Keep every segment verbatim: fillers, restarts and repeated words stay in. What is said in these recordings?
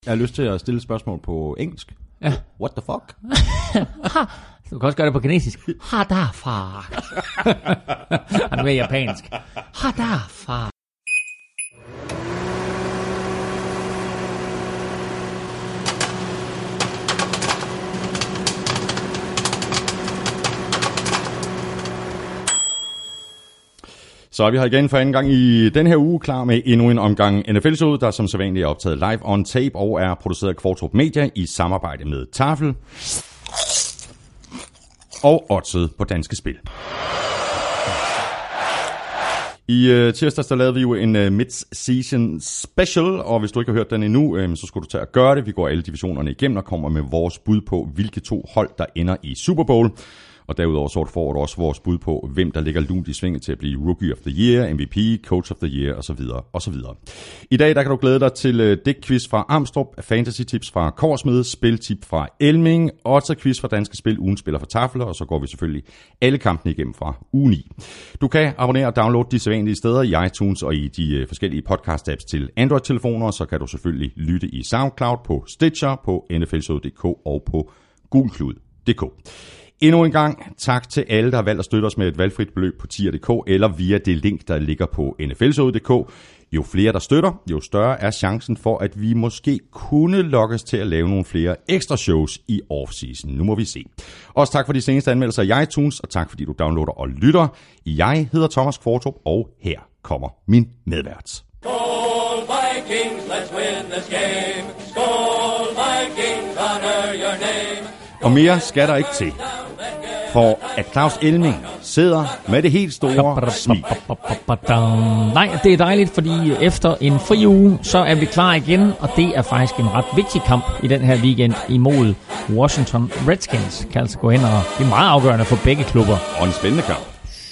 Jeg har lyst til at stille et spørgsmål på engelsk. Ja. What the fuck? Du kan også gøre det på kinesisk. Ha da far. Han er mere japansk. Ha da far. Så er vi her igen for anden gang i den her uge, klar med endnu en omgang N F L-showet, der som sædvanligt er optaget live on tape og er produceret af Kvartrup Media i samarbejde med Tafel og Oddset på Danske Spil. I uh, tirsdags der lavede vi jo en uh, mid-season special, og hvis du ikke har hørt den endnu, uh, så skulle du tage at gøre det. Vi går alle divisionerne igennem og kommer med vores bud på, hvilke to hold, der ender i Super Bowl. Og derudover så får du også vores bud på, hvem der ligger lunt i svinget til at blive Rookie of the Year, M V P, Coach of the Year osv. osv. I dag der kan du glæde dig til Dick-quiz fra Amstrup, Fantasy-tips fra Korsmed, Spiltip fra Elming, Odds-quiz fra Danske Spil, ugen spiller fra Tafler, og så går vi selvfølgelig alle kampene igennem fra uge ni. Du kan abonnere og downloade de sædvanlige steder i iTunes og i de forskellige podcast-apps til Android-telefoner, så kan du selvfølgelig lytte i SoundCloud, på Stitcher, på N F L show punktum d k og på gulklud punktum d k. Endnu en gang tak til alle, der har valgt at støtte os med et valgfrit beløb på tier punktum d k eller via det link, der ligger på N F L show punktum d k. Jo flere, der støtter, jo større er chancen for, at vi måske kunne lokkes til at lave nogle flere ekstra shows i off-season. Nu må vi se. Også tak for de seneste anmeldelser i iTunes, og tak fordi du downloader og lytter. Jeg hedder Thomas Kvartrup, og her kommer min medvært. Skål Vikings, let's win this game. Skål Vikings, honor your name. Og mere skal der ikke til. For at Claus Elming sidder med det helt store smil. Nej, det er dejligt, fordi efter en fri uge, så er vi klar igen, og det er faktisk en ret vigtig kamp i den her weekend imod Washington Redskins. Kan altså gå hen, og det er meget afgørende for begge klubber. Og en spændende kamp.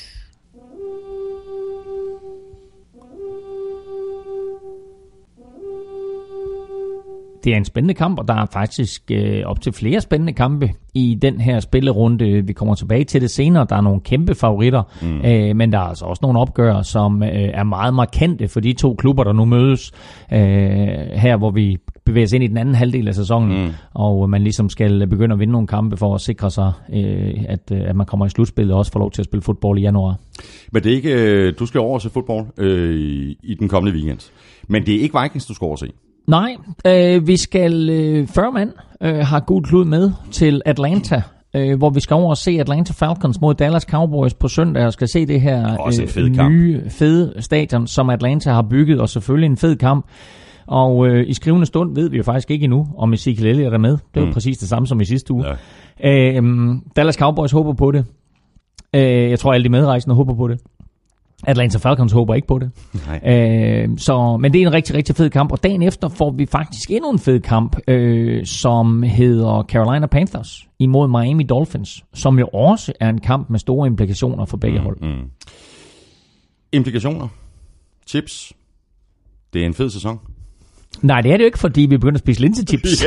Det er en spændende kamp, og der er faktisk øh, op til flere spændende kampe i den her spillerunde. Vi kommer tilbage til det senere. Der er nogle kæmpe favoritter, mm. øh, men der er altså også nogle opgør, som øh, er meget markante for de to klubber, der nu mødes øh, her, hvor vi bevæger os ind i den anden halvdel af sæsonen, mm. og man ligesom skal begynde at vinde nogle kampe for at sikre sig, øh, at, at man kommer i slutspillet og også får lov til at spille fodbold i januar. Men det er ikke, øh, du skal over og se fodbold øh, i den kommende weekend. Men det er ikke Vikings, du skal over se. Nej, øh, vi skal øh, fyrre mand øh, har gult klud med til Atlanta, øh, hvor vi skal over og se Atlanta Falcons mod Dallas Cowboys på søndag, og skal se det her øh, fed nye fede stadion, som Atlanta har bygget, og selvfølgelig en fed kamp. Og øh, i skrivende stund ved vi jo faktisk ikke endnu, om Ezekiel Elliott er med. Det er jo mm. præcis det samme som i sidste uge. Ja. Øh, Dallas Cowboys håber på det. Øh, jeg tror, alle de medrejsende håber på det. Atlanta Falcons håber ikke på det. Øh, så, men det er en rigtig, rigtig fed kamp. Og dagen efter får vi faktisk endnu en fed kamp, øh, som hedder Carolina Panthers imod Miami Dolphins, som jo også er en kamp med store implikationer for begge mm, hold. Mm. Implikationer? Chips? Det er en fed sæson. Nej, det er det jo ikke, fordi vi begynder at spise linsechips.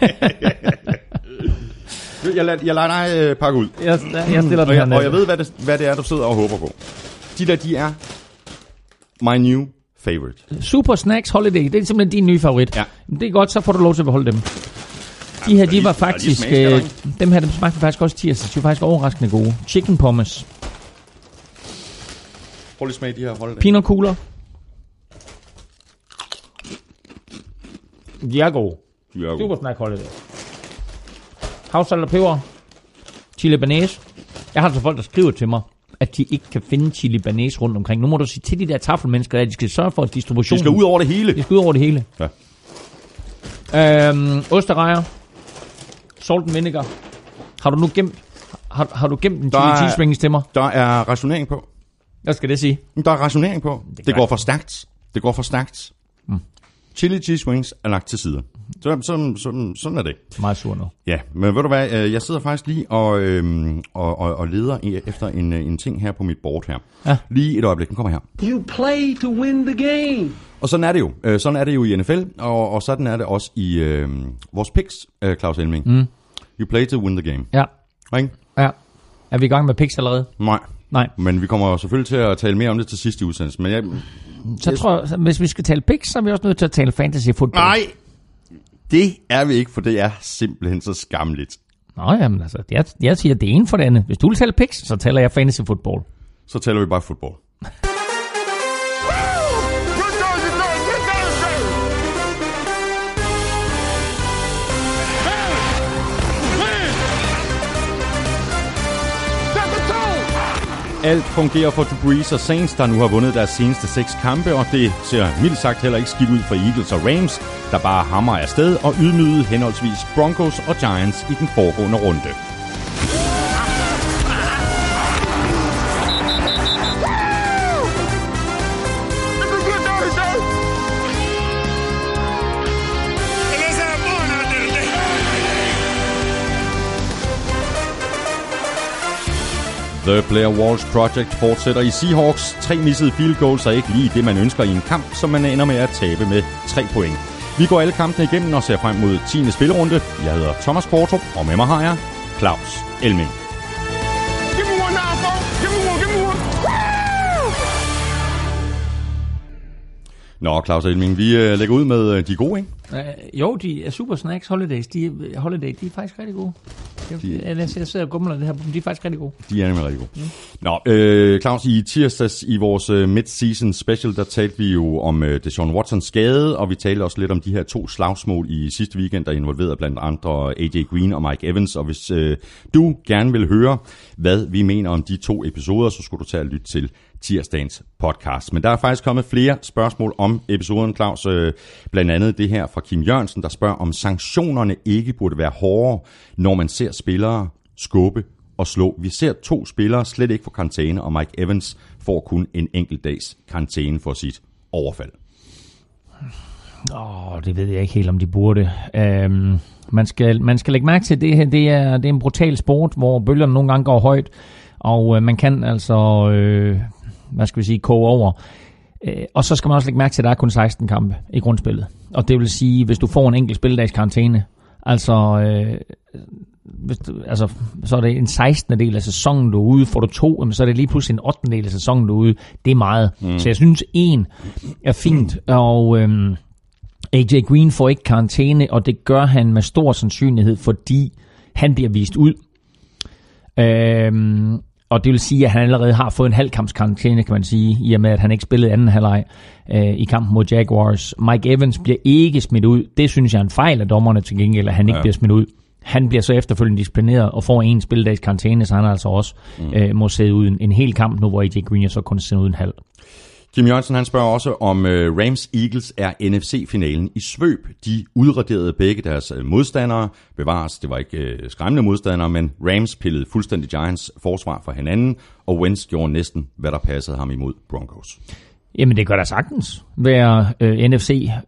jeg, lader, jeg lader dig øh, pakke ud. Jeg, jeg stiller og, jeg, og jeg ved, hvad det, hvad det er, du sidder og håber på. De der, de er my new favorite. Super Snacks Holiday, det er simpelthen din nye favorit. Ja. Det er godt, så får du lov til at beholde dem. De her, de var faktisk, de øh, dem her, dem smagte faktisk også tirsdag. De var faktisk overraskende gode. Chicken pommes. Prøv lige smag de her Holiday. Peanut cooler. De er gode. De er gode. Super Snack Holiday. Havsalt og peber. Chili banæs. Jeg har altså folk, der skriver til mig, at de ikke kan finde chili banæs rundt omkring. Nu må du sige til de der tafelmennesker, at de skal sørge for, at distributionen... De skal ud over det hele. De skal ud over det hele. Ja. Øhm, osterejer. Salt and vinegar. Har du nu gemt... Har, har du gemt en chili er, cheese rings til mig? Der er rationering på. Hvad skal det sige? Der er rationering på. Det, det går for stærkt. Det går for stærkt. Mm. Chili cheese wings er lagt til side. Så, sådan, sådan, sådan er det. Meget sur nu. Ja, men ved du hvad, jeg sidder faktisk lige og, øhm, og, og, og leder efter en, en ting her på mit board her. Ja. Lige et øjeblik, den kommer her. You play to win the game. Og sådan er det jo. Sådan er det jo i N F L, og, og sådan er det også i øh, vores picks, øh, Claus Elming. Mm. You play to win the game. Ja. Right? Ja. Er vi i gang med picks allerede? Nej. Nej. Men vi kommer selvfølgelig til at tale mere om det til sidste udsendelse. Men jeg, så jeg tror jeg, hvis vi skal tale picks, så er vi også nødt til at tale fantasy football. Nej! Det er vi ikke, for det er simpelthen så skamligt. Nå, jamen altså, jeg, jeg siger, det er en for det andet. Hvis du vil tale picks, så taler jeg fantasy football. Så taler vi bare fodbold. Alt fungerer for Drew Brees og Saints, der nu har vundet deres seneste seks kampe, og det ser mildt sagt heller ikke skidt ud for Eagles og Rams, der bare hammer afsted og ydmygede henholdsvis Broncos og Giants i den foregående runde. The Blair Walsh Project fortsætter i Seahawks. Tre missede field goals er ikke lige det, man ønsker i en kamp, som man ender med at tabe med tre point. Vi går alle kampene igennem og ser frem mod tiende spillerunde. Jeg hedder Thomas Kvartrup, og med mig har jeg Claus Elming. Nå, Claus Elming, vi øh, lægger ud med øh, de gode, ikke? Uh, jo, de er Super Snacks Holidays. De, holiday, de er faktisk rigtig gode. De, jeg, jeg sidder og gumler det her, de er faktisk rigtig gode. De er nemlig rigtig gode. Mm. Nå, øh, Claus, i tirsdags i vores uh, mid-season special, der talte vi jo om uh, Deshaun Watsons skade, og vi talte også lidt om de her to slagsmål i sidste weekend, der involverede blandt andre A J Green og Mike Evans. Og hvis øh, du gerne vil høre, hvad vi mener om de to episoder, så skulle du tage og lytte til tirsdagens podcast. Men der er faktisk kommet flere spørgsmål om episoden, Claus. Øh, blandt andet det her fra Kim Jørgensen, der spørger, om sanktionerne ikke burde være hårdere, når man ser spillere skubbe og slå. Vi ser to spillere slet ikke få karantæne, og Mike Evans får kun en enkelt dags karantæne for sit overfald. Åh, oh, det ved jeg ikke helt, om de burde. Øhm, man, skal, man skal lægge mærke til, at det her det er, det er en brutal sport, hvor bølgerne nogle gange går højt, og øh, man kan altså, øh, hvad skal vi sige, koge over. Øh, og så skal man også lægge mærke til, at der er kun seksten kampe i grundspillet. Og det vil sige, hvis du får en enkelt spilledags karantæne, altså, øh, hvis du, altså, så er det en sekstende del af sæsonen, du er ude. Får du to, så er det lige pludselig en ottende del af sæsonen, du er ude. Det er meget. Mm. Så jeg synes, en er fint, og Øh, A J Green får ikke karantæne, og det gør han med stor sandsynlighed, fordi han bliver vist ud. Øhm, og det vil sige, at han allerede har fået en halvkampskarantæne, kan man sige, i og med, at han ikke spillede anden halvleg øh, i kampen mod Jaguars. Mike Evans bliver ikke smidt ud. Det synes jeg er en fejl af dommerne til gengæld, at han ikke ja. bliver smidt ud. Han bliver så efterfølgende disciplineret og får en spilledags karantæne, så han altså også mm. øh, må sidde ud en, en hel kamp nu, hvor A J Green er så kun sidder ud en halv. Kim Jørgensen, han spørger også, om uh, Rams Eagles er N F C-finalen i svøb. De udraderede begge deres uh, modstandere. Bevares, det var ikke uh, skræmmende modstandere, men Rams pillede fuldstændig Giants forsvar for hinanden, og Wentz gjorde næsten, hvad der passede ham imod Broncos. Jamen, det gør der sagtens være uh, N F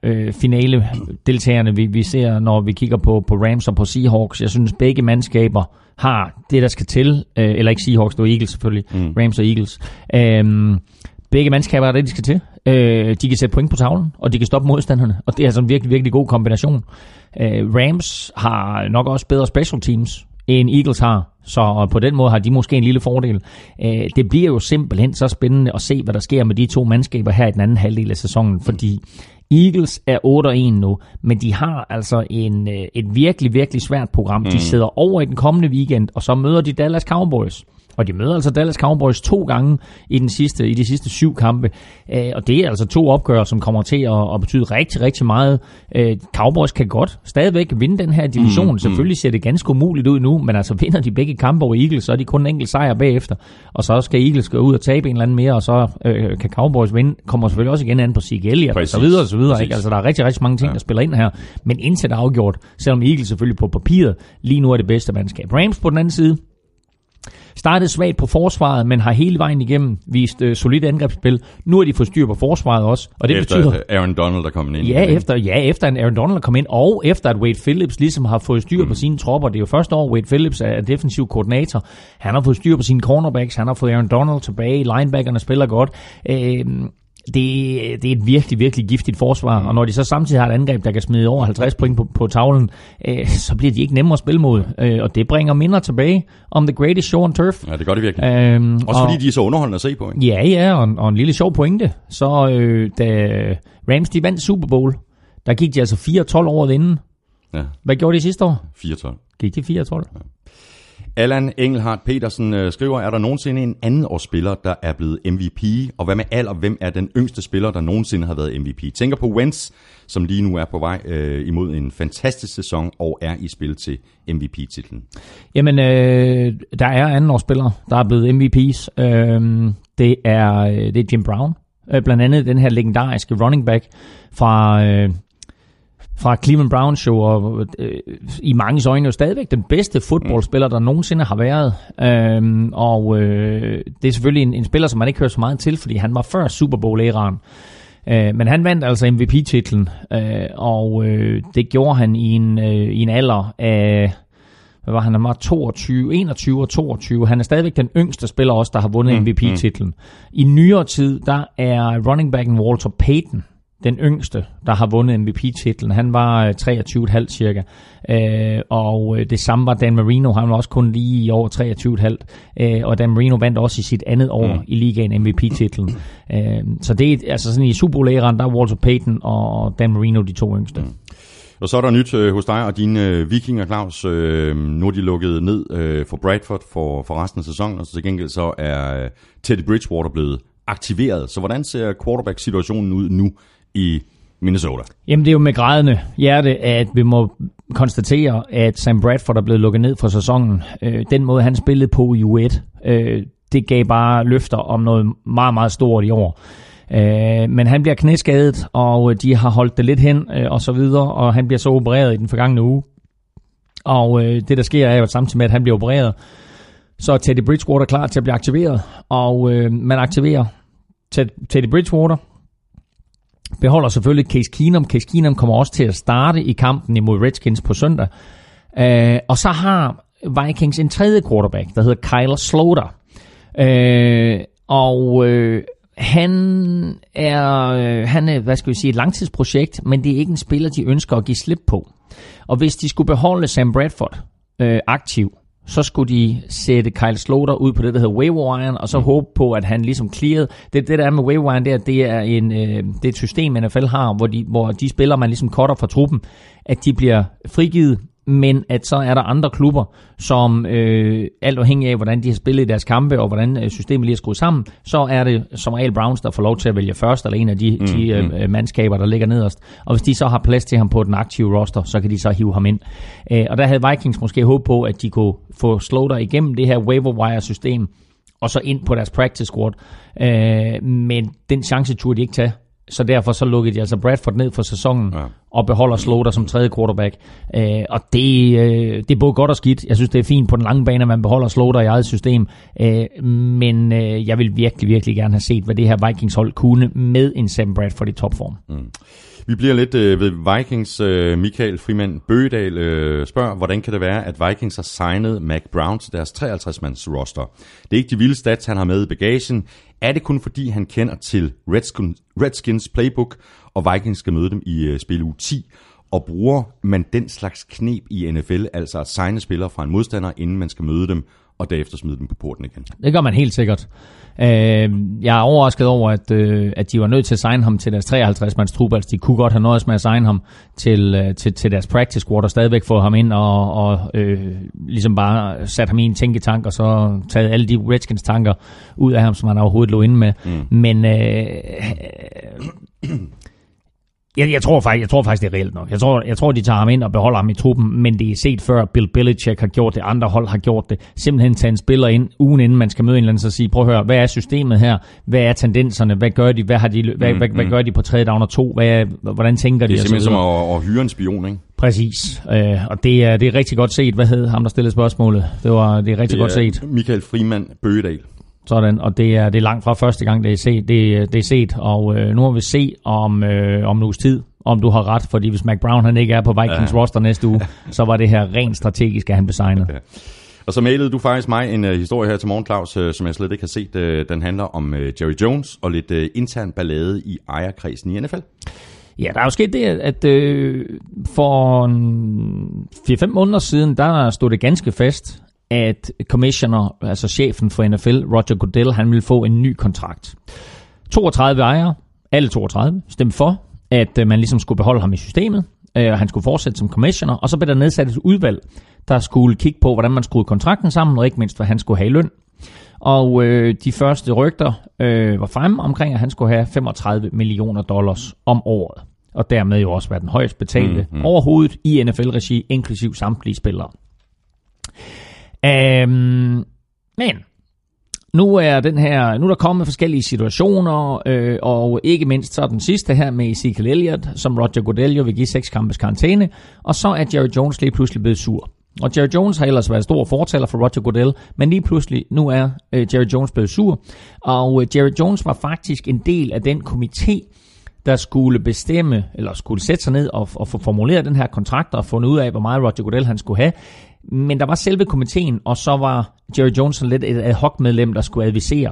C-finale-deltagerne, uh, vi, vi ser, når vi kigger på, på Rams og på Seahawks. Jeg synes, begge mandskaber har det, der skal til. Uh, eller ikke Seahawks, det var Eagles selvfølgelig. Mm. Rams og Eagles. Um, Begge mandskaber er det, de skal til. Øh, de kan sætte point på tavlen, og de kan stoppe modstanderne. Og det er altså en virkelig, virkelig god kombination. Øh, Rams har nok også bedre special teams, end Eagles har. Så på den måde har de måske en lille fordel. Øh, det bliver jo simpelthen så spændende at se, hvad der sker med de to mandskaber her i den anden halvdel af sæsonen. Fordi Eagles er otte og en nu, men de har altså en, et virkelig, virkelig svært program. Mm. De sidder over i den kommende weekend, og så møder de Dallas Cowboys. Og de møder altså Dallas Cowboys to gange i, den sidste, i de sidste syv kampe. Øh, og det er altså to opgør, som kommer til at, at betyde rigtig, rigtig meget. Øh, Cowboys kan godt stadigvæk vinde den her division. Mm, Selvfølgelig ser det ganske umuligt ud nu, men altså vinder de begge kampe over Eagles, så er de kun en enkelt sejr bagefter. Og så skal Eagles gå ud og tabe en eller anden mere, og så øh, kan Cowboys vinde. Kommer selvfølgelig også igen an på Zeke Elliott og så videre og så videre. Ikke? Altså der er rigtig, rigtig mange ting, ja. der spiller ind her. Men indtil det er afgjort, selvom Eagles selvfølgelig på papiret lige nu er det bedste mandskab. Rams på den anden side startede svagt på forsvaret, men har hele vejen igennem vist øh, solidt angrebsspil. Nu har de fået styr på forsvaret også. Og det efter betyder, Aaron Donald er kommet ind. Ja, efter, ja, efter at Aaron Donald er kommet ind, og efter at Wade Phillips ligesom har fået styr mm. på sine tropper. Det er jo første år, Wade Phillips er defensiv koordinator. Han har fået styr på sine cornerbacks. Han har fået Aaron Donald tilbage. Linebackerne spiller godt. Øh, Det, det er et virkelig, virkelig giftigt forsvar, og når de så samtidig har et angreb, der kan smide over halvtreds point på, på tavlen, øh, så bliver de ikke nemmere at spille mod, øh, og det bringer minder tilbage om The Greatest Show on Turf. Ja, det gør det virkelig. Øhm, Også og, fordi de er så underholdende at se på, ikke? Ja, ja, og, og en lille sjov pointe. Så øh, da Rams de vandt Super Bowl, der gik de altså fire tolv året inden, Ja. Hvad gjorde de sidste år? fire tolv. Gik de fire tolv? Ja. Allan Engelhardt Petersen øh, skriver, er der nogensinde en anden årsspiller, der er blevet M V P? Og hvad med alder? Hvem er den yngste spiller, der nogensinde har været M V P? Tænker på Wentz, som lige nu er på vej øh, imod en fantastisk sæson og er i spil til M V P-titlen. Jamen, øh, der er anden årsspillere, der er blevet M V P's. Øh, det, er, det er Jim Brown. Øh, blandt andet den her legendariske running back fra... Øh, fra Cleveland Browns show, og øh, i manges øjne jo stadigvæk den bedste fodboldspiller, der nogensinde har været. Øhm, og øh, det er selvfølgelig en, en spiller, som man ikke hører så meget til, fordi han var før Super Bowl-æraen. Øh, men han vandt altså M V P-titlen, øh, og øh, det gjorde han i en, øh, i en alder af... Hvad var han? Han var toogtyve, enogtyve og toogtyve. Han er stadigvæk den yngste spiller også, der har vundet M V P-titlen. I nyere tid, der er running backen Walter Payton den yngste, der har vundet M V P-titlen. Han var treogtyve komma fem cirka. Øh, og det samme var Dan Marino. Han var også kun lige i over treogtyve komma fem. Øh, og Dan Marino vandt også i sit andet år mm. i ligaen M V P-titlen. Øh, så det er altså sådan i Super Bowl-æraen, der er Walter Payton og Dan Marino de to yngste. Mm. Og så er der nyt øh, hos dig og dine øh, vikinger, Claus. Øh, nu er de lukket ned øh, for Bradford for, for resten af sæsonen, og så til gengæld så er øh, Teddy Bridgewater blevet aktiveret. Så hvordan ser quarterback-situationen ud nu i Minnesota? Jamen det er jo med grædende hjerte, at vi må konstatere, at Sam Bradford er blevet lukket ned for sæsonen. Øh, den måde, han spillede på i U et, øh, det gav bare løfter om noget meget, meget stort i år. Øh, men han bliver knæskadet, og de har holdt det lidt hen, øh, og så videre, og han bliver så opereret i den forgangne uge. Og øh, det, der sker, er jo samtidig med, at han bliver opereret, så er Teddy Bridgewater klar til at blive aktiveret, og øh, man aktiverer Teddy Bridgewater, beholder selvfølgelig Case Keenum. Case Keenum kommer også til at starte i kampen imod Redskins på søndag. Øh, og så har Vikings en tredje quarterback, der hedder Kyle Sloter. Øh, og øh, han er, øh, han er, hvad skal vi sige, et langtidsprojekt, men det er ikke en spiller, de ønsker at give slip på. Og hvis de skulle beholde Sam Bradford øh, aktiv, så skulle de sætte Kyle Sloter ud på det, der hedder waiver wire, og så mm. håbe på, at han ligesom clearede. Det, det der er med waiver wire, det er, det er, en, øh, det er et system, N F L har, hvor de, hvor de spillere, man ligesom cutter fra truppen, at de bliver frigivet, men at så er der andre klubber, som øh, alt afhængig af, hvordan de har spillet i deres kampe, og hvordan systemet lige er skruet sammen, så er det som regel Browns, der får lov til at vælge først, eller en af de, mm, de øh, mandskaber, der ligger nederst. Og hvis de så har plads til ham på den aktive roster, så kan de så hive ham ind. Øh, og der havde Vikings måske håbet på, at de kunne få Sloter igennem det her waiver wire system, og så ind på deres practice squad. Øh, men den chance turde de ikke tage. Så derfor så lukkede de altså Bradford ned for sæsonen, ja, og beholder Sloter som tredje quarterback. Øh, og det, øh, det er både godt og skidt. Jeg synes, det er fint på den lange bane, at man beholder Sloter i eget system. Øh, men øh, jeg vil virkelig, virkelig gerne have set, hvad det her Vikings-hold kunne med en Sam Bradford i topform. Mm. Vi bliver lidt øh, ved Vikings. Øh, Michael Frimand Bøgedal øh, spørger, hvordan kan det være, at Vikings har signet Mac Brown til deres treoghalvtreds-mands roster? Det er ikke de vilde stats, han har med i bagagen. Er det kun fordi, han kender til Redskins, Redskins playbook, og Vikings skal møde dem i uh, spil uge ti? Og bruger man den slags knep i N F L, altså at signe spillere fra en modstander, inden man skal møde dem, og derefter smide dem på porten igen? Det gør man helt sikkert. Jeg er overrasket over, at, at de var nødt til at signe ham til deres treoghalvtreds-mands trup. Altså, de kunne godt have nøjes med at signe ham til, til, til deres practice squad, og stadigvæk få ham ind og, og øh, ligesom bare sat ham i en tænketank, og så taget alle de Redskins tanker ud af ham, som han overhovedet lå inde med. Mm. Men øh, Jeg, jeg, tror faktisk, jeg tror faktisk, det er reelt nok. Jeg tror, jeg tror, de tager ham ind og beholder ham i truppen, men det er set før, Bill Belichick har gjort det, andre hold har gjort det. Simpelthen tage en spiller ind, ugen inden man skal møde en eller anden, så sige, prøv at høre, hvad er systemet her? Hvad er tendenserne? Hvad gør de? Hvad, har de, hvad, mm, hvad, mm. hvad gør de på tredje down og to? Hvad, hvordan tænker de? Det er simpelthen som at, at hyre en spion, ikke? Præcis, øh, og det er, det er rigtig godt set. Hvad hed ham, der stillede spørgsmålet? Det var det er rigtig det er godt set. Michael Frimand Bøgedal. Sådan, og det er, det er langt fra første gang, det er set, det, det er set og øh, nu må vi se om, øh, om en uges tid, om du har ret, fordi hvis Mac Brown han ikke er på Vikings ja. roster næste uge, så var det her rent strategisk, at han blev signet. Okay. Og så mailede du faktisk mig en uh, historie her til morgen, Claus, uh, som jeg slet ikke har set. Uh, den handler om uh, Jerry Jones og lidt uh, intern ballade i ejerkredsen i N F L. Ja, der er jo sket det, at øh, for fire fem måneder siden, der stod det ganske fast, at commissioner, altså chefen for N F L, Roger Goodell, han ville få en ny kontrakt. toogtredive ejere, alle toogtredive, stemte for, at man ligesom skulle beholde ham i systemet. øh, og han skulle fortsætte som commissioner, og så blev der nedsat et udvalg, der skulle kigge på, hvordan man skruede kontrakten sammen, og ikke mindst, hvad han skulle have i løn. Og øh, de første rygter øh, var fremme omkring, at han skulle have femogtredive millioner dollars om året. Og dermed jo også være den højst betalte mm, mm. overhovedet i N F L-regi, inklusiv samtlige spillere. Øhm, men nu er den her, nu er der kommet forskellige situationer, øh, og ikke mindst så den sidste her med Ezekiel Elliott, som Roger Goodell jo vil give seks kampes karantæne, og så er Jerry Jones lige pludselig blevet sur. Og Jerry Jones har ellers været stor fortaler for Roger Goodell, men lige pludselig, nu er øh, Jerry Jones blevet sur, og øh, Jerry Jones var faktisk en del af den komité, der skulle bestemme, eller skulle sætte sig ned og, og få formuleret den her kontrakt, og fundet ud af, hvor meget Roger Goodell han skulle have. Men der var selve komiteen, og så var Jerry Jones lidt et ad hoc medlem, der skulle advisere.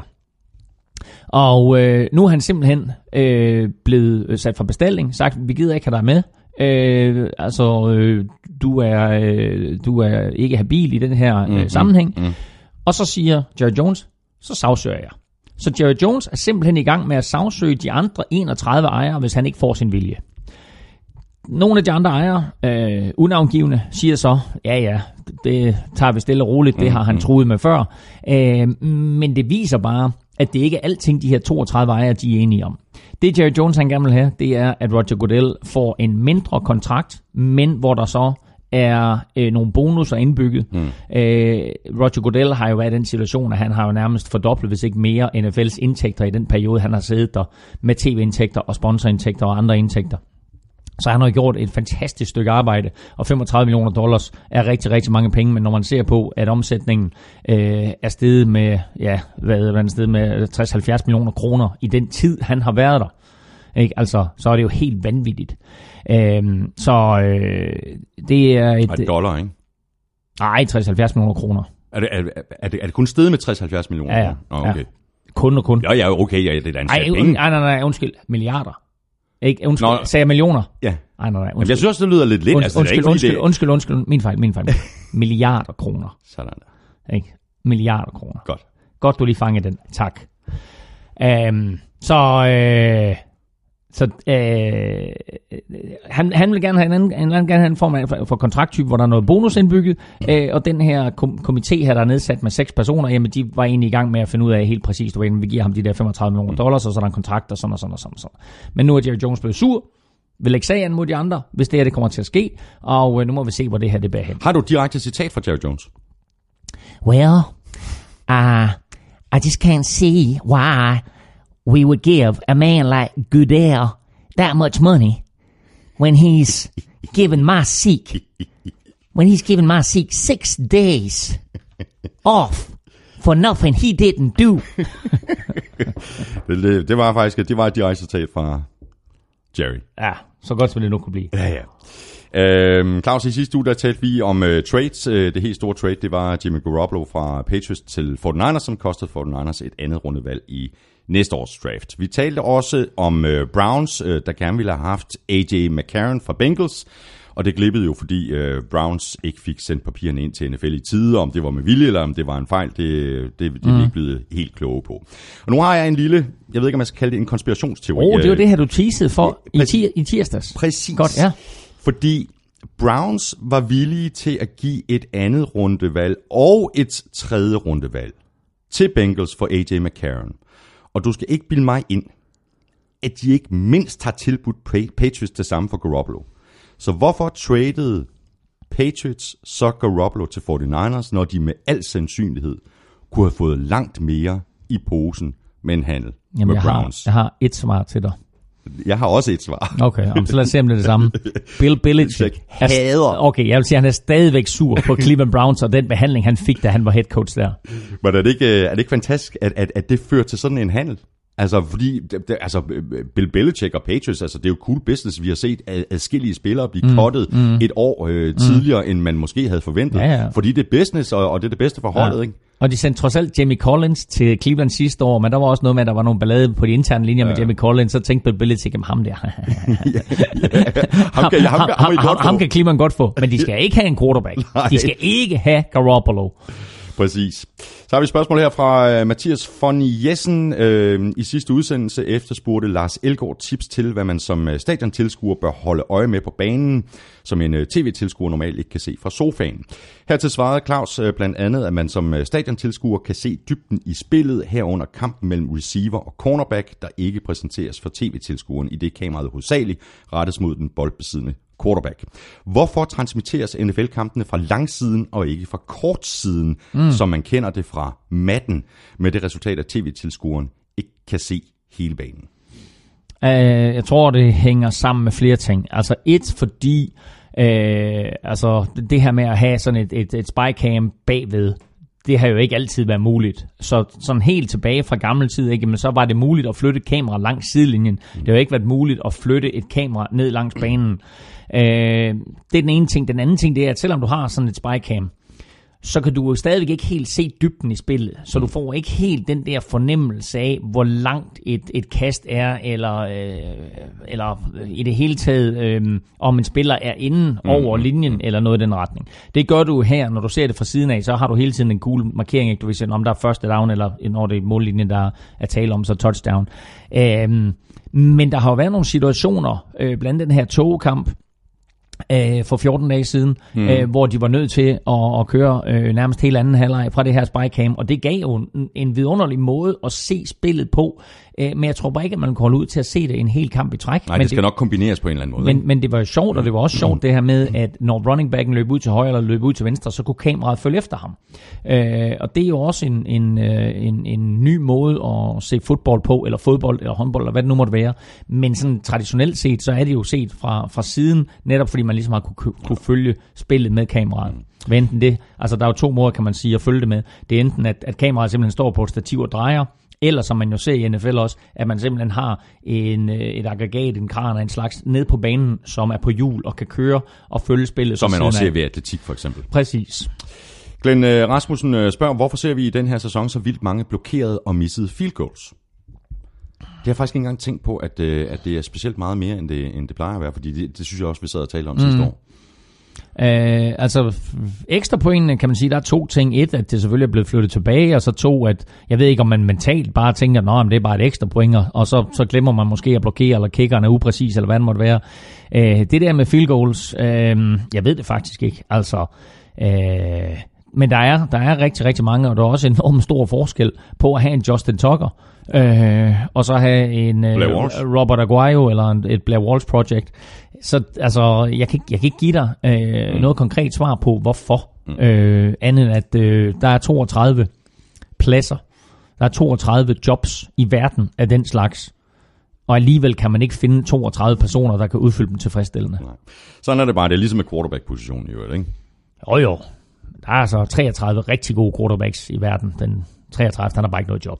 Og øh, nu er han simpelthen øh, blevet sat for bestilling, sagt, vi gider ikke have dig med. Øh, altså, øh, du, er, øh, du er ikke habil i den her øh, mm-hmm. sammenhæng. Mm. Og så siger Jerry Jones, så sagsøger jeg. Så Jerry Jones er simpelthen i gang med at sagsøge de andre enogtredive ejere, hvis han ikke får sin vilje. Nogle af de andre ejere, øh, unavngivende, siger så, ja ja, det tager vi stille og roligt, det har han truet med før. Øh, men det viser bare, at det ikke er alting, de her toogtredive ejere, de er enige om. Det Jerry Jones han gerne vil have, det er, at Roger Goodell får en mindre kontrakt, men hvor der så er øh, nogle bonusser indbygget. Mm. Øh, Roger Goodell har jo været i den situation, at han har jo nærmest fordoblet, hvis ikke mere, N F L's indtægter i den periode, han har siddet der med tv-indtægter og sponsorindtægter og andre indtægter. Så han har gjort et fantastisk stykke arbejde, og femogtredive millioner dollars er rigtig, rigtig mange penge, men når man ser på, at omsætningen øh, er steget med, ja, hvad er det, steget med tres til halvfjerds millioner kroner i den tid, han har været der, ikke? Altså, så er det jo helt vanvittigt. Øhm, så øh, det er et... Er det dollar, ikke? Nej, tres til halvfjerds millioner kroner. Er det, er, er, det, er det kun steget med tres til halvfjerds millioner? Ja, ja. Oh, okay. Ja. Kun og kun. Ja, ja, okay, ja, det er da en Ej, penge. Nej, nej, nej, undskyld. Milliarder. Ikke, undskyld, Nå, sagde jeg millioner? Ja. Ej, nej, nej, undskyld. Men jeg synes også, det lyder lidt lidt. Und, altså, undskyld, det er ikke, undskyld, det... undskyld, undskyld, min fejl, min fejl. Milliarder kroner. Sådan der. Ikke? Milliarder kroner. Godt. Godt, du lige fangede den. Tak. Um, så... Øh, Så øh, han, han vil gerne have en anden, han vil gerne have en form for, for kontrakttype, hvor der er noget bonus indbygget, øh, og den her kom, komité her, der er nedsat med seks personer, jamen de var egentlig i gang med at finde ud af helt præcist, hvordan vi giver ham de der femogtredive millioner dollars, og så er der en kontrakt, og sådan og sådan og sådan. Og sådan. Men nu er Jerry Jones blevet sur, vil lægge sagen mod de andre, hvis det her det kommer til at ske, og øh, nu må vi se, hvor det her det bærer hen. Har du direkte citat fra Jerry Jones? Well, uh, I just can't see why we would give a man like Goodell that much money when he's given my Zeke, when he's given my Zeke six days off for nothing he didn't do. det, det, det var faktisk det var et direkte citat fra Jerry. Ja, så godt som det nu kunne blive. Ja, ja. Øhm, Claus, i sidste uge der talte vi om uh, trades. Uh, det helt store trade, det var Jimmy Garoppolo fra Patriots til forty-niners, som kostede forty-niners et andet rundevalg i næste års draft. Vi talte også om uh, Browns, uh, der gerne ville have haft A J McCarron fra Bengals, og det glippede jo, fordi uh, Browns ikke fik sendt papirerne ind til N F L i tide, om det var med vilje, eller om det var en fejl, det, det, det mm. er vi ikke blevet helt kloge på. Og nu har jeg en lille, jeg ved ikke, om jeg skal kalde det en konspirationsteori. Åh, oh, det var det her, du teasede for ja, præcis, i, tir- i tirsdags. Præcis. Godt, ja. Fordi Browns var villige til at give et andet rundevalg og et tredje rundevalg til Bengals for A J McCarron. Og du skal ikke bilde mig ind, at de ikke mindst har tilbudt Patriots det samme for Garoppolo. Så hvorfor tradede Patriots så Garoppolo til forty-niners, når de med al sandsynlighed kunne have fået langt mere i posen med en handel Jamen, med jeg Browns? Har, jeg har et svar til dig. Jeg har også et svar. Okay, så lad os se, om det er det samme. Bill Belichick hader. Okay, jeg vil sige, at han er stadigvæk sur på Cleveland Browns og den behandling, han fik, da han var head coach der. Men er det ikke, er det ikke fantastisk, at, at, at det fører til sådan en handel? Altså, fordi, det, altså, Bill Belichick og Patriots, altså, det er jo cool business. Vi har set adskillige spillere blive mm, cuttet mm, et år øh, mm. tidligere, end man måske havde forventet. Ja, ja. Fordi det er business, og, og det er det bedste for holdet, ja. Ikke? Og de sendte trods alt Jamie Collins til Cleveland sidste år, men der var også noget med, at der var nogle ballade på de interne linjer ja. med Jamie Collins, så tænkte Bill Belichick, ham der. ja, ja. Ham, kan, ham, ham, ham, ham, ham kan Cleveland godt få, men de skal ikke have en quarterback. Nej. De skal ikke have Garoppolo. Præcis. Så har vi et spørgsmål her fra uh, Mathias von Jessen. Uh, I sidste udsendelse efterspurgte Lars Elgaard tips til, hvad man som uh, stadiontilskuer bør holde øje med på banen, som en uh, tv-tilskuer normalt ikke kan se fra sofaen. Hertil svarede Claus uh, blandt andet, at man som uh, stadiontilskuer kan se dybden i spillet herunder kampen mellem receiver og cornerback, der ikke præsenteres for tv-tilskueren, i det kameraet hovedsageligt rettes mod den boldbesiddende quarterback. Hvorfor transmitteres N F L-kampene fra langsiden og ikke fra kortsiden, mm. som man kender det fra matten, med det resultat, at tv-tilskueren ikke kan se hele banen? Uh, jeg tror, det hænger sammen med flere ting. Altså et, fordi uh, altså, det her med at have sådan et, et, et spycam bagved, det har jo ikke altid været muligt. Så sådan helt tilbage fra gammel tid, ikke? Men så var det muligt at flytte kamera langs sidelinjen. Det har jo ikke været muligt at flytte et kamera ned langs banen. Øh, det er den ene ting. Den anden ting, det er, at selvom du har sådan et spycam, så kan du jo stadigvæk ikke helt se dybden i spillet. Så du får ikke helt den der fornemmelse af, hvor langt et, et kast er, eller, øh, eller i det hele taget, øh, om en spiller er inde over linjen, eller noget i den retning. Det gør du her, når du ser det fra siden af, så har du hele tiden en cool markering, ikke? Du vil se, om der er første down, eller når det er mållinjen, der er tale om, så touchdown. Øh, men der har jo været nogle situationer, øh, blandt den her togkamp, for fjorten dage siden, mm. øh, hvor de var nødt til at, at køre øh, nærmest hele anden halvleg fra det her spycam, og det gav jo en, en vidunderlig måde at se spillet på, øh, men jeg tror bare ikke, at man kan holde ud til at se det en hel kamp i træk. Nej, men det skal det, nok kombineres på en eller anden måde. Men, men det var jo sjovt, og det var også sjovt det her med, at når running backen løb ud til højre eller løb ud til venstre, så kunne kameraet følge efter ham. Øh, og det er jo også en, en, en, en ny måde at se fodbold på, eller fodbold, eller håndbold, eller hvad det nu måtte være. Men sådan traditionelt set, så er det jo set fra, fra siden, netop fordi man ligesom har kunne, kunne følge spillet med kameraet. Hvad enten det, altså der er jo to måder, kan man sige, at følge det med. Det er enten, at, at kameraet simpelthen står på et stativ og drejer, eller som man jo ser i N F L også, at man simpelthen har en, et aggregat, en kran af en slags ned på banen, som er på hjul og kan køre og følge spillet. Som man også ser ved atletik for eksempel. Præcis. Glenn Rasmussen spørger, hvorfor ser vi i den her sæson så vildt mange blokerede og missede field goals? Det har jeg faktisk ikke engang tænkt på, at, at det er specielt meget mere, end det, end det plejer at være, fordi det, det synes jeg også, vi sad og talte om mm. sidste år. Uh, altså ekstra pointene, kan man sige, der er to ting. Et, at det selvfølgelig er blevet flyttet tilbage, og så to, at jeg ved ikke, om man mentalt bare tænker, nå, men det er bare et ekstra point, og så, så glemmer man måske at blokere, eller kickeren er upræcis, eller hvad det måtte være. Uh, det der med field goals, uh, jeg ved det faktisk ikke. Altså, uh, men der er, der er rigtig, rigtig mange, og der er også en enormt stor forskel på at have en Justin Tucker, uh, og så have en uh, Robert Aguayo, eller en, et Blair Walsh project. Så altså, jeg kan, jeg kan ikke give dig øh, mm. noget konkret svar på, hvorfor. Mm. Øh, andet end, at øh, der er toogtredive pladser, der er toogtredive jobs i verden af den slags. Og alligevel kan man ikke finde toogtredive personer, der kan udfylde dem tilfredsstillende. Nej. Sådan er det bare. Det er ligesom med quarterback-positionen i øvrigt, ikke? Jo jo. Der er altså treogtredive rigtig gode quarterbacks i verden. Den treogtredive, han har bare ikke noget job.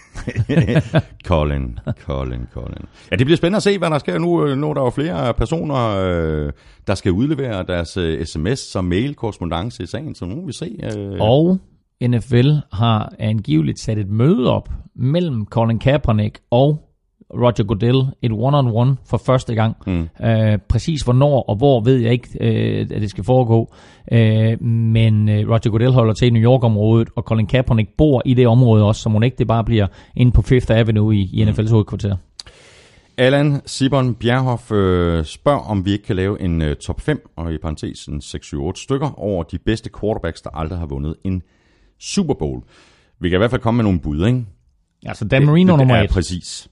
Colin, Colin, Colin. Ja, det bliver spændende at se, hvad der sker nu. Nu er der jo flere personer, der skal udlevere deres sms og mail-korrespondance i sagen, så nu vil vi se. Og N F L har angiveligt sat et møde op mellem Colin Kaepernick og Roger Goodell, et one-on-one for første gang. Mm. Øh, præcis hvornår og hvor ved jeg ikke, øh, at det skal foregå. Øh, men øh, Roger Goodell holder til i New York-området, og Colin Kaepernick bor i det område også, så må ikke det bare bliver inde på Fifth Avenue i, i N F L's hovedkvarter. Allan Sibon Bjerhoff øh, spørger, om vi ikke kan lave en øh, top fem, og i parentesen seks syv otte stykker, over de bedste quarterbacks, der aldrig har vundet en Super Bowl. Vi kan i hvert fald komme med nogle bud, ikke? Altså Dan Marino nummer et. Ja, præcis.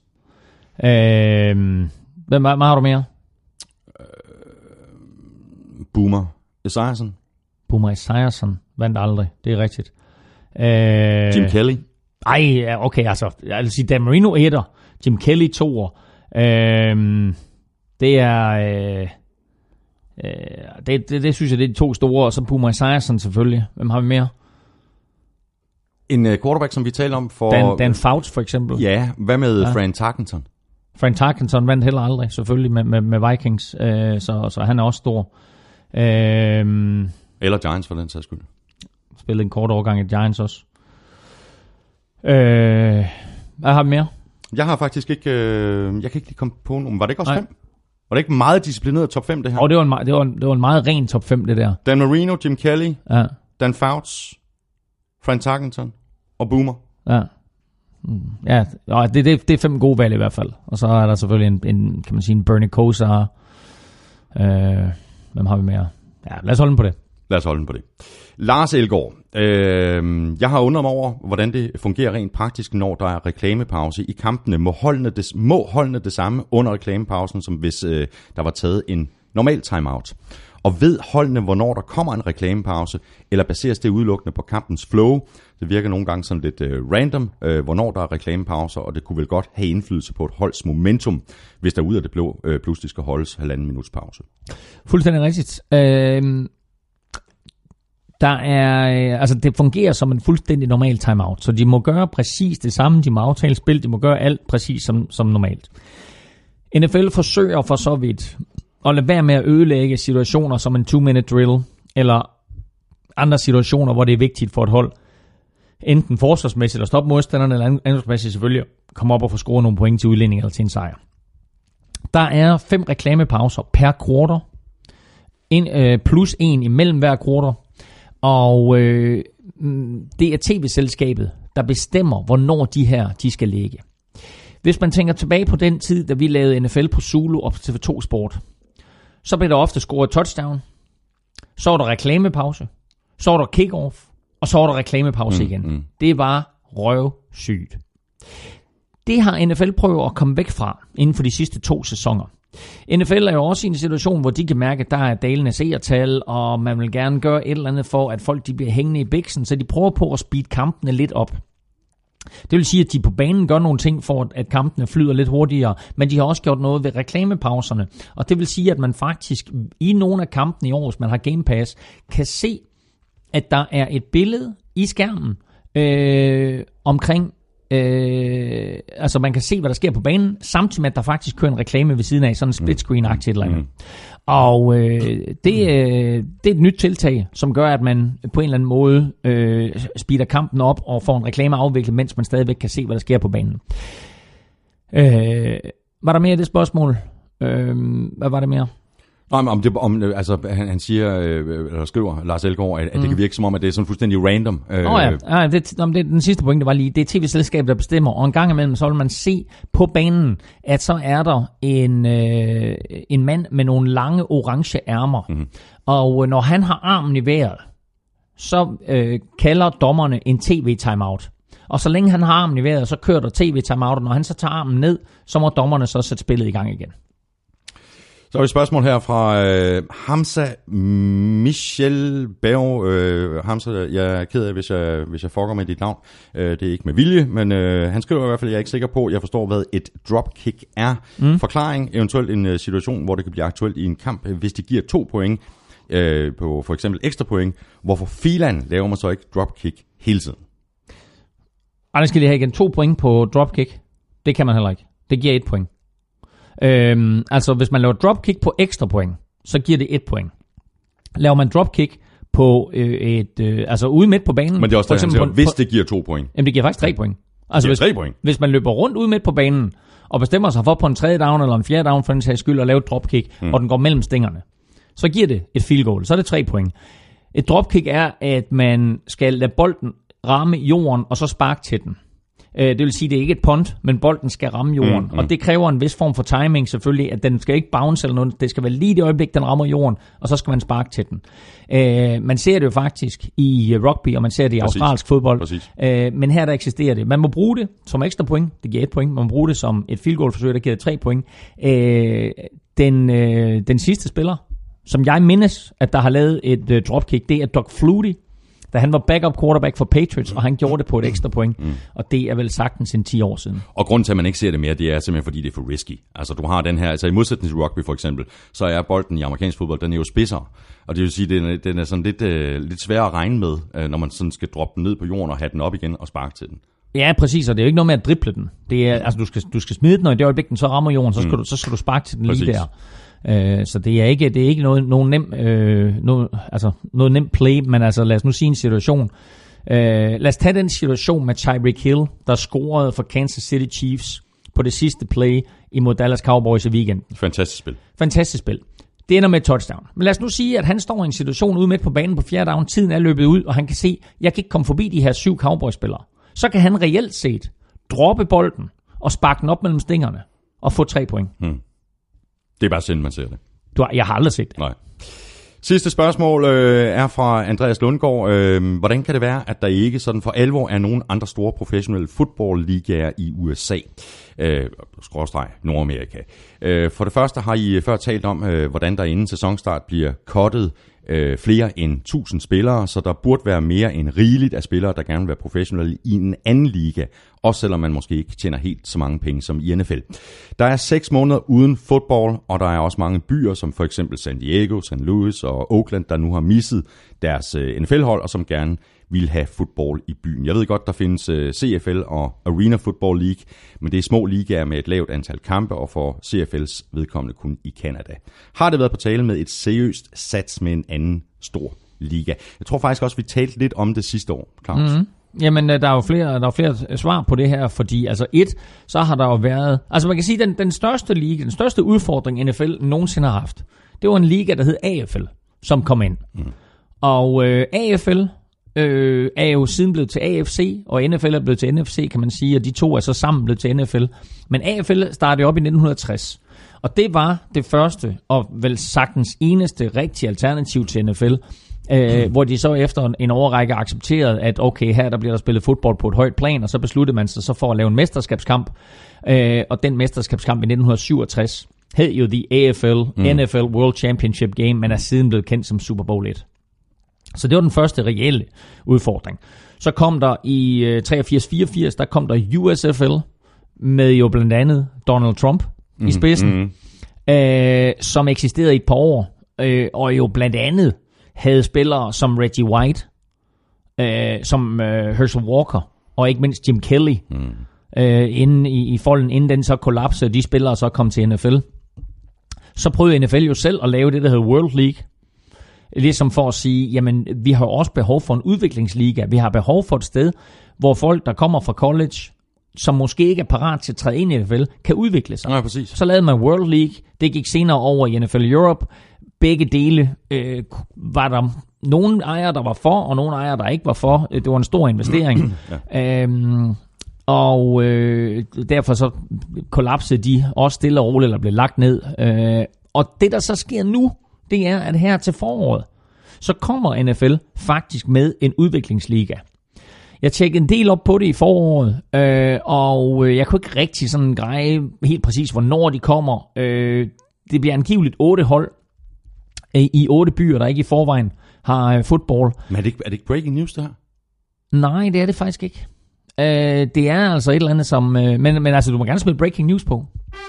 Øh, hvad, hvad har du mere? Øh, Boomer Esiason. Boomer Esiason vandt aldrig, det er rigtigt. Øh, Jim Kelly. Ej, okay, altså, jeg vil sige Dan Marino etter, Jim Kelly toer. Øh, det er, øh, øh, det, det, det synes jeg, det er de to store, og så Boomer Esiason selvfølgelig. Hvem har vi mere? En uh, quarterback, som vi taler om for... Dan, Dan Fouts for eksempel. Ja, hvad med ja. Fran Tarkenton? Fran Tarkenton vandt heller aldrig, selvfølgelig, med, med, med Vikings, øh, så, så han er også stor. Øh, Eller Giants for den sags skyld. Spillede en kort overgang i Giants også. Øh, hvad har vi mere? Jeg har faktisk ikke... Øh, jeg kan ikke lige komme på nogen. Var det ikke også Nej. fem? Var det ikke meget disciplineret top fem, det her? Og det var en, det var en, det var en meget ren top fem, det der. Dan Marino, Jim Kelly, ja. Dan Fouts, Frank Tarkenton og Boomer. Ja. Ja, det, det, det er fem gode valg i hvert fald. Og så er der selvfølgelig en, en kan man sige, en Bernie Kosar. Øh, hvem har vi mere? Ja, lad os holde den på det. Lad os holde den på det. Lars Elgaard, øh, jeg har undret mig over, hvordan det fungerer rent praktisk, når der er reklamepause i kampene. Må holdene det, må holdene det samme under reklamepausen, som hvis øh, der var taget en normal timeout? Og ved holdene, hvornår der kommer en reklamepause, eller baseres det udelukkende på kampens flow? Det virker nogle gange sådan lidt øh, random, øh, hvornår der er reklamepauser, og det kunne vel godt have indflydelse på et holds momentum, hvis der ud af det blå øh, pludselig skal holdes halvanden minuts pause. Fuldstændig rigtigt. Øh, der er, altså det fungerer som en fuldstændig normal timeout, så de må gøre præcis det samme, de må aftale spil, de må gøre alt præcis som, som normalt. N F L forsøger for så vidt at lade være med at ødelægge situationer som en two-minute drill, eller andre situationer, hvor det er vigtigt for et hold, enten forsvarsmæssigt at stoppe modstanderne, eller angrebsmæssigt selvfølgelig komme op og få scoret nogle point til udligning eller til en sejr. Der er fem reklamepauser per quarter, en, øh, plus en imellem hver quarter, og øh, det er tv-selskabet, der bestemmer, hvornår de her de skal ligge. Hvis man tænker tilbage på den tid, da vi lavede N F L på Zulu og på T V to Sport, så blev der ofte scoret touchdown, så var der reklamepause, så var der kick-off, og så var der reklamepause mm, igen. Mm. Det var røvsygt. Det har N F L prøvet at komme væk fra inden for de sidste to sæsoner. N F L er jo også i en situation, hvor de kan mærke, at der er dalende seertal, og man vil gerne gøre et eller andet for, at folk de bliver hængende i biksen, så de prøver på at speede kampene lidt op. Det vil sige, at de på banen gør nogle ting for, at kampene flyder lidt hurtigere, men de har også gjort noget ved reklamepauserne. Og det vil sige, at man faktisk i nogle af kampene i år, hvis man har Game Pass, kan se, at der er et billede i skærmen øh, omkring, øh, altså man kan se, hvad der sker på banen, samtidig med, at der faktisk kører en reklame ved siden af, sådan en split screen-aktigt eller andet. Og øh, det, øh, det er et nyt tiltag, som gør, at man på en eller anden måde øh, speeder kampen op og får en reklame afviklet, mens man stadigvæk kan se, hvad der sker på banen. Øh, var der mere i det spørgsmål? Øh, hvad var det mere? Om, om det, om, altså, han, han siger, øh, eller skriver, Lars Elgaard, at, mm. at det kan virke som om, at det er sådan fuldstændig random. Øh, oh ja, ja det, om det, den sidste point, det var lige, det er tv-selskabet, der bestemmer, og en gang imellem, så vil man se på banen, at så er der en, øh, en mand med nogle lange orange ærmer, mm. og når han har armen i vejret, så øh, kalder dommerne en tv-timeout. Og så længe han har armen i vejret, så kører der tv-timeout, og når han så tager armen ned, så må dommerne så sætte spillet i gang igen. Så har vi et spørgsmål her fra øh, Hamza Michel Berg. Øh, Hamza, jeg er ked af, hvis jeg, hvis jeg fucker med dit navn. Øh, det er ikke med vilje, men øh, han skriver i hvert fald, jeg er ikke sikker på, jeg forstår, hvad et dropkick er. Mm. Forklaring, eventuelt en uh, situation, hvor det kan blive aktuelt i en kamp, hvis det giver to point øh, på for eksempel ekstra point. Hvorfor filan laver man så ikke dropkick hele tiden? Ej, det skal lige have igen. To point på dropkick. Det kan man heller ikke. Det giver et point. Øhm, altså hvis man laver dropkick på ekstra point, så giver det et point. Laver man dropkick på øh, et øh, altså ude midt på banen, men det er også for det, eksempel siger, på, hvis det giver to point. Jamen det giver faktisk tre point. Altså hvis, tre point. hvis man løber rundt ude midt på banen og bestemmer sig for på en tredje down eller en fjerde down for den sags skyld at lave et dropkick, hmm. og den går mellem stængerne, så giver det et field goal. Så er det tre point. Et dropkick er, at man skal lade bolden ramme jorden og så sparke til den. Det vil sige, at det er ikke et punt, men bolden skal ramme jorden. Mm, mm. Og det kræver en vis form for timing selvfølgelig, at den skal ikke bounce eller noget. Det skal være lige det øjeblik, den rammer jorden, og så skal man sparke til den. Øh, man ser det jo faktisk i rugby, og man ser det i Præcis. australsk fodbold. Øh, men her der eksisterer det. Man må bruge det som ekstra point. Det giver et point. Man må bruge det som et field goal forsøg, der giver tre point. Øh, den, øh, den sidste spiller, som jeg mindes, at der har lavet et øh, dropkick, det er Doug Flutie, da han var backup quarterback for Patriots, og han gjorde det på et ekstra point. Mm. Og det er vel sagtens en ti år siden. Og grunden til, at man ikke ser det mere, det er simpelthen, fordi det er for risky. Altså, du har den her, altså i modsætning til rugby for eksempel, så er bolden i amerikansk fodbold, den er jo spidser. Og det vil sige, den er, den er sådan lidt, uh, lidt svær at regne med, uh, når man sådan skal droppe den ned på jorden og have den op igen og sparke til den. Ja, præcis, og det er jo ikke noget med at drible den. Det er, altså, du skal, du skal smide den, og i det øjeblik, den så rammer jorden, så skal, mm. du, så skal du sparke til den præcis. Lige der. Uh, så det er ikke det er ikke noget nogen nem uh, noget, altså noget nem play, men altså lad os nu sige en situation. Uh, lad os tage den situation med Tyreek Hill, der scorede for Kansas City Chiefs på det sidste play imod Dallas Cowboys i weekenden. Fantastisk spil. Fantastisk spil. Det ender med et touchdown. Men lad os nu sige, at han står i en situation ude midt på banen på fjerde down, tiden er løbet ud, og han kan se, jeg kan ikke komme forbi de her syv Cowboys-spillere. Så kan han reelt set droppe bolden og sparke den op mellem stængerne og få tre point. Hmm. Det er bare synd, man ser det. Du har, jeg har aldrig set det. Nej. Sidste spørgsmål øh, er fra Andreas Lundgaard. Øh, hvordan kan det være, at der ikke sådan for alvor er nogen andre store professionelle football-ligaer i U S A? Øh, skråstreg Nordamerika. Øh, for det første har I før talt om, øh, hvordan der inden sæsonstart bliver cuttet øh, flere end tusind spillere, så der burde være mere end rigeligt af spillere, der gerne vil være professionelle i en anden liga, også selvom man måske ikke tjener helt så mange penge som i N F L. Der er seks måneder uden fodbold, og der er også mange byer, som for eksempel San Diego, Saint Louis og Oakland, der nu har misset deres øh, N F L-hold, og som gerne vil have fodbold i byen. Jeg ved godt, der findes øh, C F L og Arena Football League, men det er små ligaer med et lavt antal kampe, og for C F L's vedkommende kun i Canada. Har det været på tale med et seriøst sats med en anden stor liga? Jeg tror faktisk også, vi talte lidt om det sidste år, Claus. Mm-hmm. Jamen, der er jo flere, der er flere svar på det her, fordi altså et, så har der jo været, altså man kan sige, den, den største liga, den største udfordring N F L nogensinde har haft, det var en liga, der hed A F L, som kom ind. Mm. Og øh, A F L øh, er jo siden blevet til A F C, og N F L er blevet til N F C, kan man sige, og de to er så sammen blevet til N F L. Men A F L startede op i nitten tres, og det var det første, og vel sagtens eneste rigtige alternativ til N F L, Øh, mm. hvor de så efter en årrække accepterede, at okay, her der bliver der spillet fodbold på et højt plan, og så besluttede man sig så for at lave en mesterskabskamp, øh, og den mesterskabskamp i nitten syvogtres hed jo The A F L, mm. N F L World Championship Game, men er siden blevet kendt som Super Bowl et. Så det var den første reelle udfordring. Så kom der i øh, treogfirs fireogfirs, der kom der U S F L, med jo blandt andet Donald Trump mm. i spidsen, mm. øh, som eksisterede i et par år, øh, og jo blandt andet havde spillere som Reggie White, øh, som øh, Herschel Walker, og ikke mindst Jim Kelly, mm. øh, inden i, i folden, inden den så kollapsede, de spillere så kom til N F L. Så prøvede N F L jo selv at lave det, der hedder World League, ligesom for at sige, jamen, vi har også behov for en udviklingsliga, vi har behov for et sted, hvor folk, der kommer fra college, som måske ikke er parat til at træde ind i N F L, kan udvikle sig. Ja, præcis. Så lavede man World League, det gik senere over i N F L Europe. Begge dele øh, var der nogle ejere, der var for, og nogle ejere, der ikke var for. Det var en stor investering. ja. øhm, og øh, derfor så kollapsede de også stille og roligt, eller blev lagt ned. Øh, og det, der så sker nu, det er, at her til foråret, så kommer N F L faktisk med en udviklingsliga. Jeg tjekkede en del op på det i foråret, øh, og jeg kunne ikke rigtig sådan greje helt præcis, hvornår de kommer. Øh, det bliver angiveligt otte hold i otte byer, der ikke i forvejen har fodbold. Men er det, ikke, er det ikke breaking news, det her? Nej, det er det faktisk ikke. Øh, det er altså et eller andet, som... Øh, men, men altså, du må gerne smide breaking news på.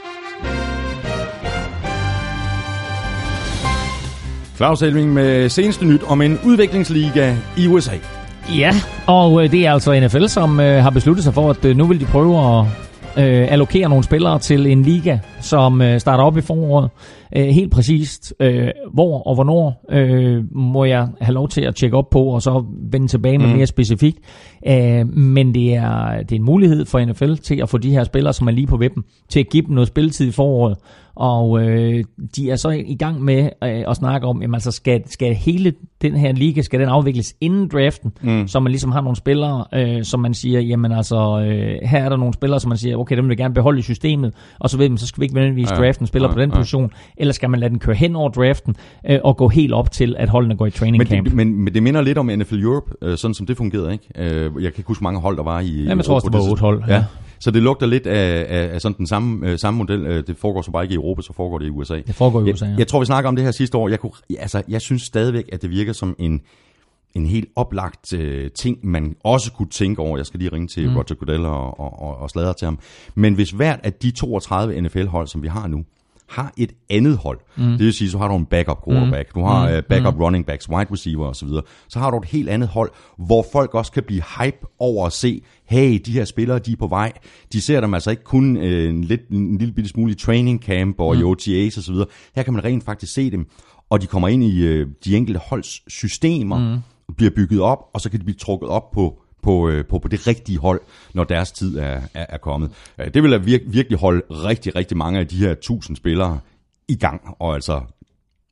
Claus Elming med seneste nyt om en udviklingsliga i U S A. Ja, og øh, det er altså N F L, som øh, har besluttet sig for, at øh, nu vil de prøve at øh, allokere nogle spillere til en liga, som øh, starter op i foråret. Øh, helt præcist, øh, hvor og hvornår øh, må jeg have lov til at tjekke op på, og så vende tilbage med mm. mere specifikt. Øh, men det er, det er en mulighed for N F L til at få de her spillere, som er lige på vippen, til at give dem noget spilletid i foråret. Og øh, de er så i gang med øh, at snakke om, jamen, altså skal, skal hele den her liga, skal den afvikles inden draften, mm. så man ligesom har nogle spillere, øh, som man siger, jamen altså, øh, her er der nogle spillere, som man siger, okay, dem vil vi gerne beholde i systemet, og så ved man, så skal vi ikke nødvendigvis ja, draften spiller ja, på den ja. position, eller skal man lade den køre hen over draften, øh, og gå helt op til, at holdene går i training men camp. Det, men, men det minder lidt om N F L Europe, øh, sådan som det fungerede, ikke? Øh, jeg kan ikke huske, mange hold, der var i... Jamen, jeg tror også, det var otte hold. Ja. ja. Så det lugter lidt af, af, af sådan den samme, øh, samme model. Øh, det foregår så bare ikke i Europa, så foregår det i U S A. Det foregår i U S A, ja. Jeg, jeg tror, vi snakker om det her sidste år. Jeg, kunne, altså, jeg synes stadigvæk, at det virker som en, en helt oplagt øh, ting, man også kunne tænke over. Jeg skal lige ringe til mm. Roger Goodell og, og, og, og sladre til ham. Men hvis hvert af de toogtredive N F L-hold, som vi har nu, har et andet hold, mm. det vil sige, så har du en backup quarterback, mm. du har uh, backup mm. running backs, wide receiver osv., så har du et helt andet hold, hvor folk også kan blive hype over at se, hey, de her spillere, de er på vej. De ser dem altså ikke kun øh, en, lidt, en lille bitte smule i training camp og mm. i O T A's osv. Her kan man rent faktisk se dem, og de kommer ind i øh, de enkelte holds systemer, mm. bliver bygget op, og så kan de blive trukket op på På, på, på det rigtige hold, når deres tid er, er, er kommet. Det vil vir- virkelig holde rigtig, rigtig mange af de her tusind spillere i gang, og altså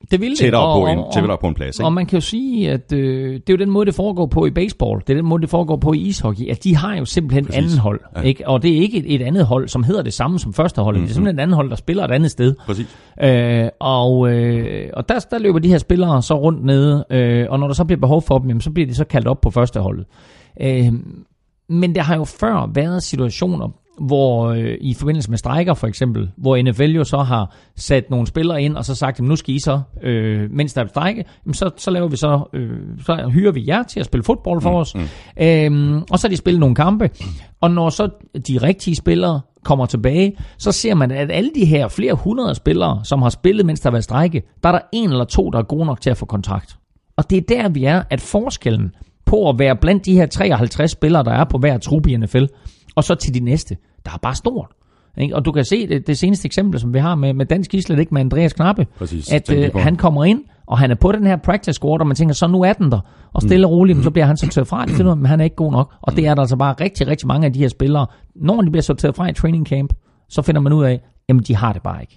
Det vil det. Tættere, og, på en, og, tættere på en plads. Ikke? Og man kan jo sige, at øh, det er jo den måde, det foregår på i baseball. Det er den måde, det foregår på i ishockey. At de har jo simpelthen Præcis. anden hold. Ja. Ikke? Og det er ikke et, et andet hold, som hedder det samme som første hold. Mm-hmm. Det er simpelthen et andet hold, der spiller et andet sted. Præcis. Øh, og øh, og der, der løber de her spillere så rundt nede. Øh, og når der så bliver behov for dem, jamen, så bliver de så kaldt op på første holdet. Øh, men der har jo før været situationer, hvor øh, i forbindelse med strejker for eksempel, hvor N F L jo så har sat nogle spillere ind, og så sagt, at nu skal I så, øh, mens der er strejke, så, så laver vi så, øh, så hyrer vi jer til at spille fodbold for mm, os, mm. Øhm, og så har de spillet nogle kampe, og når så de rigtige spillere kommer tilbage, så ser man, at alle de her flere hundrede spillere, som har spillet, mens der var strejke, der er der en eller to, der er gode nok til at få kontrakt. Og det er der, vi er, at forskellen på at være blandt de her treoghalvtreds spillere, der er på hver truppe i N F L, og så til de næste, der er bare stort. Ikke? Og du kan se det, det seneste eksempel, som vi har med, med dansk islet, ikke med Andreas Knappe, Præcis, at øh, han kommer ind, og han er på den her practice squad, og man tænker, så nu er den der, og stille og roligt, mm. så bliver han sorteret fra, det finder man, men han er ikke god nok. Og det er der altså bare rigtig, rigtig mange af de her spillere, når de bliver sorteret fra i training camp, så finder man ud af, jamen de har det bare ikke.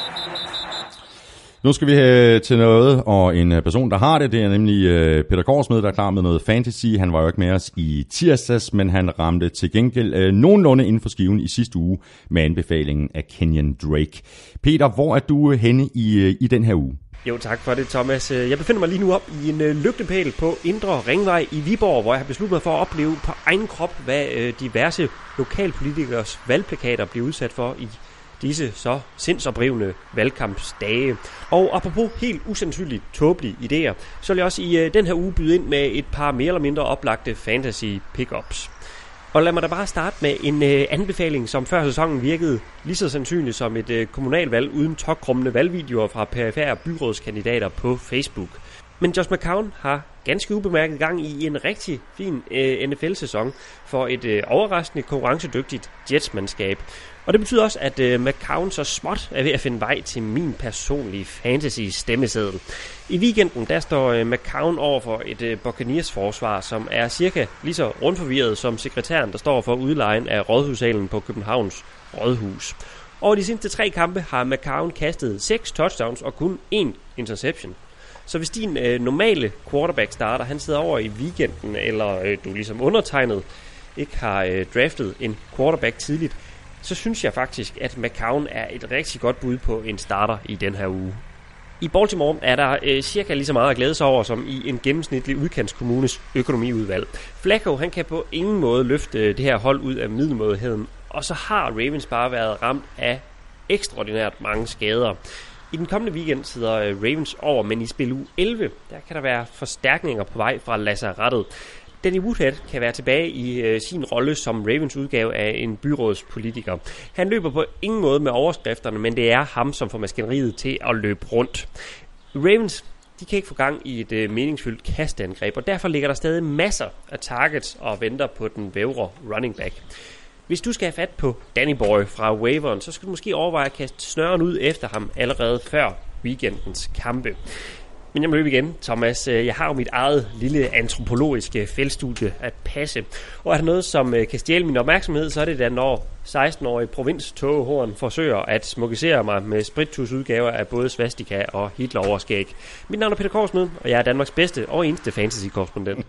Nu skal vi have til noget, og en person, der har det, det er nemlig Peter Korsmed, der er klar med noget fantasy. Han var jo ikke med os i tirsdags, men han ramte til gengæld øh, nogenlunde inden for skiven i sidste uge med anbefalingen af Kenyon Drake. Peter, hvor er du henne i, i den her uge? Jo, tak for det, Thomas. Jeg befinder mig lige nu op i en lygtepæl på Indre Ringvej i Viborg, hvor jeg har besluttet mig for at opleve på egen krop, hvad diverse lokalpolitikers valgplakater bliver udsat for i disse så sindsoprivende valgkampsdage. Og apropos helt usandsynligt tåbelige idéer, så vil jeg også i den her uge byde ind med et par mere eller mindre oplagte fantasy pickups. Og lad mig da bare starte med en øh, anbefaling, som før sæsonen virkede lige så sandsynligt som et øh, kommunalvalg uden tokrummende valgvideoer fra perifære byrådskandidater på Facebook. Men Josh McCown har ganske ubemærket gang i en rigtig fin øh, N F L-sæson for et øh, overraskende konkurrencedygtigt Jets-mandskab. Og det betyder også, at øh, McCown så småt er ved at finde vej til min personlige fantasy-stemmeseddel. I weekenden der står øh, McCown over for et øh, Buccaneers-forsvar, som er cirka lige så rundforvirret som sekretæren, der står for udlejen af rådhussalen på Københavns Rådhus. Over de seneste tre kampe har McCown kastet seks touchdowns og kun én interception. Så hvis din øh, normale quarterback starter, han sidder over i weekenden, eller øh, du ligesom undertegnet ikke har øh, draftet en quarterback tidligt, så synes jeg faktisk, at McCown er et rigtig godt bud på en starter i den her uge. I Baltimore er der øh, cirka lige så meget at glæde sig over som i en gennemsnitlig udkantskommunes økonomiudvalg. Flacco, han kan på ingen måde løfte det her hold ud af middelmådigheden, og så har Ravens bare været ramt af ekstraordinært mange skader. I den kommende weekend sidder Ravens over, men i spil uge elleve, der kan der være forstærkninger på vej fra lazarettet. Danny Woodhead kan være tilbage i øh, sin rolle som Ravens udgave af en byrådspolitiker. Han løber på ingen måde med overskrifterne, men det er ham, som får maskineriet til at løbe rundt. Ravens, de kan ikke få gang i et øh, meningsfyldt kastangreb, og derfor ligger der stadig masser af targets og venter på den vævre running back. Hvis du skal have fat på Danny Boy fra waiveren, så skal du måske overveje at kaste snøren ud efter ham allerede før weekendens kampe. Men jeg må løbe igen, Thomas. Jeg har jo mit eget lille antropologiske feltstudie at passe. Og er der noget, som kan stjæle min opmærksomhed, så er det da, når seksten-årige provinstågehorn forsøger at smukkisere mig med sprittusudgaver af både svastika og Hitler-overskæg. Mit navn er Peter Korsmed, og jeg er Danmarks bedste og eneste fantasy-korrespondent.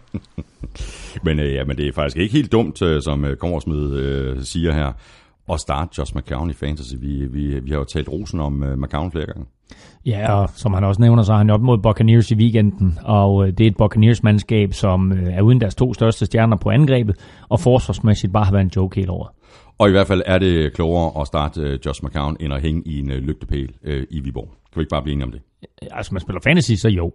men, øh, ja, men det er faktisk ikke helt dumt, som Korsmed øh, siger her, at starte Josh McCown i fantasy. Vi, vi, vi har jo talt rosen om uh, McCown flere gange. Ja, og som han også nævner, så er han op mod Buccaneers i weekenden, og det er et Buccaneers-mandskab, som er uden deres to største stjerner på angrebet, og forsvarsmæssigt bare har været en joke helt over. Og i hvert fald er det klogere at starte Josh McCown, end at hænge i en lygtepæl uh, i Viborg. Kan vi ikke bare blive enige om det? Altså, man spiller fantasy, så jo.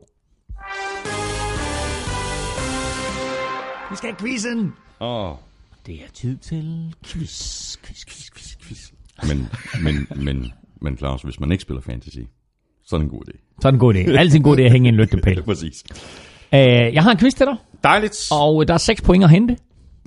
Vi skal have quizzen! Åh. Oh. Det er tid til quiz, quiz, quiz, quiz, quiz. Men, men, men, men Claus, hvis man ikke spiller fantasy, så er det en god idé. Så er det en god idé. Altid en god idé at hænge i en lygtepæl. Præcis. Uh, jeg har en quiz til dig. Dejligt. Og der er seks point at hente. Oh.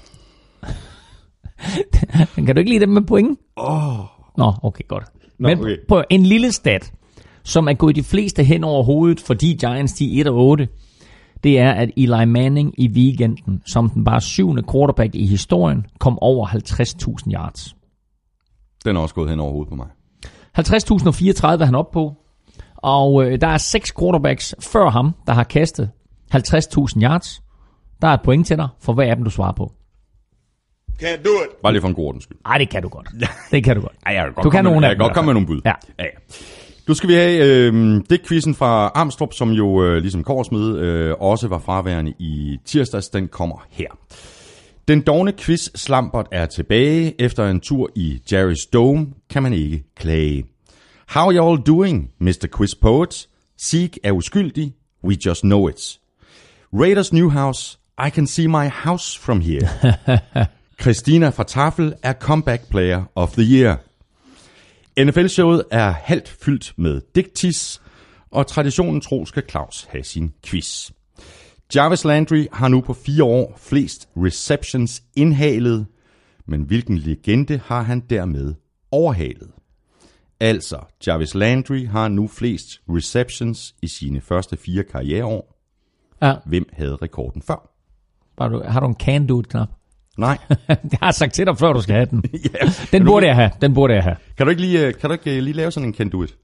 Kan du ikke lide dem med point? Åh. Oh. Nå, okay, godt. Nå, Men okay. på en lille stat, som er gået de fleste hen over hovedet, fordi Giants de er et og otte, det er, at Eli Manning i weekenden, som den bare syvende quarterback i historien, kom over halvtreds tusind yards. Den er også gået hen over hovedet på mig. halvtreds tusind og fireogtredive er han op på. Og øh, der er seks quarterbacks før ham, der har kastet halvtreds tusind yards. Der er et point til dig for hver af dem, du svarer på. Can't do it. Bare lige for en god ordens skyld. Ej, det kan du godt. Det kan du godt. Ej, jeg kan godt du kan komme nogle med, af jeg dem. kan godt komme med nogle bud. Ja. Ja, ja. Nu skal vi have øh, det quizzen fra Amstrup, som jo øh, ligesom Kårsmed øh, også var fraværende i tirsdags. Den kommer her. Den dovne quiz Slampert er tilbage. Efter en tur i Jerry's Dome kan man ikke klage. How y'all doing, mister Quiz Poet? Zeke er uskyldig. We just know it. Raiders Newhouse. I can see my house from here. Christina fra Tafel er comeback player of the year. N F L-showet er halvt fyldt med digtis, og traditionen tro skal Claus have sin quiz. Jarvis Landry har nu på fire år flest receptions indhalet, men hvilken legende har han dermed overhalet? Altså, Jarvis Landry har nu flest receptions i sine første fire karriereår. Ja. Hvem havde rekorden før? Har du, har du en can do it-knap? Nej. Jeg har sagt til dig, før du skal have den. Ja. Den du, burde jeg have. Den burde jeg have. Kan du ikke lige, kan du ikke lige lave sådan en can do it?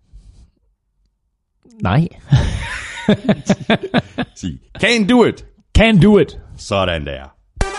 Nej. Sig, can do it. Can do it. Sådan der.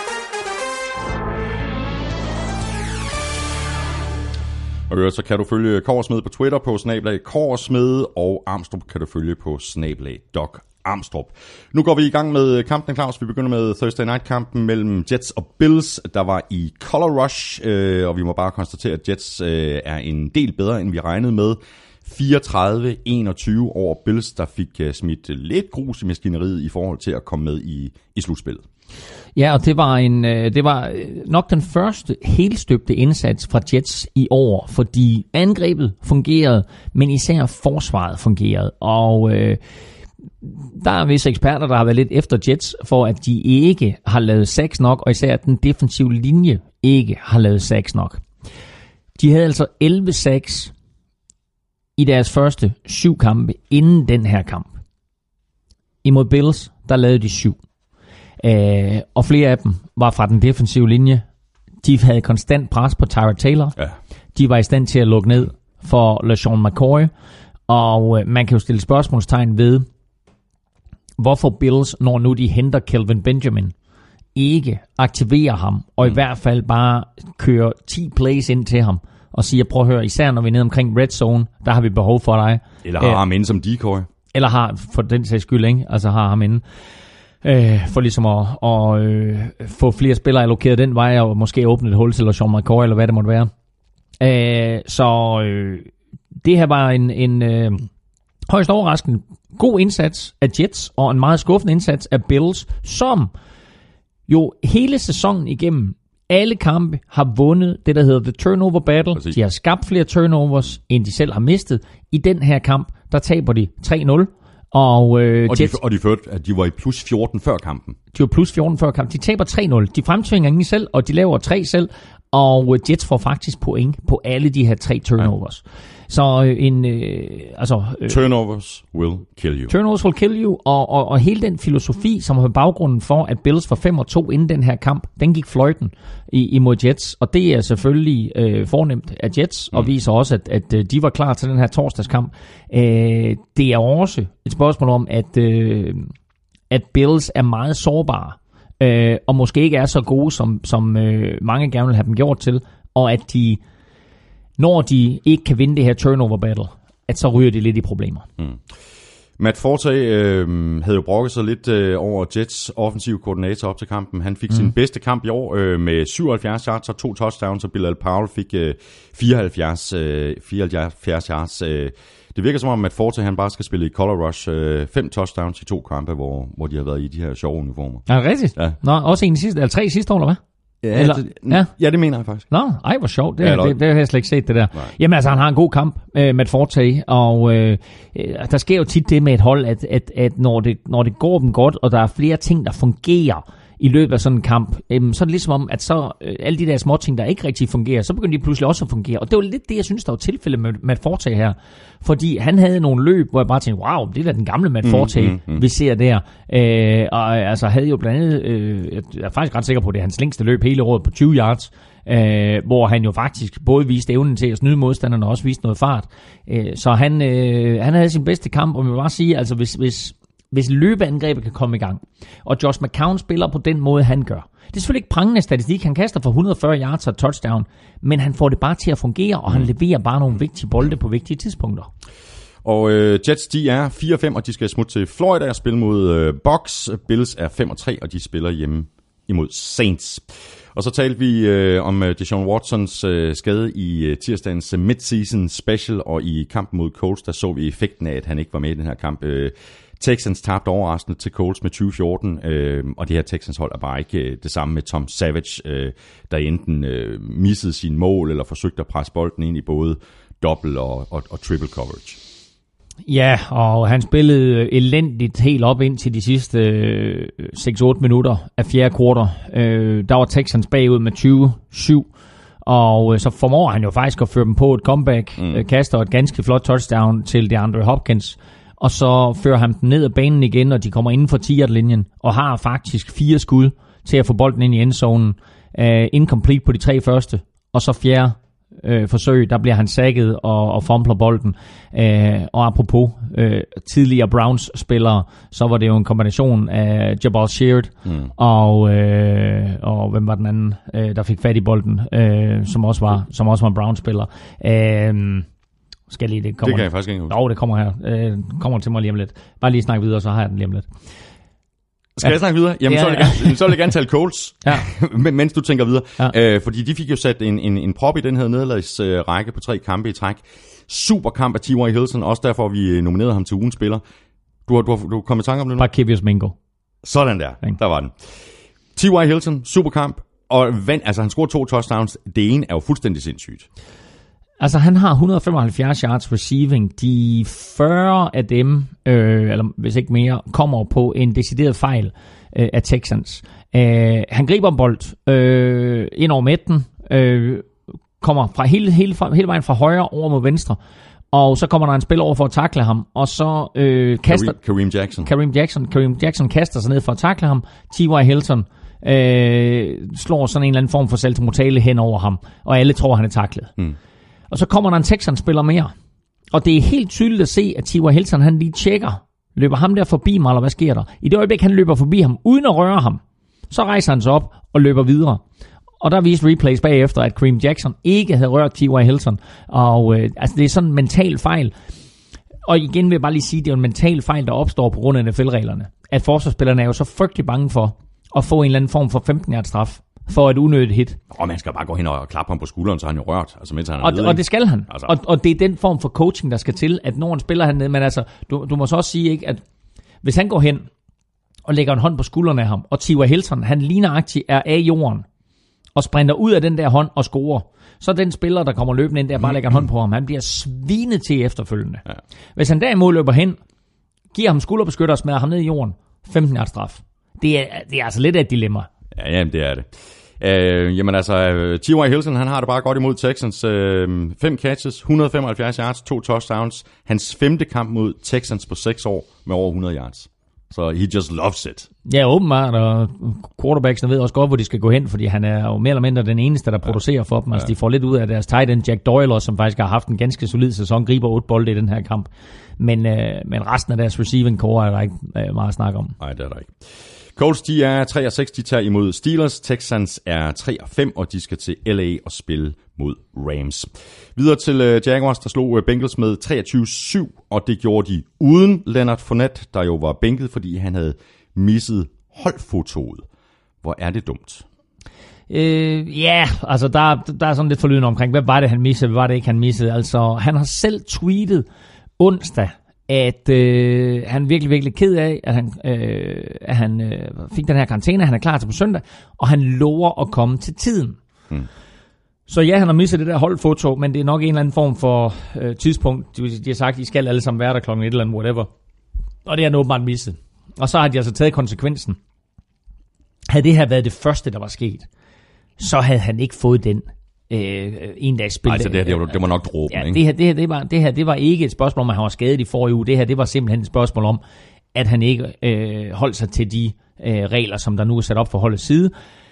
Og så kan du følge Kårsmed på Twitter på snablag Kårsmed, og Amstrup kan du følge på snablag Doc Amstrup. Nu går vi i gang med kampen, Claus. Vi begynder med Thursday Night-kampen mellem Jets og Bills, der var i Color Rush, øh, og vi må bare konstatere, at Jets øh, er en del bedre, end vi regnede med. fireogtredive enogtyve over Bills, der fik uh, smidt lidt grus i maskineriet i forhold til at komme med i, i slutspillet. Ja, og det var, en, det var nok den første helstøbte indsats fra Jets i år, fordi angrebet fungerede, men især forsvaret fungerede. Og øh, der er visse eksperter, der har været lidt efter Jets, for at de ikke har lavet sacks nok, og især at den defensive linje ikke har lavet sacks nok. De havde altså elleve sacks i deres første syv kampe inden den her kamp. Imod Bills, der lavede de syv. Uh, og flere af dem var fra den defensive linje. De havde konstant pres på Tyrod Taylor. Ja. De var i stand til at lukke ned for LeSean McCoy. Og uh, man kan jo stille spørgsmålstegn ved, hvorfor Bills, når nu de henter Kelvin Benjamin, ikke aktiverer ham, og mm. i hvert fald bare kører ti plays ind til ham, og siger, prøv at høre, især når vi er nede omkring red zone, der har vi behov for dig. Eller har uh, ham inde som decoy. Eller har, for den sags skyld, ikke? Altså har ham inde. Øh, for ligesom at, at øh, få flere spillere allokeret den vej, og måske åbne et hul til LeSean McCoy, eller hvad det måtte være. Øh, så øh, det her var en, en øh, højst overraskende god indsats af Jets, og en meget skuffende indsats af Bills, som jo hele sæsonen igennem, alle kampe har vundet det, der hedder The Turnover Battle. Præcis. De har skabt flere turnovers, end de selv har mistet. I den her kamp, der taber de tre nul. Og, øh, og, Jets, de, og de førte, at de var i plus fjorten før kampen. De var plus fjorten før kampen. De taber tre nul. De fremtvinger ingen selv, og de laver tre selv. Og Jets får faktisk point på alle de her tre turnovers. Ja. Så øh, en... Øh, altså, øh, turnovers will kill you. Turnovers will kill you. Og, og, og hele den filosofi, som har baggrunden for, at Bills var fem og to inden den her kamp, den gik fløjten i, imod Jets. Og det er selvfølgelig øh, fornemt af Jets, mm. og viser også, at, at de var klar til den her torsdagskamp. Øh, det er også et spørgsmål om, at, øh, at Bills er meget sårbare. Øh, og måske ikke er så gode, som, som øh, mange gerne vil have dem gjort til, og at de, når de ikke kan vinde det her turnover battle, at så ryger de lidt i problemer. Mm. Matt Forte øh, havde jo brokket sig lidt øh, over Jets offensive koordinator op til kampen. Han fik mm. sin bedste kamp i år øh, med syvoghalvfjerds yards og to touchdowns, og Bilal Powell fik øh, fireoghalvfjerds, øh, fireoghalvfjerds yards. Øh. Det virker som om, at Forte han bare skal spille i Color Rush. Øh, fem touchdowns i to kampe, hvor, hvor de har været i de her sjove uniformer. Er det rigtigt? Ja. Nå, også en i sidste, eller tre i sidste år, eller hvad? Ja, eller, det, ja. ja, det mener jeg faktisk. Nå, ej, hvor sjovt. Det, ja, det, det, det har jeg slet ikke set, det der. Nej. Jamen altså, han har en god kamp øh, med Forte, og øh, der sker jo tit det med et hold, at, at, at når, det, når det går dem godt, og der er flere ting, der fungerer i løbet af sådan en kamp, øhm, så er det ligesom om, at så øh, alle de der små ting, der ikke rigtig fungerer, så begynder de pludselig også at fungere. Og det var lidt det, jeg synes, der var tilfældet med Matt Forte her. Fordi han havde nogle løb, hvor jeg bare tænkte, wow, det er da den gamle Matt Forte, mm, mm, mm. vi ser der. Øh, og altså havde jo blandt andet, øh, jeg er faktisk ret sikker på, det er hans længste løb hele året på tyve yards, øh, hvor han jo faktisk både viste evnen til at snyde modstanderne og også viste noget fart. Øh, så han, øh, han havde sin bedste kamp, og man vil bare sige, altså hvis, hvis Hvis løbeangrebet kan komme i gang, og Josh McCown spiller på den måde, han gør. Det er selvfølgelig ikke prangende statistik. Han kaster for et hundrede og fyrre yards og touchdown, men han får det bare til at fungere, og han leverer bare nogle vigtige bolde på vigtige tidspunkter. Og øh, Jets, de er fire og fem, og de skal smutte til Florida og spille mod øh, Bucks. Bills er fem og tre, og de spiller hjemme imod Saints. Og så talte vi øh, om øh, Deshaun Watsons øh, skade i øh, tirsdagens øh, midseason special, og i kampen mod Colts, der så vi effekten af, at han ikke var med i den her kamp. Øh, Texans tabte overraskende til Colts med tyve fjorten, øh, og det her Texans hold er bare ikke øh, det samme med Tom Savage, øh, der enten øh, missede sin mål, eller forsøgte at presse bolden ind i både double og, og, og triple coverage. Ja, og han spillede elendigt helt op ind til de sidste øh, seks otte minutter af fjerde kvartal. Øh, der var Texans bagud med tyve syv, og øh, så formår han jo faktisk at føre dem på et comeback, mm. øh, kaster et ganske flot touchdown til DeAndre Hopkins, og så fører han dem ned ad banen igen, og de kommer inden for ti-yard-linjen, og har faktisk fire skud til at få bolden ind i endzonen. Uh, incomplete på de tre første, og så fjerde uh, forsøg, der bliver han sacket og, og fumbler bolden. Uh, og apropos uh, tidligere Browns-spillere, så var det jo en kombination af Jabal Sheard mm. og, uh, og hvem var den anden, uh, der fik fat i bolden, uh, som også var, som også var en Browns-spiller. Uh, Skal lige, det, kommer, det kan jeg faktisk ikke huske. Jo, det kommer her. Øh, kommer til mig lige om lidt. Bare lige snakke videre, så har jeg den lige om lidt. Skal ja. jeg snakke videre? Jamen, ja, så, vil jeg gerne, så vil jeg gerne tale Colts, ja. mens du tænker videre. Ja. Øh, fordi de fik jo sat en, en, en prop i den her nederlagsrække på tre kampe i træk. Super kamp af T Y. Hilton, også derfor vi nominerede ham til ugens spiller. Du har, du har, du har kommet i tanke om det nu? Markevius Mingo. Sådan der, der var den. T Y. Hilton, super kamp, og vand, altså han scorede to touchdowns. Det ene er jo fuldstændig sindssygt. Altså han har et hundrede og femoghalvfjerds yards receiving. De fyrre af dem, øh, eller hvis ikke mere, kommer på en decideret fejl øh, af Texans. Øh, han griber en bold øh, ind over midten, øh, kommer fra hele, hele, hele vejen fra højre over mod venstre, og så kommer der en spiller over for at takle ham, og så øh, kaster... Kareem Jackson. Kareem Jackson. Kareem Jackson kaster sig ned for at takle ham. T Y. Hilton øh, slår sådan en eller anden form for saltomortale hen over ham, og alle tror, han er taklet. Mm. Og så kommer der en Texans-spiller mere. Og det er helt tydeligt at se, at T Y. Hilton, han lige tjekker. Løber ham der forbi mig, eller hvad sker der? I det øjeblik, han løber forbi ham, uden at røre ham, så rejser han sig op og løber videre. Og der viste replays bagefter, at Kareem Jackson ikke havde rørt T Y. Hilton. Og øh, altså, det er sådan en mental fejl. Og igen vil jeg bare lige sige, at det er en mental fejl, der opstår på grund af N F L-reglerne. At forsvarsspillerne er jo så frygtelig bange for at få en eller anden form for femten-yards straf for et unødigt hit. Og man skal bare gå hen og klappe ham på skulderen, så har han jo rørt. Altså, mens han er og, nede, og det skal han. Altså. Og, og det er den form for coaching, der skal til, at når han spiller hernede, men altså, du, du må så også sige, ikke, at hvis han går hen og lægger en hånd på skulderen af ham, og T Y. Hilton, han ligneragtigt er af jorden, og sprinter ud af den der hånd og scorer, så den spiller, der kommer løbende ind der, bare lægger en hånd på ham, han bliver svinet til efterfølgende. Ja. Hvis han derimod løber hen, giver ham skulderbeskytter og smadrer ham ned i jorden, femten yards straf. Det er, det er altså lidt af et dilemma. Ja, jamen det er det. Øh, jamen altså, T Y. Hilton, han har det bare godt imod Texans. Øh, fem catches, et hundrede og femoghalvfjerds yards, to touchdowns. Hans femte kamp mod Texans på seks år med over hundrede yards. Så he just loves it. Ja, åbenbart, og quarterbacksene ved også godt, hvor de skal gå hen, fordi han er jo mere eller mindre den eneste, der producerer for dem. Altså, ja. De får lidt ud af deres tight end Jack Doyle, som faktisk har haft en ganske solid sæson, griber otte bolde i den her kamp. Men, øh, men resten af deres receiving core er der ikke øh, meget at snakke om. Nej, det er der ikke. Colts, de er tre og seks, de tager imod Steelers. Texans er tre og fem, og de skal til L A og spille mod Rams. Videre til uh, Jaguars, der slog uh, Bengals med treogtyve syv, og det gjorde de uden Leonard Fournette, der jo var bænket, fordi han havde misset holdfotoet. Hvor er det dumt? Øh, ja, yeah, altså der, der er sådan lidt forlydende omkring, hvad var det, han missede, hvad var det ikke, han missede? Altså, han har selv tweetet onsdag, at øh, han virkelig, virkelig ked af, at han, øh, at han øh, fik den her karantæne, han er klar til på søndag, og han lover at komme til tiden. Hmm. Så ja, han har misset det der holdfoto, men det er nok en eller anden form for øh, tidspunkt. De, de har sagt, at I skal alle sammen være der klokken et eller andet, whatever. Og det har han åbenbart misset. Og så har de altså taget konsekvensen havde det her været det første, der var sket, så havde han ikke fået den øh, en dags spil. Altså det her, det var, det var nok dråben, ja, ikke? Det her, det, her, det, var, det her, det var ikke et spørgsmål om, at han var skadet i forrige uge. Det her, det var simpelthen et spørgsmål om, at han ikke øh, holdt sig til de øh, regler, som der nu er sat op for holdets side.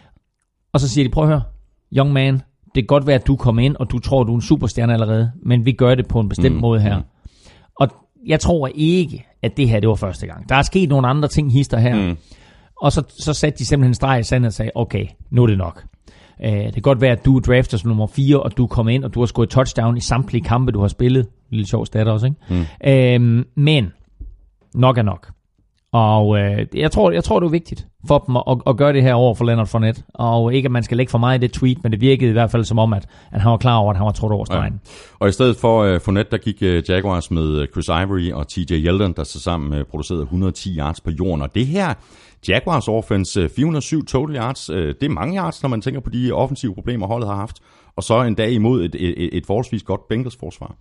Og så siger de, prøv at høre, young man, det kan godt være, at du kommer ind, og du tror, du er en superstjerne allerede, men vi gør det på en bestemt mm, måde her. Mm. Og jeg tror ikke, at det her, det var første gang. Der er sket nogle andre ting, hister her. Mm. Og så, så satte de simpelthen streg i sandet og sagde, okay, nu er det nok. Uh, det kan godt være, at du drafter som nummer fire, og du kommer ind, og du har scoret touchdown i samtlige kampe, du har spillet. Lille sjov stat også, ikke? Mm. Uh, men nok er nok. Og uh, jeg, tror, jeg tror, det er vigtigt for dem at, at gøre det her over for Leonard Fournette. Og ikke, at man skal lægge for meget i det tweet, men det virkede i hvert fald som om, at, at han var klar over, at han var trådt over stregen. Ja. Og i stedet for uh, Fournette, der gik uh, Jaguars med Chris Ivory og T J Yeldon, der så sammen uh, producerede et hundrede og ti yards på jorden. Og det her Jaguars offense, fire hundrede og syv total yards, uh, det er mange yards, når man tænker på de offensive problemer, holdet har haft. Og så en dag imod et, et, et forholdsvis godt Bengals forsvar.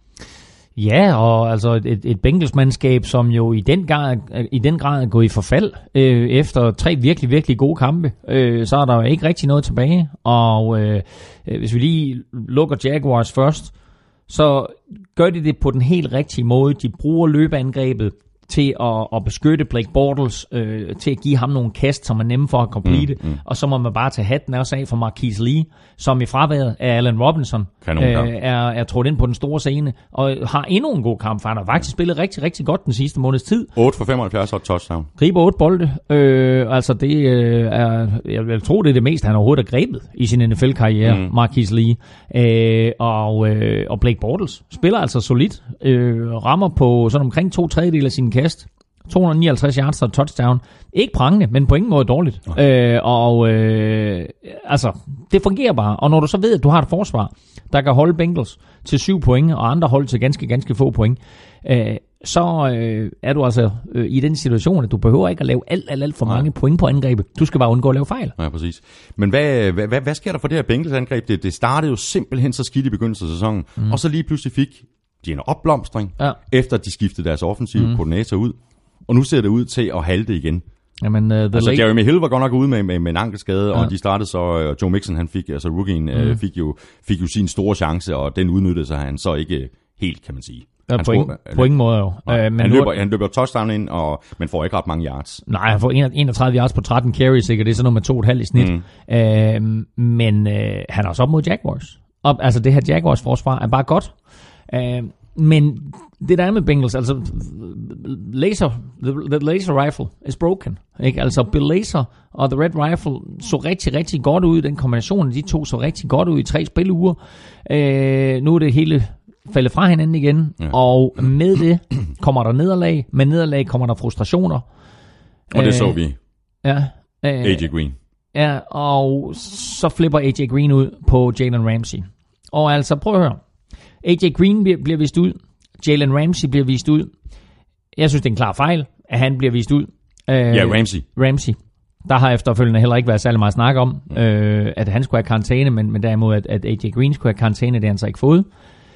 Ja, og altså et, et Bengals-mandskab, som jo i den grad, i den grad er gået i forfald øh, efter tre virkelig, virkelig gode kampe. Øh, så er der jo ikke rigtig noget tilbage. Og øh, hvis vi lige lukker Jaguars først, så gør de det på den helt rigtige måde. De bruger løbeangrebet til at, at beskytte Blake Bortles, øh, til at give ham nogle kast, som er nemme for at complete, mm, mm. og så må man bare tage hatten også af for Marquise Lee, som i fraværet af Allen Robinson øh, er, er trådt ind på den store scene, og har endnu en god kamp, for han har faktisk spillet rigtig, rigtig godt den sidste måneds tid. otte for femoghalvfjerds og touchdown. Griber otte bolde. Øh, altså det øh, er, jeg vil tro, det er det meste, han overhovedet har grebet i sin N F L-karriere, mm. Marquise Lee. Øh, og, øh, og Blake Bortles spiller altså solidt, øh, rammer på sådan omkring to tredjedel af sine kast. to hundrede og nioghalvtreds yards og touchdown. Ikke prangende, men på ingen måde dårligt. Okay. Øh, og øh, altså, det fungerer bare. Og når du så ved, at du har et forsvar, der kan holde Bengals til syv point, og andre hold til ganske, ganske få point, øh, så øh, er du altså øh, i den situation, at du behøver ikke at lave alt, alt, alt for mange Nej. point på angrebet. Du skal bare undgå at lave fejl. Ja, præcis. Men hvad, hvad, hvad, hvad sker der for det her Bengals-angreb? Det, det startede jo simpelthen så skidt i begyndelsen af sæsonen, mm. og så lige pludselig fik de en opblomstring, ja. efter de skiftede deres offensive mm. koordinator ud. Og nu ser det ud til at halte igen. Jamen, uh, altså late... Jeremy Hill var godt nok ude med, med, med en ankelskade, ja. og de startede så, og Joe Mixon, han fik, altså rookien, mm. uh, fik, jo, fik jo sin store chance, og den udnyttede sig han så ikke helt, kan man sige. Ja, på, ingen, på ingen måde jo. Nej, uh, men han, løber, nu... han løber touchdown ind, og, men får ikke ret mange yards. Nej, han får enogtredive yards på tretten carries, ikke? Det er sådan noget med to komma fem i snit. Mm. Uh, men uh, han er også op mod Jaguars. Og, altså det her Jaguars forsvar er bare godt. Uh, Men det der er med Bengals, altså laser, the, the laser rifle is broken, ikke? Altså Bill Lazor og the Red Rifle så rigtig, rigtig godt ud. Den kombination af de to så rigtig godt ud i tre spilleuger. Øh, nu er det hele faldet fra hinanden igen, ja. og med det kommer der nederlag. Med nederlag kommer der frustrationer. Og det øh, så vi. Ja. Øh, A J Green. Ja, og så flipper A J Green ud på Jalen Ramsey. Og altså, prøv at høre. A J Green bliver vist ud. Jalen Ramsey bliver vist ud. Jeg synes, det er en klar fejl, at han bliver vist ud. Øh, ja, Ramsey. Ramsey. Der har efterfølgende heller ikke været særlig meget snak om, mm. øh, at han skulle have karantæne, men, men derimod, at, at A J Green skulle have karantæne, det har han så ikke fået.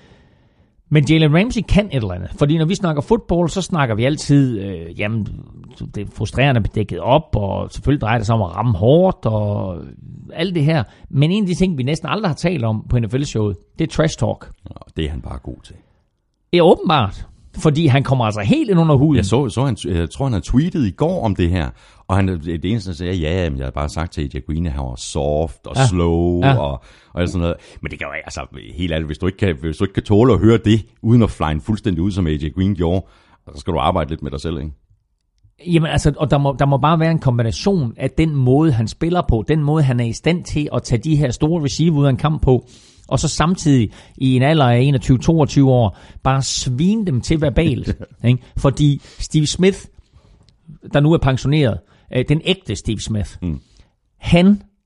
Men Jalen Ramsey kan et eller andet. Fordi når vi snakker fodbold, så snakker vi altid, øh, jamen, det er frustrerende at blive dækket op, og selvfølgelig drejer det sig om at ramme hårdt, og alt det her. Men en af de ting, vi næsten aldrig har talt om på N F L-showet, det er trash talk. Ja, det er han bare god til. Ja, åbenbart. Fordi han kommer altså helt ind under huden. Jeg, så, så han, jeg tror, han har tweetet i går om det her. Og han, det eneste, han sagde, ja, men jeg har bare sagt til A J Green, at han var soft og ja. slow ja. og, og alt sådan noget. Men det kan jo altså helt ærligt, hvis du, ikke kan, hvis du ikke kan tåle at høre det, uden at flyne fuldstændig ud, som A J Green gjorde, så skal du arbejde lidt med dig selv, ikke? Jamen altså, og der må, der må bare være en kombination af den måde, han spiller på, den måde, han er i stand til at tage de her store receiver ud af en kamp på, og så samtidig i en alder af enogtyve til toogtyve år, bare svine dem til verbalt. Ikke? Fordi Steve Smith, der nu er pensioneret, øh, den ægte Steve Smith, mm. han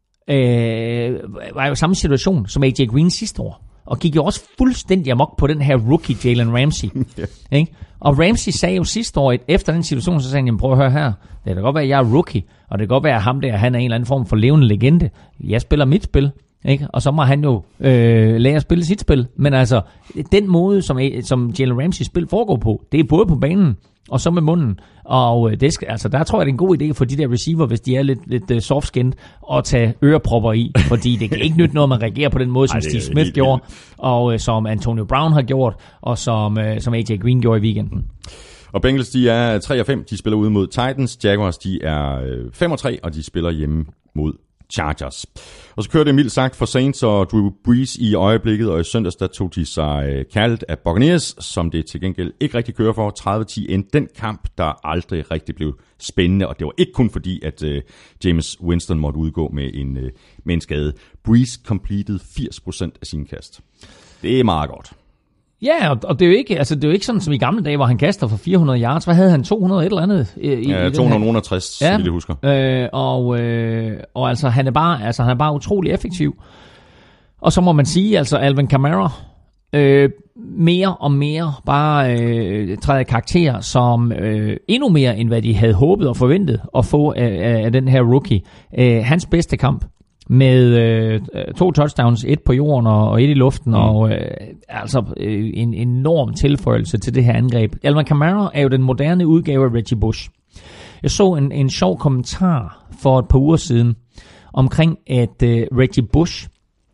øh, var jo i samme situation som A J Green sidste år, og gik jo også fuldstændig amok på den her rookie Jalen Ramsey. yeah. Ikke? Og Ramsey sagde jo sidste år, efter den situation, så sagde han, prøv at høre her, det kan godt være, at jeg er rookie, og det kan godt være, at ham der, han er en eller anden form for levende legende. Jeg spiller mit spil. Ikke? Og så må han jo øh, lære at spille sit spil. Men altså, den måde, som, som Jalen Ramsey spil foregår på, det er både på banen, og så med munden. Og det skal, altså, der tror jeg, det er en god idé for de der receiver, hvis de er lidt, lidt uh, soft-skinned, at tage ørepropper i. Fordi det kan ikke nytte noget, man reagerer på den måde, som Ej, Steve Smith helt, gjorde, helt. og uh, som Antonio Brown har gjort, og som, uh, som A J Green gjorde i weekenden. Og Bengals, de er tre og fem, de spiller ude mod Titans. Jaguars, de er fem og tre, og de spiller hjemme mod Chargers. Og så kører det mildt sagt for Saints og Drew Brees i øjeblikket, og i søndags der tog de sig kaldt af Buccaneers, som det til gengæld ikke rigtig kører for. tredive ti endte den kamp, der aldrig rigtig blev spændende, og det var ikke kun fordi, at uh, James Winston måtte udgå med en, uh, med en skade. Brees completed firs procent af sine kast. Det er meget godt. Ja, og det er jo ikke, altså det er jo ikke sådan som i gamle dage, hvor han kaster for fire hundrede yards. Hvad havde han? to hundrede et eller andet? I, ja, i to hundrede otteogtres, ja, vil jeg husker. Øh, og, øh, og altså han er bare, altså han er bare utrolig effektiv. Og så må man sige, altså Alvin Kamara øh, mere og mere bare øh, træder karakter som øh, endnu mere end hvad de havde håbet og forventet at få af, af den her rookie. Øh, hans bedste kamp. Med øh, to touchdowns, et på jorden og, og et i luften, mm. og øh, altså øh, en enorm tilføjelse til det her angreb. Alvin Kamara er jo den moderne udgave af Reggie Bush. Jeg så en, en sjov kommentar for et par uger siden omkring, at øh, Reggie Bush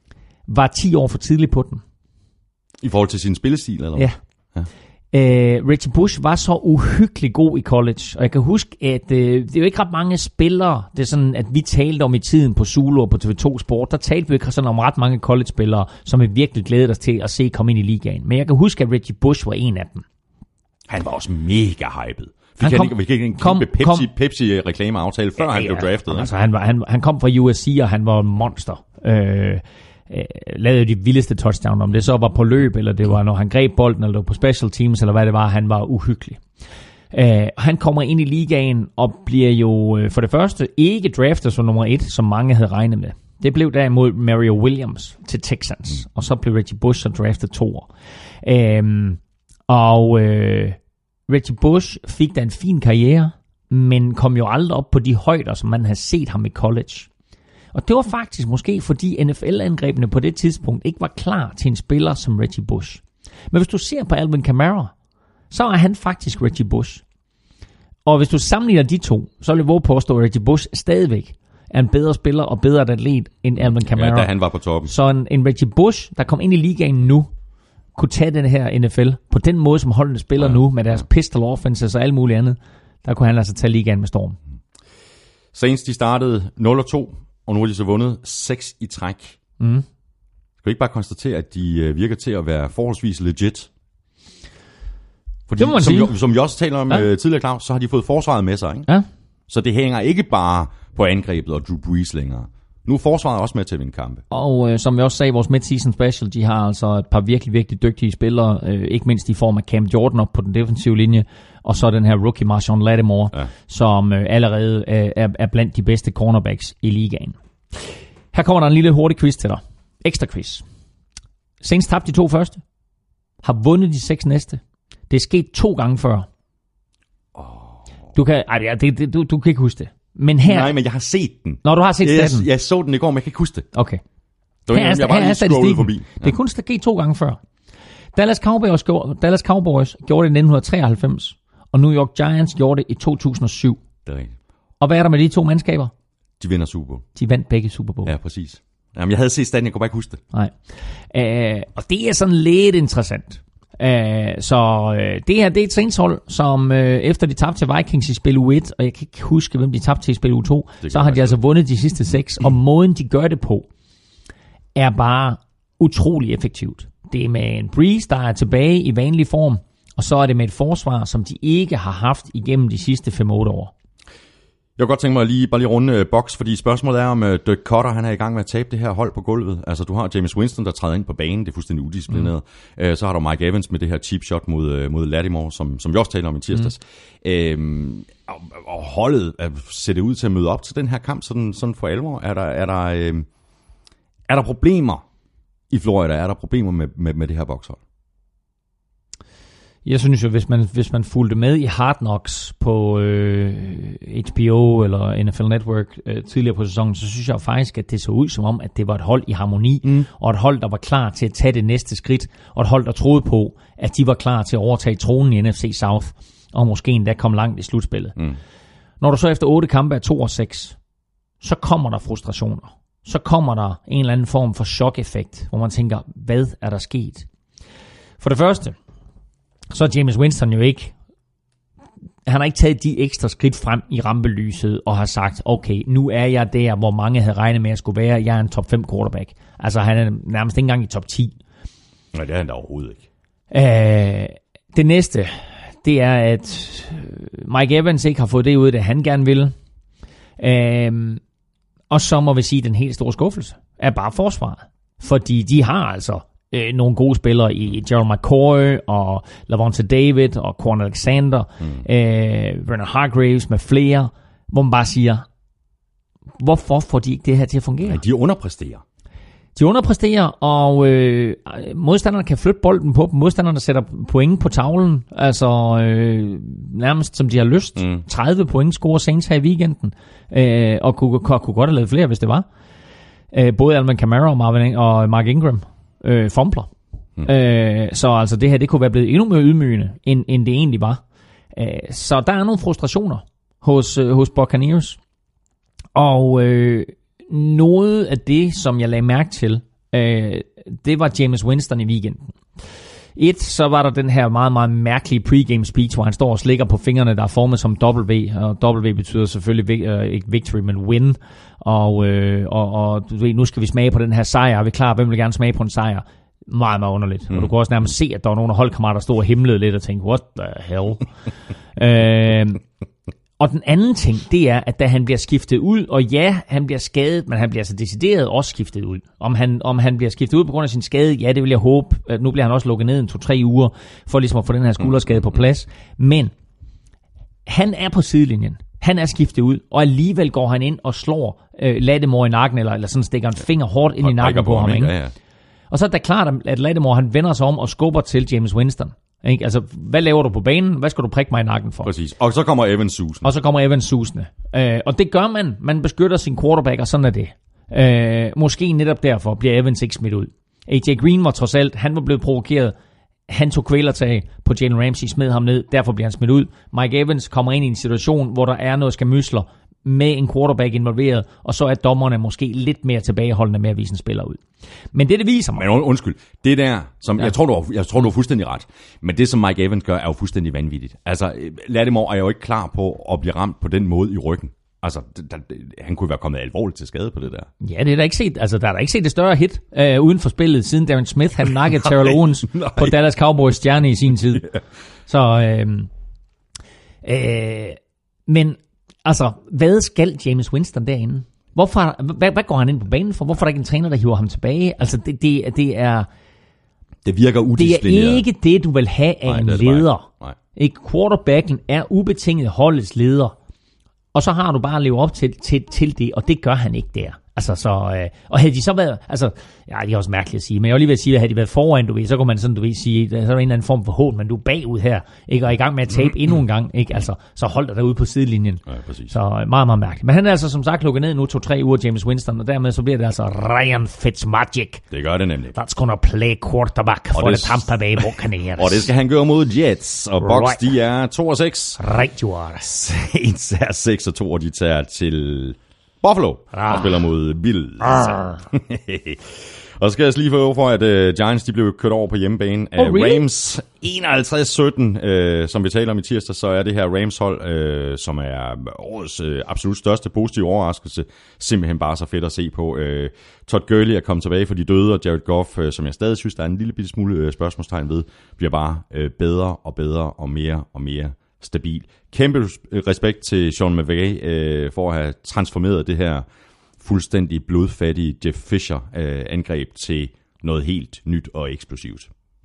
var ti år for tidlig på den. I forhold til sin spillestil, eller? Ja. ja. Uh, Reggie Bush var så uhyggeligt god i college, og jeg kan huske, at uh, det er jo ikke ret mange spillere, det er sådan, at vi talte om i tiden på Zulu og på T V to Sport, der talte vi ikke sådan om ret mange college-spillere, som vi virkelig glædede os til at se komme ind i ligaen. Men jeg kan huske, at Reggie Bush var en af dem. Han var også mega hyped. Fik han, han ikke en kæmpe Pepsi, Pepsi-reklameaftale, før ja, han blev draftet? Altså, han, var, han, han kom fra U S C, og han var en monster. Uh, Øh, lavede de vildeste touchdown, om det så var på løb, eller det var når han greb bolden, eller det var på special teams, eller hvad det var, han var uhyggelig. Øh, han kommer ind i ligaen og bliver jo øh, for det første ikke draftet som nummer et, som mange havde regnet med. Det blev derimod Mario Williams til Texans, mm. og så blev Reggie Bush så draftet to år. Øh, og øh, Reggie Bush fik da en fin karriere, men kom jo aldrig op på de højder, som man havde set ham i college. Og det var faktisk måske, fordi N F L-angrebene på det tidspunkt ikke var klar til en spiller som Reggie Bush. Men hvis du ser på Alvin Kamara, så er han faktisk Reggie Bush. Og hvis du sammenligner de to, så vil jeg våge påstå, at Reggie Bush stadigvæk er en bedre spiller og bedre atlet end Alvin Kamara. Ja, da han var på toppen. Så en, en Reggie Bush, der kom ind i ligaen nu, kunne tage den her N F L på den måde, som holdene spiller ja. nu, med deres pistol offenses og alt muligt andet. Der kunne han altså tage ligaen med storm. Saints, de startede nul og to. Og nu har de så vundet seks i træk. Mm. Skal vi ikke bare konstatere, at de virker til at være forholdsvis legit? Fordi, det må man som, sige. Jo, som vi også taler om ja. tidligere, Claus, så har de fået forsvaret med sig. Ikke? Ja. Så det hænger ikke bare på angrebet og Drew Brees længere. Nu er forsvaret også med til at vinde kampe. Og øh, som vi også sagde i vores mid-season special, de har altså et par virkelig, virkelig dygtige spillere. Øh, ikke mindst i form af Cam Jordan op på den defensive linje. Og så den her rookie Marshawn Lattimore, ja. som øh, allerede øh, er, er blandt de bedste cornerbacks i ligaen. Her kommer der en lille hurtig quiz til dig. Ekstra quiz. Saints tabte de to første. Har vundet de seks næste. Det er sket to gange før. Oh. Du kan, ej, det, det, du, du kan ikke huske det. Men her... Nej, men jeg har set den. Når du har set jeg, staten. Jeg, jeg så den i går, men jeg kan ikke huske det. Okay. Det var her, en, jeg bare lige scrollede forbi. Ja. Det er kun sket to gange før. Dallas Cowboys, Dallas Cowboys gjorde det i nitten treoghalvfems, og New York Giants gjorde det i to tusind og syv. Det er rigtigt. Og hvad er der med de to mandskaber? De vinder Super Bowl. De vandt begge Super Bowl. Ja, præcis. Jamen, jeg havde set staten, jeg kunne bare ikke huske det. Nej. Uh, og det er sådan lidt interessant. Uh, så uh, det her, det er et Saints-hold, som uh, efter de tabte til Vikings i spil U et, og jeg kan ikke huske, hvem de tabte til i spil U to, så har de altså vundet de sidste seks, mm. og måden de gør det på, er bare utrolig effektivt. Det er med en Breeze, der er tilbage i vanlig form, og så er det med et forsvar, som de ikke har haft igennem de sidste fem otte år. Jeg kunne godt tænke mig at lige, bare lige runde uh, boks, fordi spørgsmålet er, om uh, Dirk Koetter, han er i gang med at tabe det her hold på gulvet. Altså, du har James Winston, der træder ind på banen, det er fuldstændig udisciplineret. Mm. Uh, så har du Mike Evans med det her cheap shot mod, uh, mod Lattimore, som, som vi også taler om i tirsdags. Mm. Uh, og, og holdet uh, ser det ud til at møde op til den her kamp, sådan, sådan for alvor. Er der, er, der, uh, er der problemer i Florida? Er der problemer med, med, med det her bokshold? Jeg synes jo, hvis man, hvis man fulgte med i Hard Knocks på øh, H B O eller N F L Network øh, tidligere på sæsonen, så synes jeg faktisk, at det så ud som om, at det var et hold i harmoni, mm. og et hold, der var klar til at tage det næste skridt, og et hold, der troede på, at de var klar til at overtage tronen i N F C South. og måske endda komme langt i slutspillet. Mm. Når du så efter otte kampe er to og seks, så kommer der frustrationer. Så kommer der en eller anden form for chok-effekt, hvor man tænker, hvad er der sket? For det første, så er Jameis Winston jo ikke, han har ikke taget de ekstra skridt frem i rampelyset og har sagt, okay, nu er jeg der, hvor mange havde regnet med at skulle være. Jeg er en top fem quarterback. Altså han er nærmest ikke engang i top ti. Nej, det er han da overhovedet ikke. Øh, det næste, det er, at Mike Evans ikke har fået det ud af det, han gerne ville. Øh, og så må vi sige, at den helt store skuffelse er bare forsvaret. Fordi de har altså øh, nogle gode spillere i Gerald McCoy og Lavonte David og Quan Alexander, mm. øh, Bernard Hargreaves med flere, hvor man bare siger, hvorfor får de ikke det her til at fungere? Ja, de underpræsterer. De underpræsterer, og øh, modstanderne kan flytte bolden på dem. Modstanderne sætter point på tavlen, altså øh, nærmest som de har lyst. Mm. tredive point scorer Saints her i weekenden, øh, og kunne, kunne, kunne godt have lavet flere, hvis det var. Øh, både Alvin Kamara og, Marvin, og Mark Ingram øh, fumbler. Mm. Øh, så altså det her, det kunne være blevet endnu mere ydmygende, end, end det egentlig var. Øh, så der er nogle frustrationer hos, øh, hos Buccaneers. Og øh, noget af det, som jeg lagde mærke til, øh, det var Jameis Winston i weekenden. Et, så var der den her meget, meget mærkelige pregame speech, hvor han står og slikker på fingrene, der er formet som W, og W betyder selvfølgelig øh, ikke victory, men win. Og, øh, og, og du ved, nu skal vi smage på den her sejr, er vi klar, hvem vil gerne smage på en sejr? Meget, meget underligt. Mm. Og du kunne også nærmest se, at der var nogle af holdkammerater, der stod og himlede lidt og tænkte, what the hell? øh, Og den anden ting, det er, at da han bliver skiftet ud, og ja, han bliver skadet, men han bliver altså decideret også skiftet ud. Om han, om han bliver skiftet ud på grund af sin skade, ja, det vil jeg håbe. At nu bliver han også lukket ned en to-tre uger, for ligesom at få den her skulderskade på plads. Men han er på sidelinjen. Han er skiftet ud, og alligevel går han ind og slår øh, Lattimore i nakken, eller, eller sådan stikker en finger hårdt ind og i nakken på, på ham. Ikke? Ja, ja. Og så er det klart, at Lattimore han vender sig om og skubber til Jameis Winston. Ikke? Altså, hvad laver du på banen? Hvad skal du prikke mig i nakken for? Præcis. Og så kommer Evans susende. Og så kommer Evans susende. Øh, og det gør man. Man beskytter sin quarterback, og sådan er det. Øh, måske netop derfor bliver Evans ikke smidt ud. A J Green var trods alt, han var blevet provokeret. Han tog kvælertag på Jalen Ramsey, smed ham ned. Derfor bliver han smidt ud. Mike Evans kommer ind i en situation, hvor der er noget skamysler med en quarterback involveret, og så er dommerne måske lidt mere tilbageholdende med at vise en spiller ud. Men det, det viser mig... Men undskyld, det der, som, ja. jeg, tror, du har, jeg tror, du har fuldstændig ret, men det, som Mike Evans gør, er jo fuldstændig vanvittigt. Altså, Lattimore er jo ikke klar på at blive ramt på den måde i ryggen. Altså, der, han kunne være kommet alvorligt til skade på det der. Ja, det er der ikke set. Altså, der er der ikke set det større hit øh, uden for spillet, siden Darren Smith, han nakkede Terrell Owens på Dallas Cowboys stjerne i sin tid. Yeah. Så, øh, øh, men... Altså, hvad skal Jameis Winston derinde? Hvorfor, hvad, hvad går han ind på banen for? Hvorfor er der ikke en træner, der hiver ham tilbage? Altså, det, det, det er... Det virker udisciplineret. Det er ikke det, du vil have af Nej, en leder. Ikke? Quarterbacken er ubetinget holdets leder. Og så har du bare at leve op til, til, til det, og det gør han ikke der. Altså, så, øh, og havde de så været, altså, ja, det er også mærkeligt at sige, men jeg vil lige vil sige, at havde de været foran, du ved, så kunne man sådan, du ved, sige, så er der en eller anden form for hån, men du er bagud her, ikke, og er i gang med at tabe endnu en gang, ikke, altså, så hold dig derude på sidelinjen. Ja, præcis. Så meget, meget mærkeligt. Men han er altså, som sagt, lukket ned nu to-tre uger, Jameis Winston, og dermed så bliver det altså Ryan Fitzmagic. Det gør det nemlig. That's gonna play quarterback for the Tampa Bay Buccaneers. Og det skal han gøre mod Jets, og Bucks, right. De er to og seks. Right, you are. Saints er seks og to, og de tager til... Buffalo, ah. og spiller mod Bills. Ah. Og så skal jeg lige få over for, at uh, Giants de blev kørt over på hjemmebane af oh, really? Rams enoghalvtreds sytten. Uh, som vi taler om i tirsdag, så er det her Rams-hold, uh, som er årets uh, absolut største positive overraskelse, simpelthen bare så fedt at se på. Uh, Todd Gurley er kommet tilbage for de døde, og Jared Goff, uh, som jeg stadig synes, der er en lille bitte smule uh, spørgsmålstegn ved, bliver bare uh, bedre og bedre og mere og mere stabil. Kæmpe respekt til Sean McVay øh, for at have transformeret det her fuldstændig blodfattige Jeff Fisher øh, angreb til noget helt nyt og eksplosivt.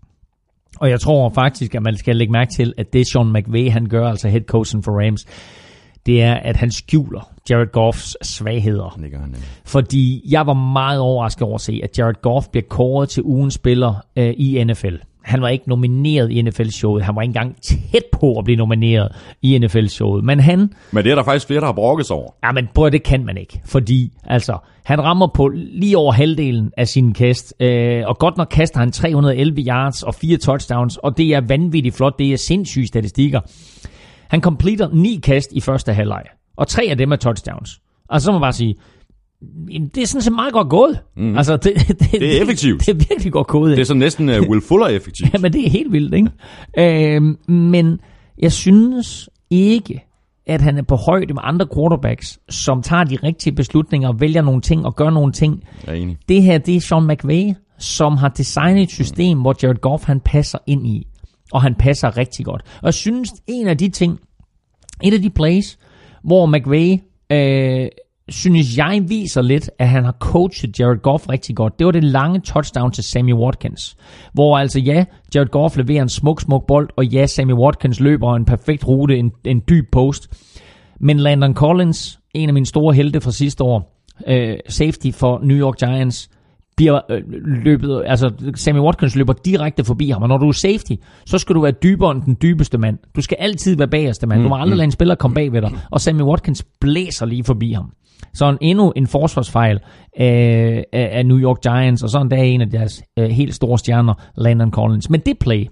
Og jeg tror faktisk, at man skal lægge mærke til, at det Sean McVay han gør, altså head coachen for Rams, det er, at han skjuler Jared Goffs svagheder. Det gør han, fordi jeg var meget overrasket over at se, at Jared Goff bliver kåret til ugens spiller øh, i N F L. Han var ikke nomineret i N F L-showet. Han var ikke engang tæt på at blive nomineret i N F L-showet. Men han... Men det er der faktisk flere, der har brokket over. Ja, men prøv, det kan man ikke. Fordi, altså, han rammer på lige over halvdelen af sin kast. Øh, og godt nok kaster han tre hundrede og elleve yards og fire touchdowns. Og det er vanvittigt flot. Det er sindssyge statistikker. Han completer ni kast i første halvleg, og tre af dem er touchdowns. Altså så må man bare sige, det er sådan set meget godt gået. Mm. Altså, det, det, det er effektivt. Det, det er virkelig godt gået. Det er sådan næsten uh, Will Fuller effektivt. Ja, men det er helt vildt, ikke? øhm, men jeg synes ikke, at han er på højde med andre quarterbacks, som tager de rigtige beslutninger og vælger nogle ting og gør nogle ting. Jeg er enig. Det her, det er Sean McVay, som har designet et system, hvor Jared Goff, han passer ind i. Og han passer rigtig godt. Og jeg synes, en af de ting, et af de plays, hvor McVay, øh, synes jeg, viser lidt, at han har coachet Jared Goff rigtig godt. Det var det lange touchdown til Sammy Watkins. Hvor altså, ja, Jared Goff leverer en smuk, smuk bold, og ja, Sammy Watkins løber en perfekt rute, en, en dyb post. Men Landon Collins, en af mine store helte fra sidste år, øh, safety for New York Giants, bliver øh, løbet, altså Sammy Watkins løber direkte forbi ham, og når du er safety, så skal du være dybere end den dybeste mand. Du skal altid være bagerste mand. Du må aldrig lade en spiller komme bag ved dig, og Sammy Watkins blæser lige forbi ham. Så en, endnu en forsvarsfejl af, af New York Giants, og så en dag en af deres øh, helt store stjerner, Landon Collins. Men det play,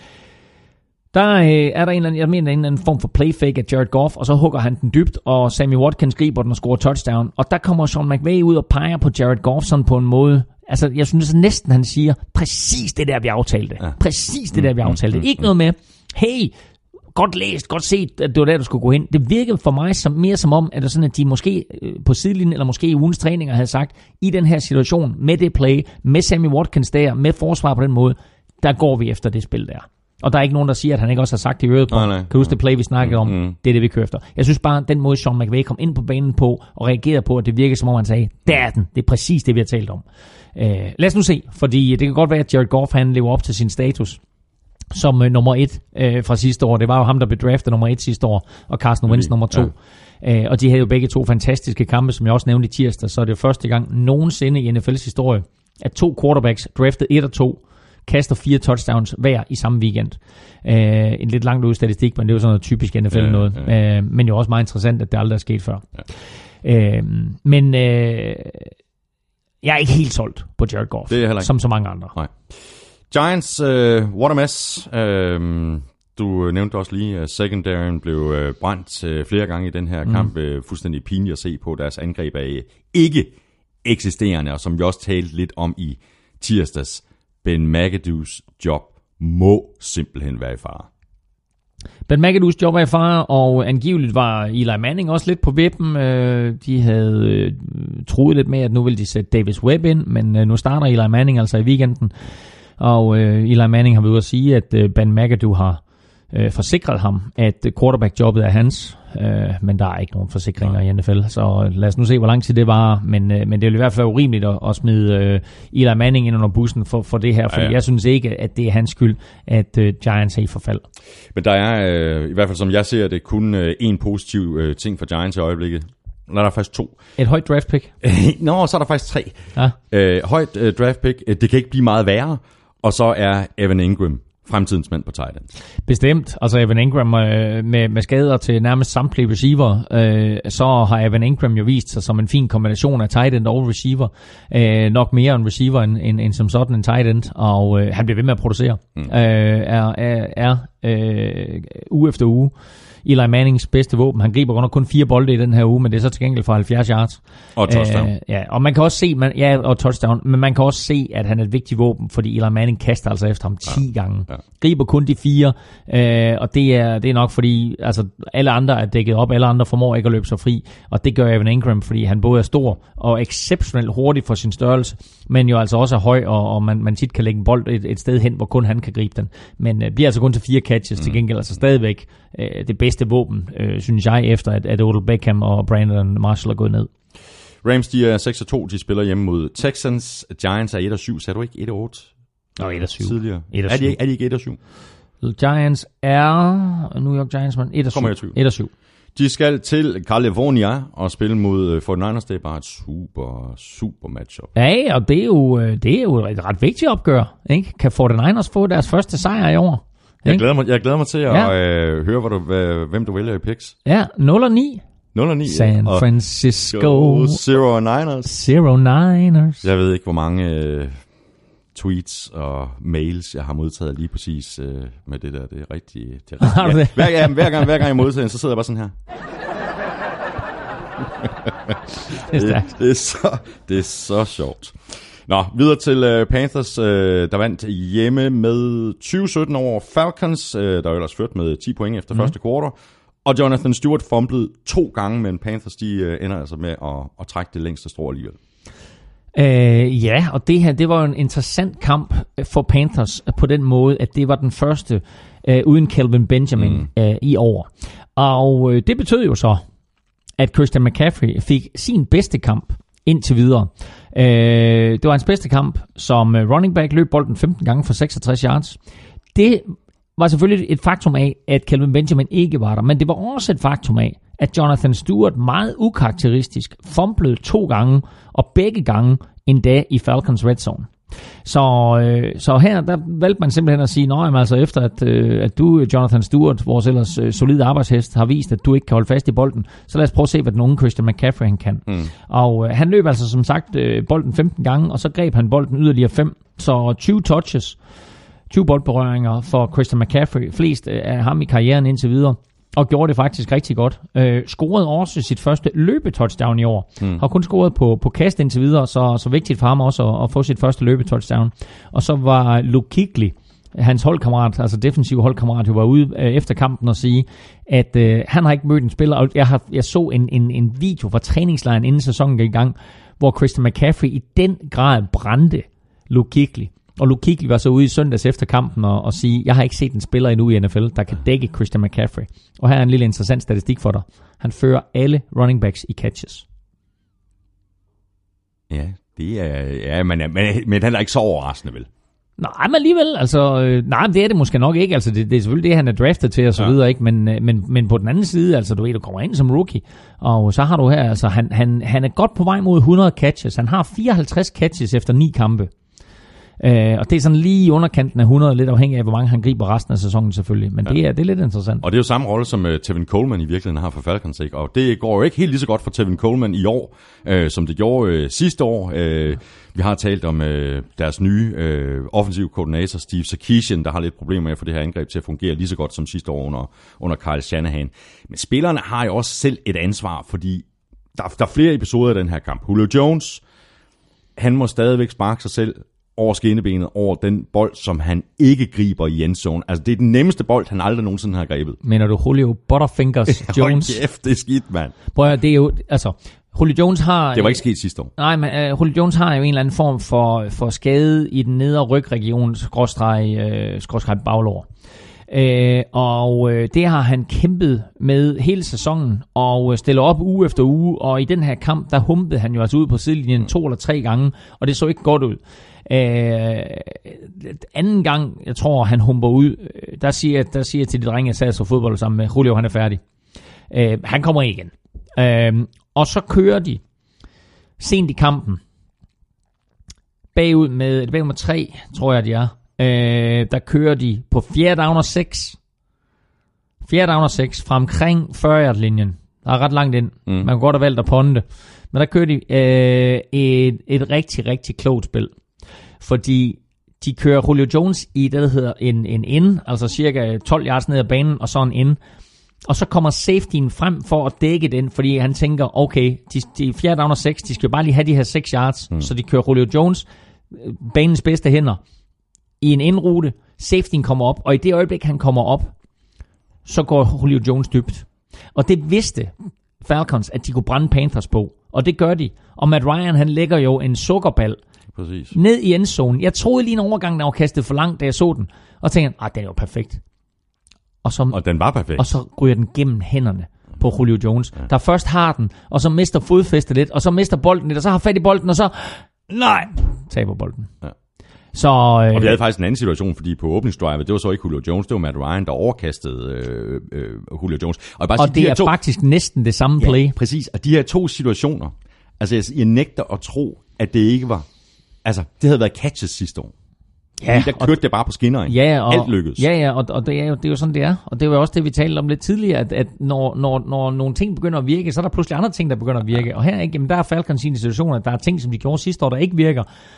der øh, er der en eller anden, jeg mener, en eller anden form for playfake af Jared Goff, og så hugger han den dybt, og Sammy Watkins griber den og scorer touchdown. Og der kommer Sean McVay ud og peger på Jared Goff sådan på en måde. Altså, jeg synes næsten, han siger, præcis det der, vi aftalte. Ja. Præcis det der, vi aftalte. Ikke noget med, hey, godt læst, godt set, at det var der, du skulle gå hen. Det virkede for mig som, mere som om, at, det sådan, at de måske på sidelinjen, eller måske i ugens træninger, havde sagt, i den her situation, med det play, med Sammy Watkins der, med forsvar på den måde, der går vi efter det spil der. Og der er ikke nogen, der siger, at han ikke også har sagt i øret på, kan du huske det play, vi snakkede om, mm-hmm. det er det, vi kører efter. Jeg synes bare, den måde Sean McVay kom ind på banen på, og reagerede på, at det virkede som om, han sagde, der er den, det er præcis det, vi har talt om. Uh, lad os nu se, fordi det kan godt være, at Jared Goff, han lever op til sin status som uh, nummer et uh, fra sidste år. Det var jo ham, der blev draftet nummer et sidste år, og Carson Wentz nummer to. Ja. Uh, og de havde jo begge to fantastiske kampe, som jeg også nævnte i tirsdag, så er det jo første gang nogensinde i N F L's historie, at to quarterbacks draftet et og to, kaster fire touchdowns hver i samme weekend. Uh, en lidt langt ud statistik, men det er jo sådan noget typisk N F L ja, noget. Ja. Uh, men jo også meget interessant, at det aldrig er sket før. Ja. Uh, men uh, jeg er ikke helt solgt på Jared Goff, som så mange andre. Nej. Giants, uh, what a mess. Uh, du nævnte også lige, at secondaryen blev uh, brændt uh, flere gange i den her mm. kamp. Uh, fuldstændig pinligt at se på. Deres angreb af ikke eksisterende, og som vi også talte lidt om i tirsdags, Ben McAdoo's job må simpelthen være i fare. Ben McAdoo's job er i fare, og angiveligt var Eli Manning også lidt på vippen. De havde troet lidt med, at nu ville de sætte Davis Webb ind, men nu starter Eli Manning altså i weekenden. Og Eli Manning har været ude at sige, at Ben McAdoo har forsikret ham, at quarterback-jobbet er hans, men der er ikke nogen forsikringer ja. i N F L, så lad os nu se, hvor lang tid det var, men, men det vil i hvert fald være urimeligt at, at smide Eli Manning ind under bussen for, for det her, fordi ja, ja. jeg synes ikke, at det er hans skyld, at uh, Giants er i forfald. Men der er, uh, i hvert fald som jeg ser det, kun uh, en positiv uh, ting for Giants i øjeblikket. Der er der faktisk to. Et højt draft pick? Nå, så er der faktisk tre. Ja. Uh, højt uh, draft pick, uh, det kan ikke blive meget værre, og så er Evan Ingram fremtidens mand på tight end. Bestemt. Altså Evan Ingram øh, med, med skader til nærmest samtlige receiver, øh, så har Evan Ingram jo vist sig som en fin kombination af tight end og receiver. Øh, nok mere en receiver end, end, end som sådan en tight end, og øh, han bliver ved med at producere. Mm. Øh, er er, er øh, uge efter uge Eli Mannings bedste våben. Han griber godt nok kun fire bolde i den her uge, men det er så til gengæld for halvfjerds yards. Og touchdown. Øh, ja, og man kan også se, man, ja, og touchdown, men man kan også se, at han er et vigtigt våben, fordi Eli Manning kaster altså efter ham ti ja. gange. Ja. Griber kun de fire, øh, og det er, det er nok fordi, altså alle andre er dækket op, alle andre formår ikke at løbe sig fri, og det gør Evan Ingram, fordi han både er stor og exceptionelt hurtig for sin størrelse, men jo altså også er høj, og, og man, man tit kan lægge en bold et, et sted hen, hvor kun han kan gribe den. Men øh, bliver altså kun til fire catches, mm. til gengæld altså stadigvæk øh, det bedste våben, øh, synes jeg, efter at, at Odell Beckham og Brandon Marshall er gået ned. Rams, de er seks og to, de spiller hjemme mod Texans. Giants er et og syv, sagde du ikke et og otte? Nå, et og syv. Tidligere. et og er, de ikke, er de ikke et og syv? Giants er New York Giants, men et og syv. et og syv. De skal til California og spille mod forty-niners. Det er bare et super, super matchup. Ja, og det er jo, det er jo et ret vigtigt opgør. Ikke? Kan forty-niners få deres første sejr i år? Jeg glæder mig, jeg glæder mig til at ja. øh, høre, hvad du, hvad, hvem du vælger i picks. Ja, nul og ni. nul og ni. San Francisco. Zero Niners. Zero Niners. Jeg ved ikke, hvor mange... Øh, tweets og mails, jeg har modtaget lige præcis øh, med det der. Det er rigtig... Det er rigtig ja. hver, ja, hver, gang, hver gang jeg modtager så sidder jeg bare sådan her. Det er stærkt. Det, det, er så, det er så sjovt. Nå, videre til uh, Panthers, uh, der vandt hjemme med tyve sytten over Falcons, uh, der var ellers ført med ti point efter mm. første kvartal. Og Jonathan Stewart fumblede to gange, men Panthers de uh, ender altså med at, at trække det længste strå alligevel. Øh, ja, og det her, det var jo en interessant kamp for Panthers på den måde, at det var den første uh, uden Kelvin Benjamin mm. uh, i år. Og uh, det betød jo så, at Christian McCaffrey fik sin bedste kamp indtil videre. Øh, det var hans bedste kamp som running back, løb bolden femten gange for seksogtres yards. Det var selvfølgelig et faktum af, at Kelvin Benjamin ikke var der, men det var også et faktum af, at Jonathan Stewart meget ukarakteristisk fumblede to gange, og begge gange endda i Falcons red zone. Så, øh, så her der valgte man simpelthen at sige, nej, altså efter at, øh, at du, Jonathan Stewart, vores ellers øh, solide arbejdshest, har vist, at du ikke kan holde fast i bolden, så lad os prøve at se, hvad den unge Christian McCaffrey han kan. Mm. Og øh, han løb altså som sagt øh, bolden femten gange, og så greb han bolden yderligere fem, så tyve touches, tyve boldberøringer for Christian McCaffrey, flest øh, af ham i karrieren indtil videre. Og gjorde det faktisk rigtig godt. Øh, scorede også sit første løbetouchdown i år. Mm. Har kun scoret på, på kast indtil videre, så, så vigtigt for ham også at, at få sit første løbetouchdown. Og så var Luke Kuechly, hans holdkammerat, altså defensiv holdkammerat, jo var ude øh, efter kampen og sige, at øh, han har ikke mødt en spiller. Og jeg, har, jeg så en, en, en video fra træningslejren, inden sæsonen gik i gang, hvor Christian McCaffrey i den grad brændte Luke Kuechly. Og Luke Kuechly var så ude i søndags efter kampen og, og sige, jeg har ikke set en spiller endnu i N F L, der kan dække Christian McCaffrey. Og her er en lille interessant statistik for dig. Han fører alle running backs i catches. Ja, det er, ja men, men, men han er ikke så overraskende, vel? Nej, men alligevel, altså, øh, nej, det er det måske nok ikke, altså, det, det er selvfølgelig det, han er draftet til, og så ja. videre, ikke, men, men, men på den anden side, altså, du ved, du kommer ind som rookie, og så har du her, altså, han, han, han er godt på vej mod hundrede catches, han har fireoghalvtreds catches efter ni kampe. Uh, og det er sådan lige i underkanten af hundrede, lidt afhængig af, hvor mange han griber resten af sæsonen selvfølgelig. Men ja. det, er, det er lidt interessant. Og det er jo samme rolle, som uh, Tevin Coleman i virkeligheden har for Falcons, ikke? Og det går jo ikke helt lige så godt for Tevin Coleman i år, uh, som det gjorde uh, sidste år. Uh, vi har talt om uh, deres nye uh, offensive koordinator, Steve Sarkisian, der har lidt problemer med at få det her angreb til at fungere lige så godt som sidste år under, under Kyle Shanahan. Men spillerne har jo også selv et ansvar, fordi der, der er flere episoder af den her kamp. Julio Jones, han må stadigvæk sparke sig selv over skinnebenet, over den bold, som han ikke griber i endzone. Altså, det er den nemmeste bold, han aldrig nogensinde har grebet. Mener du Julio Butterfingers Jones? Hold kæft, det er skidt, mand. Prøv at, det er jo, altså, Julio Jones har... Det var ikke sket sidste år. Nej, men uh, Julio Jones har jo en eller anden form for, for skade i den nedre rygregion, skråstreg, uh, skråstreg baglår. Uh, og uh, det har han kæmpet med hele sæsonen, og uh, stiller op uge efter uge, og i den her kamp, der humpede han jo altså ud på sidelinjen mm. to eller tre gange, og det så ikke godt ud. Øh, anden gang, jeg tror, han humper ud, der siger, der siger jeg til de drenge, jeg sad så fodbold sammen med, Julio, han er færdig. Øh, han kommer igen. Øh, og så kører de sent i kampen, bagud med, bagud med tre, tror jeg, de er. Øh, der kører de på fjerde down og seks. Fjerde down og seks, fra omkring fyrre-yard-linjen. Der er ret langt ind. Mm. Man kan godt have valgt at ponde. Men der kører de øh, et, et rigtig, rigtig klogt spil. Fordi de kører Julio Jones i det, der hedder en, en in, altså cirka tolv yards ned ad banen, og så en in. Og så kommer safetyen frem for at dække den, fordi han tænker, okay, de, de fjerde down og seks, de skal jo bare lige have de her seks yards, mm. så de kører Julio Jones, banens bedste hænder, i en indrute. Safetyen kommer op, og i det øjeblik, han kommer op, så går Julio Jones dybt. Og det vidste Falcons, at de kunne brænde Panthers på, og det gør de. Og Matt Ryan, han lægger jo en sukkerball Præcis. ned i endzonen. Jeg troede lige en overgang, der var kastet for langt, da jeg så den. Og tænkte, ah, den er jo perfekt. Og, så, og den var perfekt. Og så ryger den gennem hænderne på Julio Jones, ja. der først har den, og så mister fodfæstet lidt, og så mister bolden lidt, og så har fat i bolden, og så, nej, taber bolden. Ja. Så, øh, og vi havde faktisk en anden situation, fordi på åbningsdrivet, det var så ikke Julio Jones, det var Matt Ryan, der overkastede øh, øh, Julio Jones. Og, bare og sige, det de er to, faktisk næsten det samme play. Ja, præcis. Og de her to situationer, altså jeg, jeg nægter at tro, at det ikke var, altså det havde været catches sidste år. Ja, der kørte og, det bare på skinner, ikke? Ja, og, alt lykkedes. Ja, ja, og, og det, er jo, det er jo sådan, det er. Og det var også det, vi talte om lidt tidligere, at, at når, når, når nogle ting begynder at virke, så er der pludselig andre ting, der begynder at virke. Og her ikke, jamen, der er Falcons i en situation, at der er ting, som de gjorde sidste år, der ikke virker.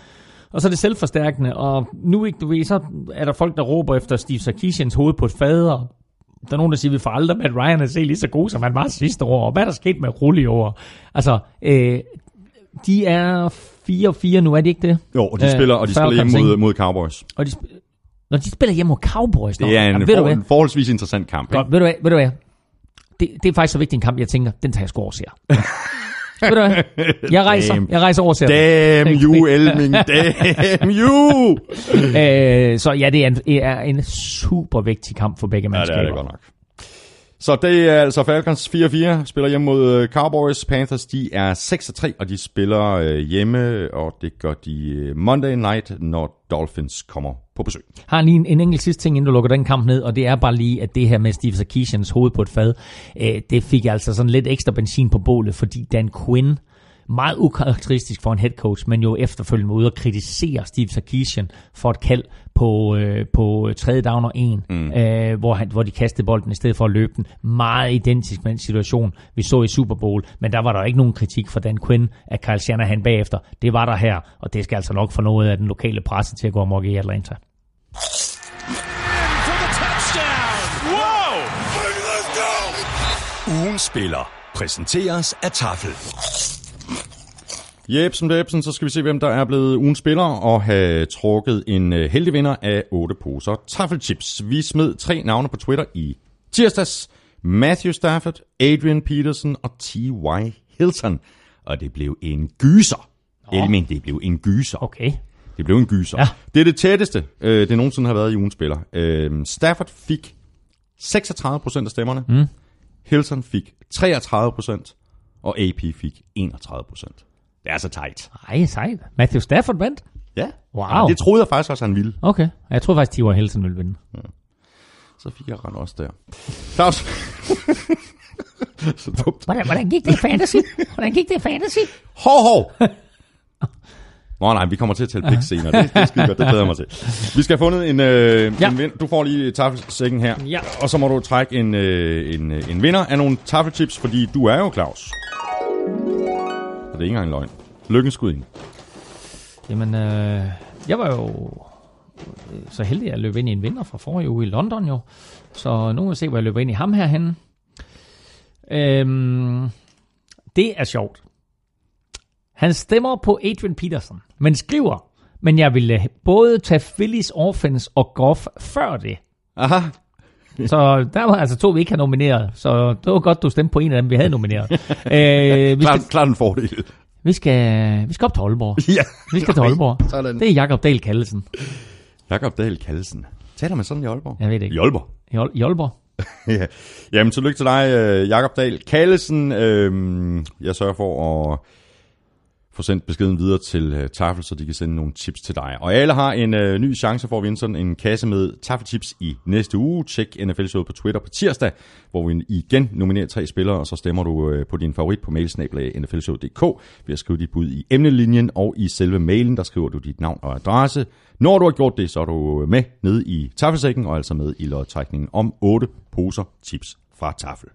Og så er det selvforstærkende, og nu ikke, du ved, så er der folk, der råber efter Steve Sarkisians hoved på et fad, og der er nogen, der siger, at vi får aldrig Matt Ryan at se lige så god, som han var sidste år, og hvad er der sket med Rulli over? Altså, øh, de er fire og fire nu, er de ikke det? Jo, og de øh, spiller, og de spiller hjemme mod, mod Cowboys. Og de spiller, når de spiller hjemme mod Cowboys, det er en, for, en forholdsvis interessant kamp. Godt, ved du hvad, ved du hvad? Det, det er faktisk så vigtig en kamp, jeg tænker, den tager jeg sgu over ser. Ved du hvad? Jeg rejser, damn. jeg rejser over ser. Damn you, Elming, damn you! øh, så ja, det er, en, det er en super vigtig kamp for begge mandskaber. Ja, det er det godt nok. Så det er altså Falcons fire fire, spiller hjemme mod Cowboys. Panthers, de er seks og tre, og de spiller hjemme, og det gør de Monday night, når Dolphins kommer på besøg. Har lige en, en enkelt sidste ting, inden du lukker den kamp ned, og det er bare lige, at det her med Steve Sarkisians hoved på et fad, øh, det fik altså sådan lidt ekstra benzin på bålet, fordi Dan Quinn, meget ukarakteristisk for en head coach, men jo efterfølgende ude og kritisere Steve Sarkisian for et kald på, øh, på tredje down og en, mm. øh, hvor, han, hvor de kastede bolden i stedet for at løbe den. Meget identisk med den situation, vi så i Super Bowl, men der var der ikke nogen kritik fra Dan Quinn af Kyle Shanahan bagefter. Det var der her, og det skal altså nok få noget af den lokale presse til at gå amok i Atlanta. Ugen spiller præsenteres af Tafel. Jebsen Debsen, så skal vi se, hvem der er blevet ugens spiller og have trukket en heldig vinder af otte poser taffelchips. Vi smed tre navne på Twitter i tirsdags. Matthew Stafford, Adrian Peterson og T Y. Hilton. Og det blev en gyser. Oh. Elmin, det blev en gyser. Okay. Det blev en gyser. Ja. Det er det tætteste, øh, det nogensinde har været i ugens spiller. Øh, Stafford fik seksogtredive procent af stemmerne. Mm. Hilton fik treogtredive procent. Og A P fik enogtredive procent. Det er så tight. Ej, sejt. Matthew Stafford vandt? Ja. Wow. Ja, det troede jeg faktisk også, han ville. Okay. Jeg troede faktisk, T Y. Hilton ville vinde. Ja. Så fik jeg rent også der. Claus. Så dumt. Hvordan, hvordan gik det i fantasy? Hvordan gik det i fantasy? Hov, hov. Nå nej, vi kommer til at tælle pik senere. Det, det er skide godt, det glæder mig til. Vi skal have fundet en, øh, ja. en vind. Du får lige taffelsækken her. Ja. Og så må du trække en, øh, en, en vinder af nogle taffelchips, fordi du er jo Claus. Og det er ikke engang løgn. Lykkens skud ind. Jamen, øh, jeg var jo så heldig, at jeg løb ind i en vinder fra forrige uge i London jo. Så nu vil jeg se, hvor jeg løber ind i ham herhenne. Øhm, det er sjovt. Han stemmer på Adrian Peterson, men skriver, men jeg ville både tage Phillies offense og Goff før det. Aha. Så der var altså to, vi ikke har nomineret. Så det var godt, du stemte på en af dem, vi havde nomineret. øh, vi klart, skal, klart en fordel. Vi skal, vi skal op til Aalborg. Ja. Vi skal til Aalborg. Sådan. Det er Jakob Dahl Kallesen. Jakob Dahl Kallesen. Taler man sådan i Aalborg? Jeg ved det ikke. I Aalborg? I, Aal- i Aalborg. Ja. Jamen, tillykke til dig, Jakob Dahl Kallesen. Øhm, jeg sørger for at få sendt beskeden videre til uh, Tafel, så de kan sende nogle tips til dig. Og alle har en uh, ny chance for at vinde sådan en kasse med Tafel-tips i næste uge. Tjek N F L-showet på Twitter på tirsdag, hvor vi igen nominerer tre spillere, og så stemmer du uh, på din favorit på mailsnabel-a n f l show punktum d k ved at skrive dit bud i emnelinjen, og i selve mailen, der skriver du dit navn og adresse. Når du har gjort det, så er du med nede i Tafelsækken, og altså med i lodtrækningen om otte poser tips fra Tafel.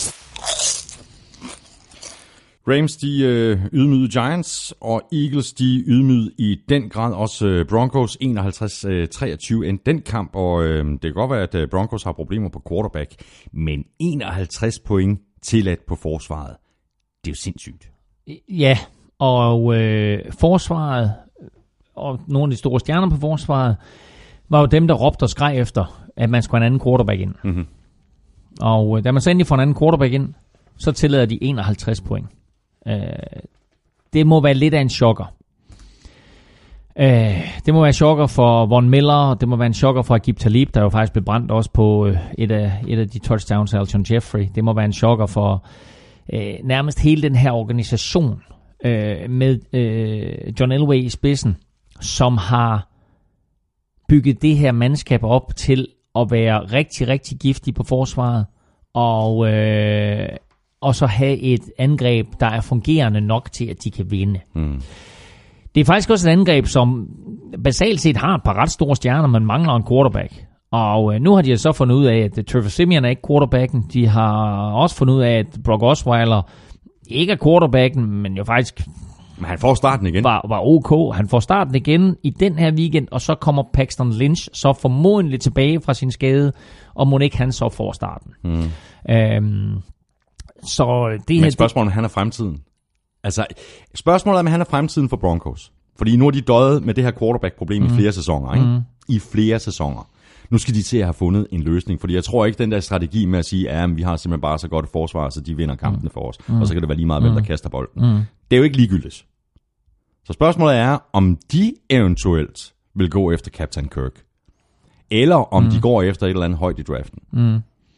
Rams, de øh, ydmygede Giants, og Eagles, de ydmygede i den grad også øh, Broncos enoghalvtreds treogtyve end den kamp, og øh, det kan godt være, at øh, Broncos har problemer på quarterback, men enoghalvtreds point tilladt på forsvaret, det er jo sindssygt. Ja, og øh, forsvaret, og nogle af de store stjerner på forsvaret, var jo dem, der råbte og skreg efter, at man skulle have en anden quarterback ind. Mm-hmm. Og øh, da man så endelig får en anden quarterback ind, så tillader de enoghalvtreds point. Uh, det må være lidt af en chokker. Uh, det må være en chokker for Von Miller, det må være en chokker for Aqib Talib, der jo faktisk blev brændt også på uh, et, af, et af de touchdowns af Alshon Jeffrey. Det må være en chokker for uh, nærmest hele den her organisation uh, med uh, John Elway i spidsen, som har bygget det her mandskab op til at være rigtig, rigtig giftig på forsvaret, og uh, og så have et angreb, der er fungerende nok til, at de kan vinde. Mm. Det er faktisk også et angreb, som basalt set har et par ret store stjerner, men mangler en quarterback. Og øh, nu har de så fundet ud af, at Trevor Siemian er ikke quarterbacken. De har også fundet ud af, at Brock Osweiler ikke er quarterbacken, men jo faktisk Men han får starten igen. Var, var ok. Han får starten igen i den her weekend, og så kommer Paxton Lynch så formodentlig tilbage fra sin skade, og må ikke han så får starten. Mm. Øhm, så det Men her, spørgsmålet er, han er fremtiden. Altså, spørgsmålet er, om han er fremtiden for Broncos. Fordi nu har de døjet med det her quarterback-problem mm. i flere sæsoner. Ikke? Mm. I flere sæsoner. Nu skal de til at have fundet en løsning, fordi jeg tror ikke, den der strategi med at sige, at vi har simpelthen bare så godt et forsvar, så de vinder kampene for os, mm. og så kan det være lige meget, hvem der kaster bolden. Mm. Det er jo ikke ligegyldigt. Så spørgsmålet er, om de eventuelt vil gå efter Captain Kirk, eller om mm. de går efter et eller andet højt i draften. Mm.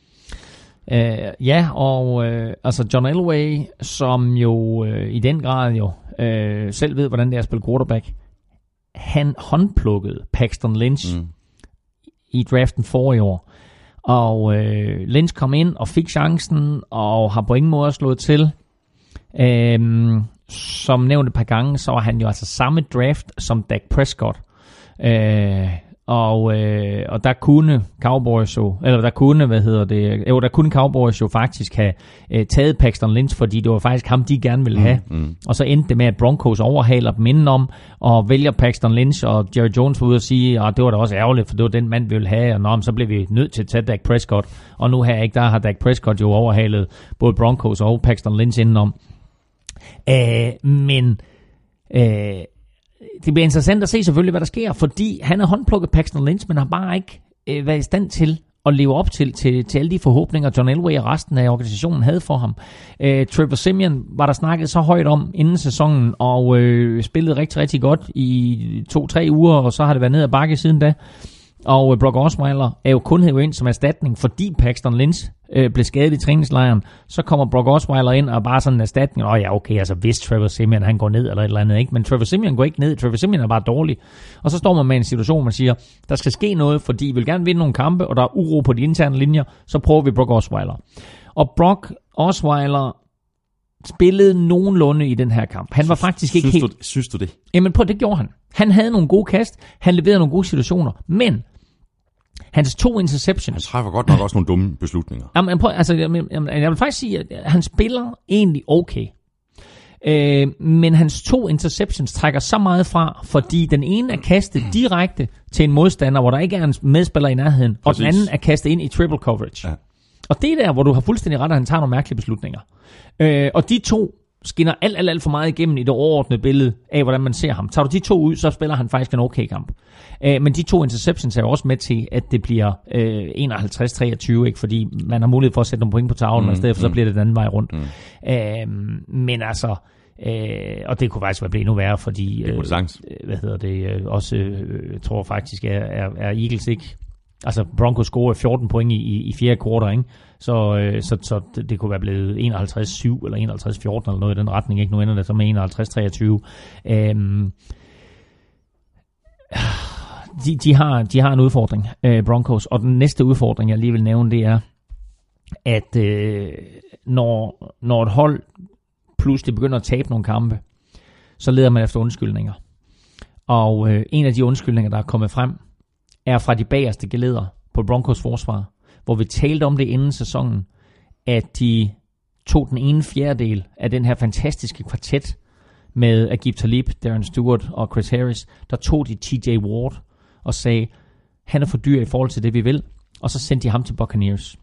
Uh, ja, og uh, altså John Elway, som jo uh, i den grad jo uh, selv ved, hvordan det er at spille quarterback, han håndplukkede Paxton Lynch mm. i draften forrige år. Og øh, Lynch kom ind og fik chancen, og har på ingen måde slået til. Øhm, som nævnt et par gange, så var han jo altså samme draft som Dak Prescott. Øh, og, øh, og der kunne Cowboys jo, eller der kunne, hvad hedder det, jo, der kunne Cowboys jo faktisk have øh, taget Paxton Lynch, fordi det var faktisk ham, de gerne ville have. Mm, mm. Og så endte det med, at Broncos overhaler dem indenom, og vælger Paxton Lynch, og Jerry Jones var ude og sige, at det var da også ærgerligt, for det var den mand, vi ville have, og nå, så blev vi nødt til at tage Dak Prescott. Og nu her ikke, der har Dak Prescott jo overhalet både Broncos og Paxton Lynch indenom. Øh, men øh, det bliver interessant at se selvfølgelig, hvad der sker, fordi han har håndplukket Paxton Lynch, men har bare ikke øh, været i stand til at leve op til, til, til alle de forhåbninger, John Elway og resten af organisationen havde for ham. Øh, Trevor Siemian var der snakket så højt om inden sæsonen, og øh, spillede rigtig, rigtig godt i to-tre uger, og så har det været ned ad bakke siden da. Og øh, Brock Osweiler er jo kun hævet ind som erstatning, fordi Paxton Lynch øh, blev skadet i træningslejren. Så kommer Brock Osweiler ind og bare sådan en erstatning. Åh ja, okay, altså hvis Trevor Siemian han går ned eller et eller andet, ikke? Men Trevor Siemian går ikke ned. Trevor Siemian er bare dårlig. Og så står man med en situation, hvor man siger, der skal ske noget, fordi vi vil gerne vinde nogle kampe, og der er uro på de interne linjer, så prøver vi Brock Osweiler. Og Brock Osweiler spillede nogenlunde i den her kamp. Han var faktisk ikke synes helt... Du, synes du det? Jamen på, det gjorde han. Han havde nogle gode kast, han leverede nogle gode situationer, men hans to interceptions... Han træffer godt nok også nogle dumme beslutninger. Jamen, prøv, altså, jeg, jeg vil faktisk sige, at han spiller egentlig okay. Øh, men hans to interceptions trækker så meget fra, fordi den ene er kastet direkte til en modstander, hvor der ikke er en medspiller i nærheden, Præcis. Og den anden er kastet ind i triple coverage. Ja. Og det er der, hvor du har fuldstændig ret, at han tager nogle mærkelige beslutninger. Øh, og de to skinner alt, alt, alt for meget igennem i det overordnede billede af, hvordan man ser ham. Tager du de to ud, så spiller han faktisk en okay kamp. Øh, men de to interceptions er jo også med til, at det bliver øh, enoghalvtreds treogtyve, ikke? Fordi man har mulighed for at sætte nogle point på tavlen, mm, og i stedet for mm. så bliver det den anden vej rundt. Mm. Øh, men altså, øh, og det kunne faktisk være blevet endnu værre, fordi, øh, hvad hedder det, øh, også, øh, jeg tror faktisk, er, er, er Eagles ikke... Altså Broncos scorer fjorten point i, i, i fjerde kvartal, ikke? Så, øh, så, så det, det kunne være blevet enoghalvtreds syv eller enoghalvtreds fjorten eller noget i den retning, ikke? Nu ender det så med enoghalvtreds treogtyve. Øhm, de, de, har, de har en udfordring, øh, Broncos, og den næste udfordring, jeg lige vil nævne, det er, at øh, når, når et hold pludselig begynder at tabe nogle kampe, så leder man efter undskyldninger. Og øh, en af de undskyldninger, der er kommet frem, er fra de bagerste geleder på Broncos forsvar, hvor vi talte om det inden sæsonen, at de tog den ene fjerdedel af den her fantastiske kvartet med Aqib Talib, Darren Stewart og Chris Harris, der tog de T J Ward og sagde, han er for dyr i forhold til det, vi vil, og så sendte de ham til Buccaneers.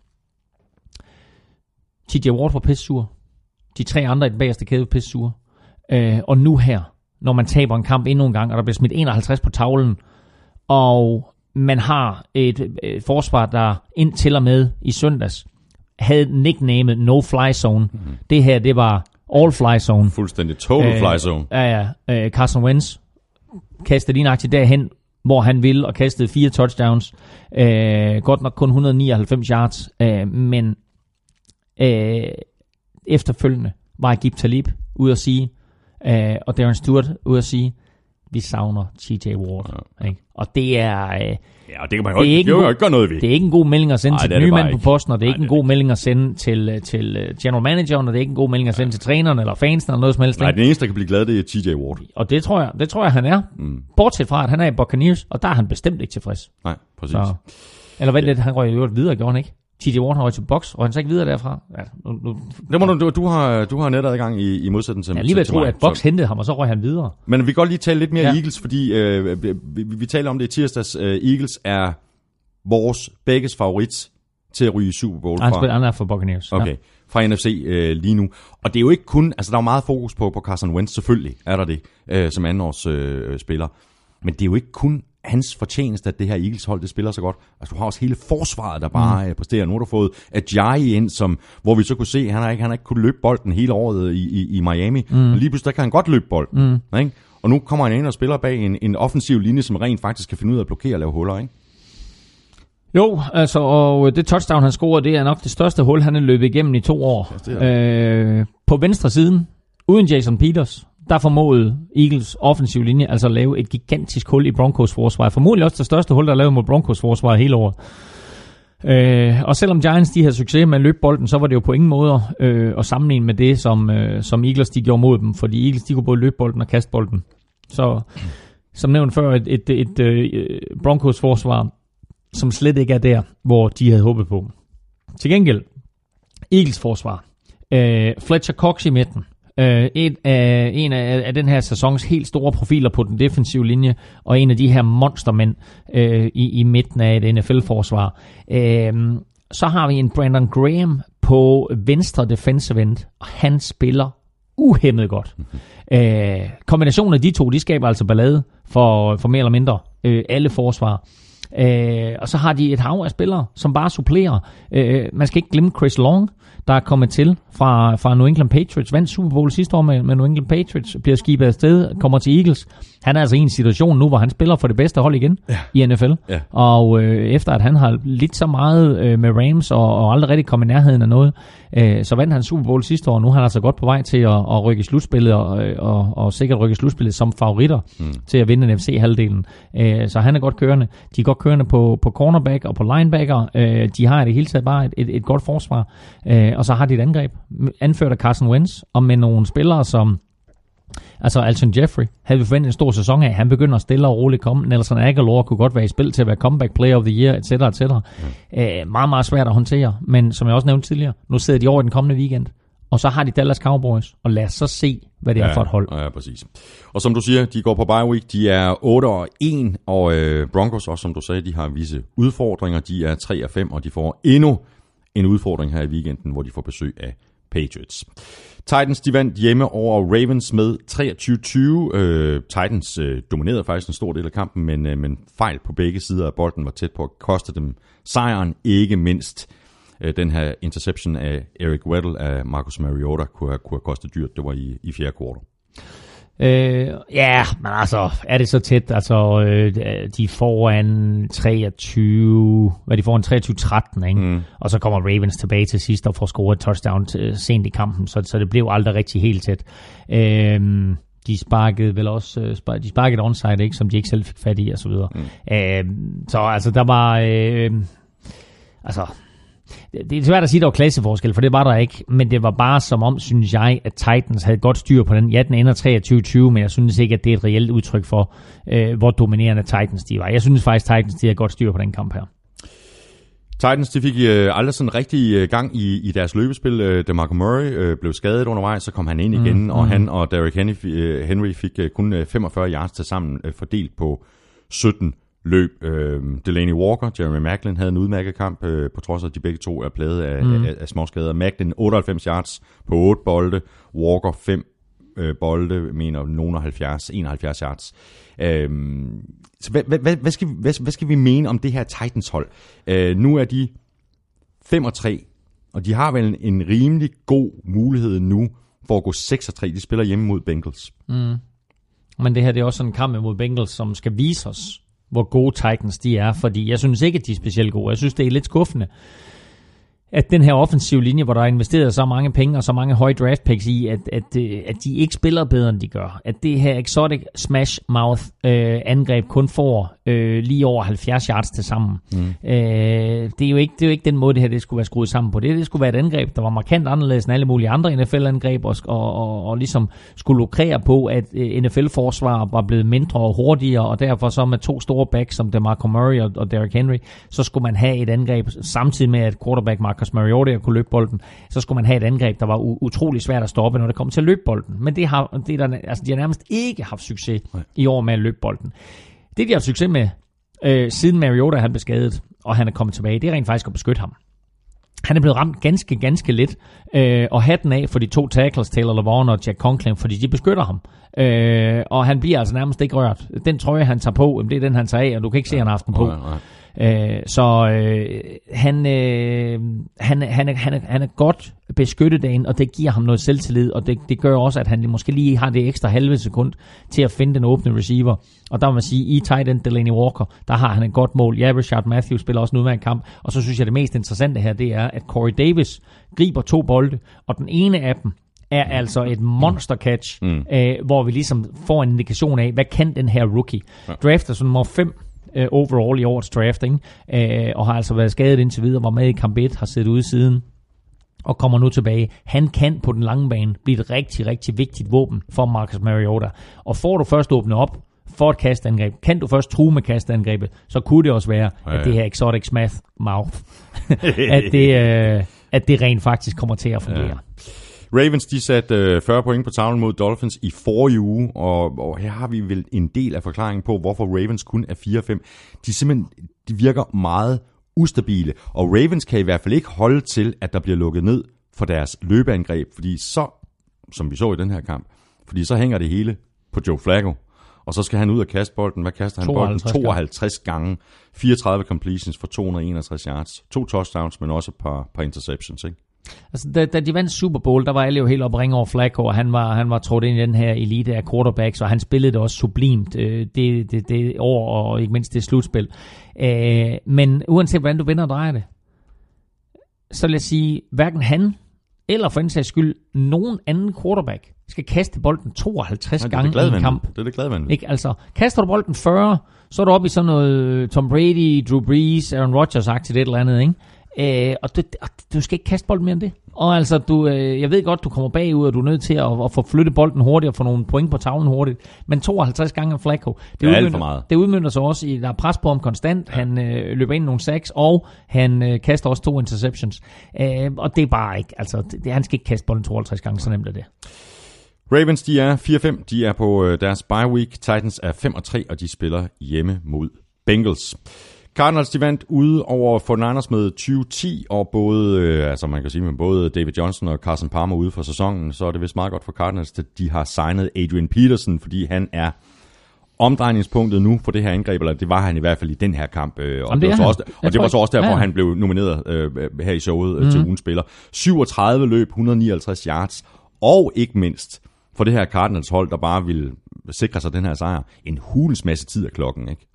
T J Ward var pissur. De tre andre i den bagerste kæde var pissur. Øh, og nu her, når man taber en kamp endnu en gang, og der bliver smidt enoghalvtreds på tavlen, og man har et, et forsvar, der indtil og med i søndags havde nicknamet No Fly Zone. Mm-hmm. Det her, det var All Fly Zone. Fuldstændig total fly zone. Ja, ja. Carson Wentz kastede lige nøjagtigt derhen, hvor han ville, og kastede fire touchdowns. Øh, godt nok kun et hundrede nioghalvfems yards, øh, men øh, efterfølgende var Aqib Talib ude at sige, øh, og Darren Stewart ude at sige, vi savner T J Ward. Ja. Ikke? Og det er... Øh, ja, og det kan man jo ikke, ikke, god, ikke gøre noget ved. Det er ikke en god melding at sende Ej, til den nye mand på posten, og det er Ej, ikke en god melding at sende til, til general manageren, og det er ikke en god melding at sende ja. til træneren eller fansen eller noget som helst. Nej, den eneste, der kan blive glad, det er T J Ward. Og det tror jeg, det tror jeg han er. Mm. Bortset fra, at han er i Buccaneers, og der er han bestemt ikke tilfreds. Nej, præcis. Så, eller vent lidt, han røg jo videre, gjorde han ikke? T J Watt har røget til boks, og han så ikke videre derfra. Ja, nu, nu, det må du, du, du har, du har netadgang i, i modsætning til, jeg lige ved at tro, at boks hentede ham, og så røg han videre. Men vi kan godt lige tale lidt mere ja. Eagles, fordi øh, vi, vi, vi taler om det i tirsdags. Øh, Eagles er vores begges favorit til at ryge i Super Bowl. Han spiller, han er for Buccaneers. Okay, ja. Fra N F C øh, lige nu. Og det er jo ikke kun, altså der er jo meget fokus på, på Carson Wentz, selvfølgelig er der det, øh, som andenårs øh, spiller. Men det er jo ikke kun hans fortjeneste, at det her Eagles-hold, det spiller så godt. Altså, du har også hele forsvaret, der bare mm. præsterer. Nu har du fået Ajayi ind, som, hvor vi så kunne se, at han har ikke, han har ikke kunnet løbe bolden hele året i, i, i Miami. Mm. Men lige pludselig, der kan han godt løbe bolden. Mm. Ikke? Og nu kommer han ind og spiller bag en, en offensiv linje, som rent faktisk kan finde ud af at blokere og lave huller, ikke? Jo, altså, og det touchdown, han scorede, det er nok det største hul, han har løbet igennem i to år. Ja, øh, på venstre siden, uden Jason Peters, der formåede Eagles offensiv linje altså at lave et gigantisk hul i Broncos forsvar. Formodentlig også det største hul, der er lavet mod Broncos forsvar hele året. Øh, og selvom Giants de havde succes med at løbe bolden, så var det jo på ingen måde øh, at sammenligne med det, som, øh, som Eagles de gjorde mod dem. Fordi Eagles de kunne både løbe bolden og kaste bolden. Så som nævnt før, et, et, et, et Broncos forsvar, som slet ikke er der, hvor de havde håbet på. Til gengæld, Eagles forsvar. Øh, Fletcher Cox i midten. Øh, et af, en af, af den her sæsons helt store profiler på den defensive linje, og en af de her monstermænd øh, i, i midten af et N F L-forsvar. Øh, så har vi en Brandon Graham på venstre defensive end, og han spiller uhæmmet godt. Øh, kombinationen af de to, de skaber altså ballade for, for mere eller mindre øh, alle forsvar. Øh, og så har de et hav af spillere, som bare supplerer. Øh, man skal ikke glemme Chris Long, der er kommet til fra, fra New England Patriots, vandt Super Bowl sidste år med, med New England Patriots, bliver skibet afsted, kommer til Eagles. Han er altså i en situation nu, hvor han spiller for det bedste hold igen ja. i N F L. Ja. Og øh, efter at han har lidt så meget øh, med Rams og, og aldrig rigtig kommet i nærheden af noget, øh, så vandt han Super Bowl sidste år, og nu er han altså godt på vej til at, at rykke i slutspillet, og, og, og sikkert rykke i slutspillet som favoritter mm. til at vinde N F C-halvdelen. Øh, så han er godt kørende. De er godt kørende på, på cornerback og på linebacker. Øh, de har i det hele taget bare et, et, et godt forsvar. Øh, og så har de et angreb, anført af Carson Wentz, og med nogle spillere som altså Alshon Jeffrey havde vi forventet en stor sæson af. Han begynder at stille og roligt komme. Nelson Aguilar kunne godt være i spil til at være comeback player of the year, et cetera, et cetera. Mm. Øh, meget, meget svært at håndtere. Men som jeg også nævnte tidligere, nu sidder de over i den kommende weekend. Og så har de Dallas Cowboys. Og lad os så se, hvad det ja, er for et hold. Ja, præcis. Og som du siger, de går på bye week. De er otte og en, og øh, Broncos også, som du sagde, de har visse udfordringer. De er tre og fem, og de får endnu en udfordring her i weekenden, hvor de får besøg af Patriots. Titans, de vandt hjemme over Ravens med treogtyve tyve. Øh, Titans øh, dominerede faktisk en stor del af kampen, men, øh, men fejl på begge sider af bolden var tæt på at koste dem sejren. Ikke mindst øh, den her interception af Eric Weddle af Marcus Mariota kunne have, kunne have kostet dyrt. Det var i, i fjerde kvartal. Øh, ja, men altså, er det så tæt? Altså, øh, de får en treogtyve, hvad de får en treogtyve tretten, ikke? Mm. Og så kommer Ravens tilbage til sidst og får scoret et touchdown til, sent i kampen, så, så det blev aldrig rigtig helt tæt. Øh, de sparkede vel også, de sparkede et onside, ikke, som de ikke selv fik fat i, og så videre. Mm. Øh, så altså, der var, øh, altså... Det er svært at sige, at der var klasseforskel, for det var der ikke. Men det var bare som om, synes jeg, at Titans havde godt styr på den. Ja, den ender treogtyve tyve, men jeg synes ikke, at det er et reelt udtryk for, øh, hvor dominerende Titans de var. Jeg synes faktisk, at Titans de havde godt styr på den kamp her. Titans de fik øh, aldrig sådan rigtig øh, gang i, i deres løbespil. Øh, DeMarco Murray øh, blev skadet undervejs, så kom han ind igen, mm, og mm. han og Derrick Henry, øh, Henry fik øh, kun øh, femogfyrre yards til sammen, øh, fordelt på sytten løb. Øh, Delaney Walker, Jeremy Maclin havde en udmærket kamp, øh, på trods af, at de begge to er plaget af, mm. af, af småskader. Maclin otteoghalvfems yards på otte bolde, Walker fem øh, bolde, mener nogen halvfjerds, enoghalvfjerds yards. Øh, så hvad, hvad, hvad, skal vi, hvad, hvad skal vi mene om det her Titans-hold? Øh, nu er de fem og tre, og de har vel en, en rimelig god mulighed nu for at gå seks og tre. De spiller hjemme mod Bengals. Mm. Men det her det er også sådan en kamp mod Bengals, som skal vise os, hvor gode Titans de er, fordi jeg synes ikke, at de er specielt gode. Jeg synes, det er lidt skuffende, at den her offensive linje, hvor der er investeret så mange penge og så mange høje draft picks i, at, at, at de ikke spiller bedre, end de gør. At det her exotic smash mouth øh, angreb kun får øh, lige over halvfjerds yards til sammen. Mm. Øh, det, er jo ikke, det er jo ikke den måde, det her det skulle være skruet sammen på. Det, det skulle være et angreb, der var markant anderledes end alle mulige andre N F L-angreb, og, og, og, og ligesom skulle lukrere på, at N F L-forsvar var blevet mindre og hurtigere, og derfor så med to store backs, som DeMarco Murray og, og Derrick Henry, så skulle man have et angreb, samtidig med at quarterback Marcus Mariota kunne løbe bolden, så skulle man have et angreb, der var u- utrolig svært at stoppe, når det kom til at løbe bolden. Men det har, det der, altså, de har nærmest ikke haft succes Nej. i år med at løbe bolden. Det, de har succes med, øh, siden Mariota han blev skadet, og han er kommet tilbage, det er rent faktisk at beskytte ham. Han er blevet ramt ganske, ganske let, øh, og hatten af for de to tackles, Taylor Lewan og Jack Conklin, fordi de beskytter ham. Øh, og han bliver altså nærmest ikke rørt. Den trøje, han tager på, det er den, han tager af, og du kan ikke se, at han har haft den på. Nej, nej. Øh, så øh, han, øh, han, han, er, han, er, han er godt beskyttet derinde, og det giver ham noget selvtillid, og det, det gør også, at han måske lige har det ekstra halve sekund til at finde den åbne receiver. Og der må man sige, i tight end Delaney Walker, der har han et godt mål. Ja, Rashard Matthews spiller også en udmærket kamp, og så synes jeg, det mest interessante her, det er, at Corey Davis griber to bolde, og den ene af dem er altså et monster catch, mm. øh, hvor vi ligesom får en indikation af, hvad kan den her rookie? Ja. Drafter som nummer fem uh, overall i årets draft, ikke? Uh, og har altså været skadet indtil videre, var med i kamp et, har siddet ude siden, og kommer nu tilbage. Han kan på den lange bane blive et rigtig, rigtig vigtigt våben for Marcus Mariota. Og får du først åbnet op for et kastangreb, kan du først true med kastangrebet, så kunne det også være, ja, ja. at det her exotic smash mouth, at, det, uh, at det rent faktisk kommer til at fungere. Ja. Ravens, de satte øh, fyrre point på tavlen mod Dolphins i forrige uge, og, og her har vi vel en del af forklaringen på, hvorfor Ravens kun er fire fem. De simpelthen de virker meget ustabile, og Ravens kan i hvert fald ikke holde til, at der bliver lukket ned for deres løbeangreb, fordi så, som vi så i den her kamp, fordi så hænger det hele på Joe Flacco, og så skal han ud og kaste bolden. Hvad kaster han bolden? tooghalvtreds gange. fireogtredive completions for to hundrede og enogtres yards. To touchdowns, men også et par, par interceptions, ikke? Altså, da, da de vandt Super Bowl, der var alle jo helt op at ringe over Flacco, og han var, han var trådt ind i den her elite af quarterbacks, og han spillede det også sublimt, øh, det, det, det år, og ikke mindst det slutspil. Øh, men uanset hvordan du vinder og drejer det, så lad os sige, hverken han, eller for en sags skyld, nogen anden quarterback skal kaste bolden tooghalvtreds gange i en kamp. Det er det gladvandet. Ikke? Altså, kaster du bolden fyrre, så er du oppe i sådan noget Tom Brady, Drew Brees, Aaron Rodgers-agtigt et eller andet, ikke? Øh, og du, du skal ikke kaste bolden mere end det. Og altså, du, øh, jeg ved godt, du kommer bagud, og du er nødt til at, at få flyttet bolden hurtigt og få nogle point på tavlen hurtigt. Men tooghalvtreds gange af Flacco, det, det, udmønter, det udmønter sig også i, der er pres på ham konstant. Ja. Han øh, løber ind i nogle sacks, og han øh, kaster også to interceptions. Øh, og det er bare ikke, altså, det, han skal ikke kaste bolden tooghalvtreds gange, så nemt er det. Ravens, de er fire fem, de er på øh, deres bye week. Titans er fem og tre, og de spiller hjemme mod Bengals. Cardinals, de vandt ude over forty-niners med tyve ti, og både, øh, altså man kan sige, med både David Johnson og Carson Palmer ude for sæsonen, så er det vist meget godt for Cardinals, at de har signet Adrian Peterson, fordi han er omdrejningspunktet nu for det her angreb, eller det var han i hvert fald i den her kamp, øh, og, det, det var så også, og det var så også derfor, ja. han blev nomineret øh, her i showet øh, mm. til ugens spiller. syvogtredive løb, et hundrede og nioghalvtreds yards, og ikke mindst for det her Cardinals hold, der bare ville sikre sig den her sejr, en hulens masse tid af klokken, ikke?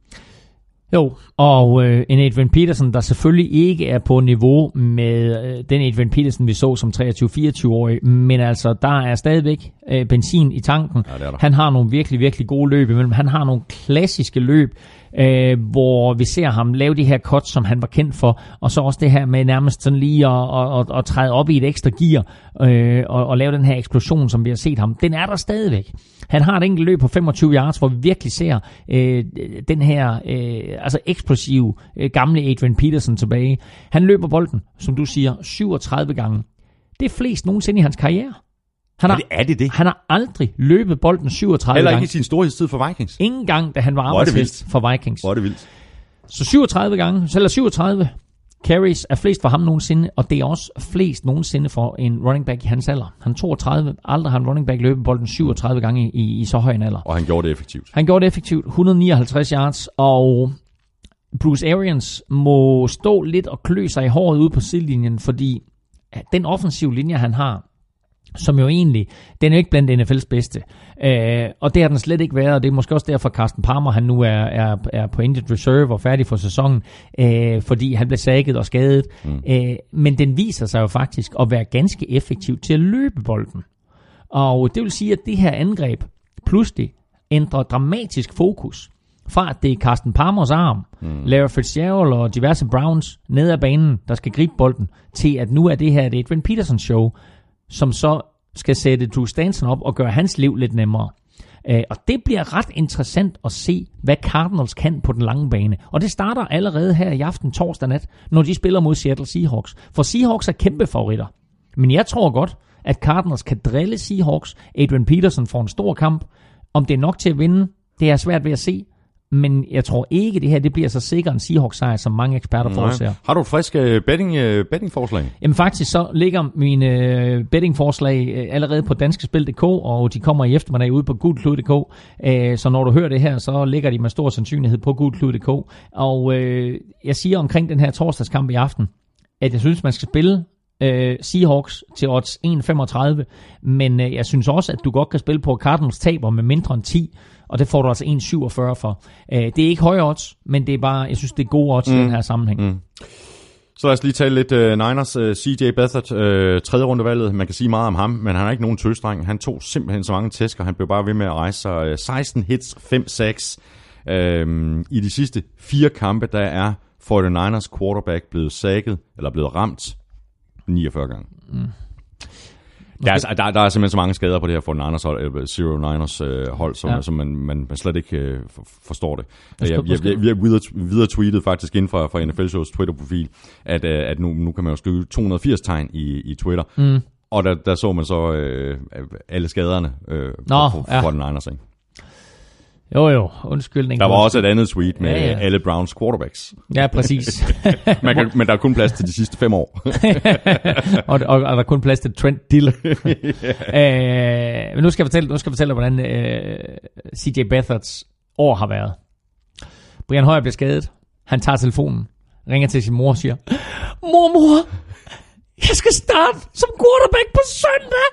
Jo, og øh, en Adrian Peterson, der selvfølgelig ikke er på niveau med øh, den Adrian Peterson, vi så som treogtyve fireogtyve-årig, men altså, der er stadigvæk øh, benzin i tanken. Ja, han har nogle virkelig, virkelig gode løb imellem. Han har nogle klassiske løb, øh, hvor vi ser ham lave de her cuts, som han var kendt for, og så også det her med nærmest sådan lige at, at, at, at træde op i et ekstra gear, øh, og, og lave den her eksplosion, som vi har set ham. Den er der stadigvæk. Han har et enkelt løb på femogtyve yards, hvor vi virkelig ser øh, den her øh, altså eksplosive øh, gamle Adrian Peterson tilbage. Han løber bolden, som du siger, syvogtredive gange. Det er flest nogensinde i hans karriere. Han har, er, det, er det det? Han har aldrig løbet bolden syvogtredive gange. Heller ikke i sin storhedstid for Vikings? Ingen gang, da han var arbejdshest for Vikings. Hvor er det vildt. Så syvogtredive gange, eller syvogtredive carries er flest for ham nogensinde, og det er også flest nogensinde for en running back i hans alder. Han er toogtredive, aldrig har en running back løbet bolden syvogtredive gange i, i så høj en alder. Og han gjorde det effektivt. Han gjorde det effektivt, et hundrede og nioghalvtreds yards, og Bruce Arians må stå lidt og klø sig i håret ude på sidelinjen, fordi den offensive linje, han har, som jo egentlig, den er jo ikke blandt N F L's bedste. Øh, og det har den slet ikke været, og det er måske også derfor, Carsten Palmer, han nu er, er, er på injured reserve og færdig for sæsonen, øh, fordi han blev sækket og skadet. Mm. Øh, men den viser sig jo faktisk at være ganske effektiv til at løbe bolden. Og det vil sige, at det her angreb pludselig ændrer dramatisk fokus fra, at det er Carsten Palmers arm, mm. Larry Fitzgerald og diverse Browns ned ad banen, der skal gribe bolden, til at nu er det her et Adrian Peterson show, som så skal sætte Drew Stanton op og gøre hans liv lidt nemmere. Uh, og det bliver ret interessant at se, hvad Cardinals kan på den lange bane. Og det starter allerede her i aften torsdag nat, når de spiller mod Seattle Seahawks. For Seahawks er kæmpe favoritter. Men jeg tror godt, at Cardinals kan drille Seahawks. Adrian Peterson får en stor kamp. Om det er nok til at vinde, det er svært ved at se. Men jeg tror ikke, det her det bliver så sikker en Seahawks-sejr, som mange eksperter forudser. Har du et frisk uh, betting, uh, betting-forslag? Jamen faktisk så ligger mine uh, betting-forslag uh, allerede på danskespil punktum d k, og de kommer i eftermiddag ude på gulklud punktum d k. Uh, så når du hører det her, så ligger de med stor sandsynlighed på gulklud punktum d k. Og uh, jeg siger omkring den her torsdagskamp i aften, at jeg synes, man skal spille uh, Seahawks til odds en komma femogtredive, men uh, jeg synes også, at du godt kan spille på Cardinals taber med mindre end ti, og det får du altså en komma syvogfyrre for. Uh, det er ikke høje odds, men det er bare, jeg synes, det er gode odds mm. i den her sammenhæng. Mm. Så lad os lige tale lidt uh, Niners. Uh, C J Beathard, uh, tredje rundevalget. Man kan sige meget om ham, men han har ikke nogen tøsdreng. Han tog simpelthen så mange tæsk, og han blev bare ved med at rejse sig. Uh, seksten hits, fem sacks. Uh, I de sidste fire kampe, der er forty-niners quarterback blevet sacket, eller blevet ramt niogfyrre gange. Mm. Der er, der, der er simpelthen så mange skader på det her forty-niners hold, Zero Niners øh, hold, som, ja. som man, man, man slet ikke øh, forstår det. Jeg, jeg, jeg, jeg videre, videre tweetet faktisk inden fra, fra N F L-shows Twitter-profil, at, øh, at nu, nu kan man jo skrive to hundrede og firs tegn i, i Twitter, mm. og der, der så man så øh, alle skaderne øh, Nå, for, for ja. forty-niners, ikke? Jo jo, undskyldning. Der var også et andet tweet med ja, ja. alle Browns quarterbacks. Ja, præcis. Man kan, men der er kun plads til de sidste fem år. og, og, og der er kun plads til Trent Dill. yeah. uh, men nu skal jeg fortælle, nu skal jeg fortælle hvordan uh, C J Beathards år har været. Brian Hoyer bliver skadet. Han tager telefonen, ringer til sin mor og siger, mormor, jeg skal starte som quarterback på søndag.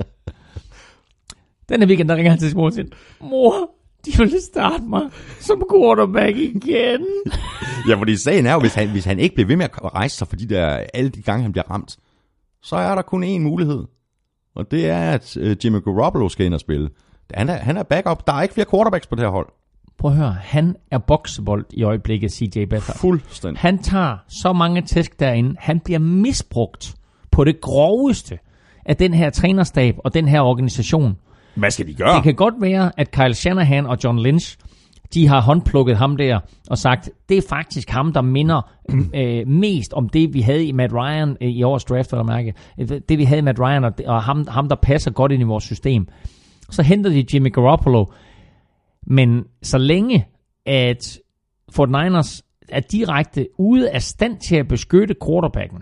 Denne weekend, der ringer han til sin mor og siger, mor, de ville starte mig som quarterback igen. Ja, fordi sagen er jo, hvis han, hvis han ikke bliver ved med at rejse sig, fordi der alle de gange, han bliver ramt, så er der kun én mulighed. Og det er, at uh, Jimmy Garoppolo skal ind og spille. Han er, han er backup. Der er ikke flere quarterbacks på det her hold. Prøv at høre, han er boksebold i øjeblikket, C J Beathard. Fuldstændig. Han tager så mange tæsk derinde. Han bliver misbrugt på det groveste af den her trænerstab og den her organisation. Hvad skal de gøre? Det kan godt være, at Kyle Shanahan og John Lynch, de har håndplukket ham der og sagt, det er faktisk ham, der minder øh, mest om det, vi havde i Matt Ryan øh, i årets draft, for at mærke. Det, vi havde i Matt Ryan, og, og ham, ham, der passer godt ind i vores system. Så henter de Jimmy Garoppolo. Men så længe, at forty-niners er direkte ude af stand til at beskytte quarterbacken,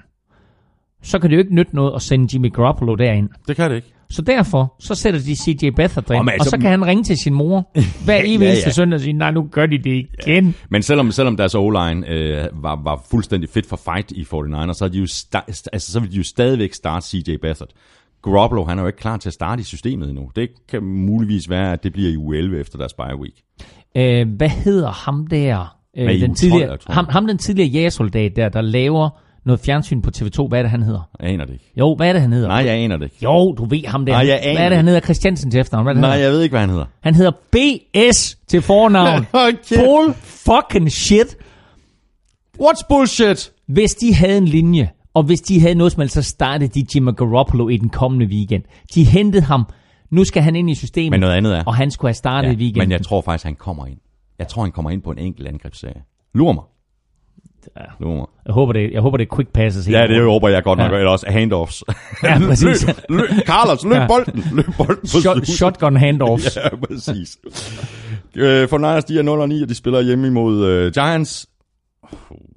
så kan det jo ikke nytte noget at sende Jimmy Garoppolo derind. Det kan det ikke. Så derfor, så sætter de C J Beathard derind, oh, og så kan han ringe til sin mor hver evig ja, ja. søndag og sige, nej, nu gør de det igen. Ja. Men selvom, selvom deres O-line øh, var, var fuldstændig fit for fight i forty-niners, så, de jo sta- altså, så vil de jo stadigvæk starte C J Beathard. Garoppolo, han er jo ikke klar til at starte i systemet endnu. Det kan muligvis være, at det bliver i uge elleve efter deres bye week. Øh, hvad hedder ham der? Øh, den tidligere, ham, ham den tidligere jægersoldat der, der laver noget fjernsyn på T V to. Hvad er det, han hedder? Jeg aner det ikke. Jo, hvad er det, han hedder? Nej, jeg aner det ikke. Jo, du ved ham der. Nej, jeg aner hvad er det, han hedder? Christiansen til efternavn? Hvad er det, Nej, hedder? jeg ved ikke, hvad han hedder. Han hedder B S til fornavn. Okay. Bull fucking shit. What's bullshit? Hvis de havde en linje, og hvis de havde noget som helst, så startede de Jimmy Garoppolo i den kommende weekend. De hentede ham. Nu skal han ind i systemet. Men noget andet er. Og han skulle have startet ja, i weekenden. Men jeg tror faktisk, han kommer ind. Jeg tror, han kommer ind på en enkelt angrebsserie. Lur mig. Ja. Lur mig. Jeg håber, det, jeg håber, det er quick passes. Ja, det håber jeg godt nok. Ja. Eller også handoffs. Ja, præcis. løb, løb, Carlos, løb bolden. Løb bolden på Shot, shotgun handoffs. Ja, præcis. uh, for Niners, de er nul og ni, og de spiller hjemme imod uh, Giants. Uh,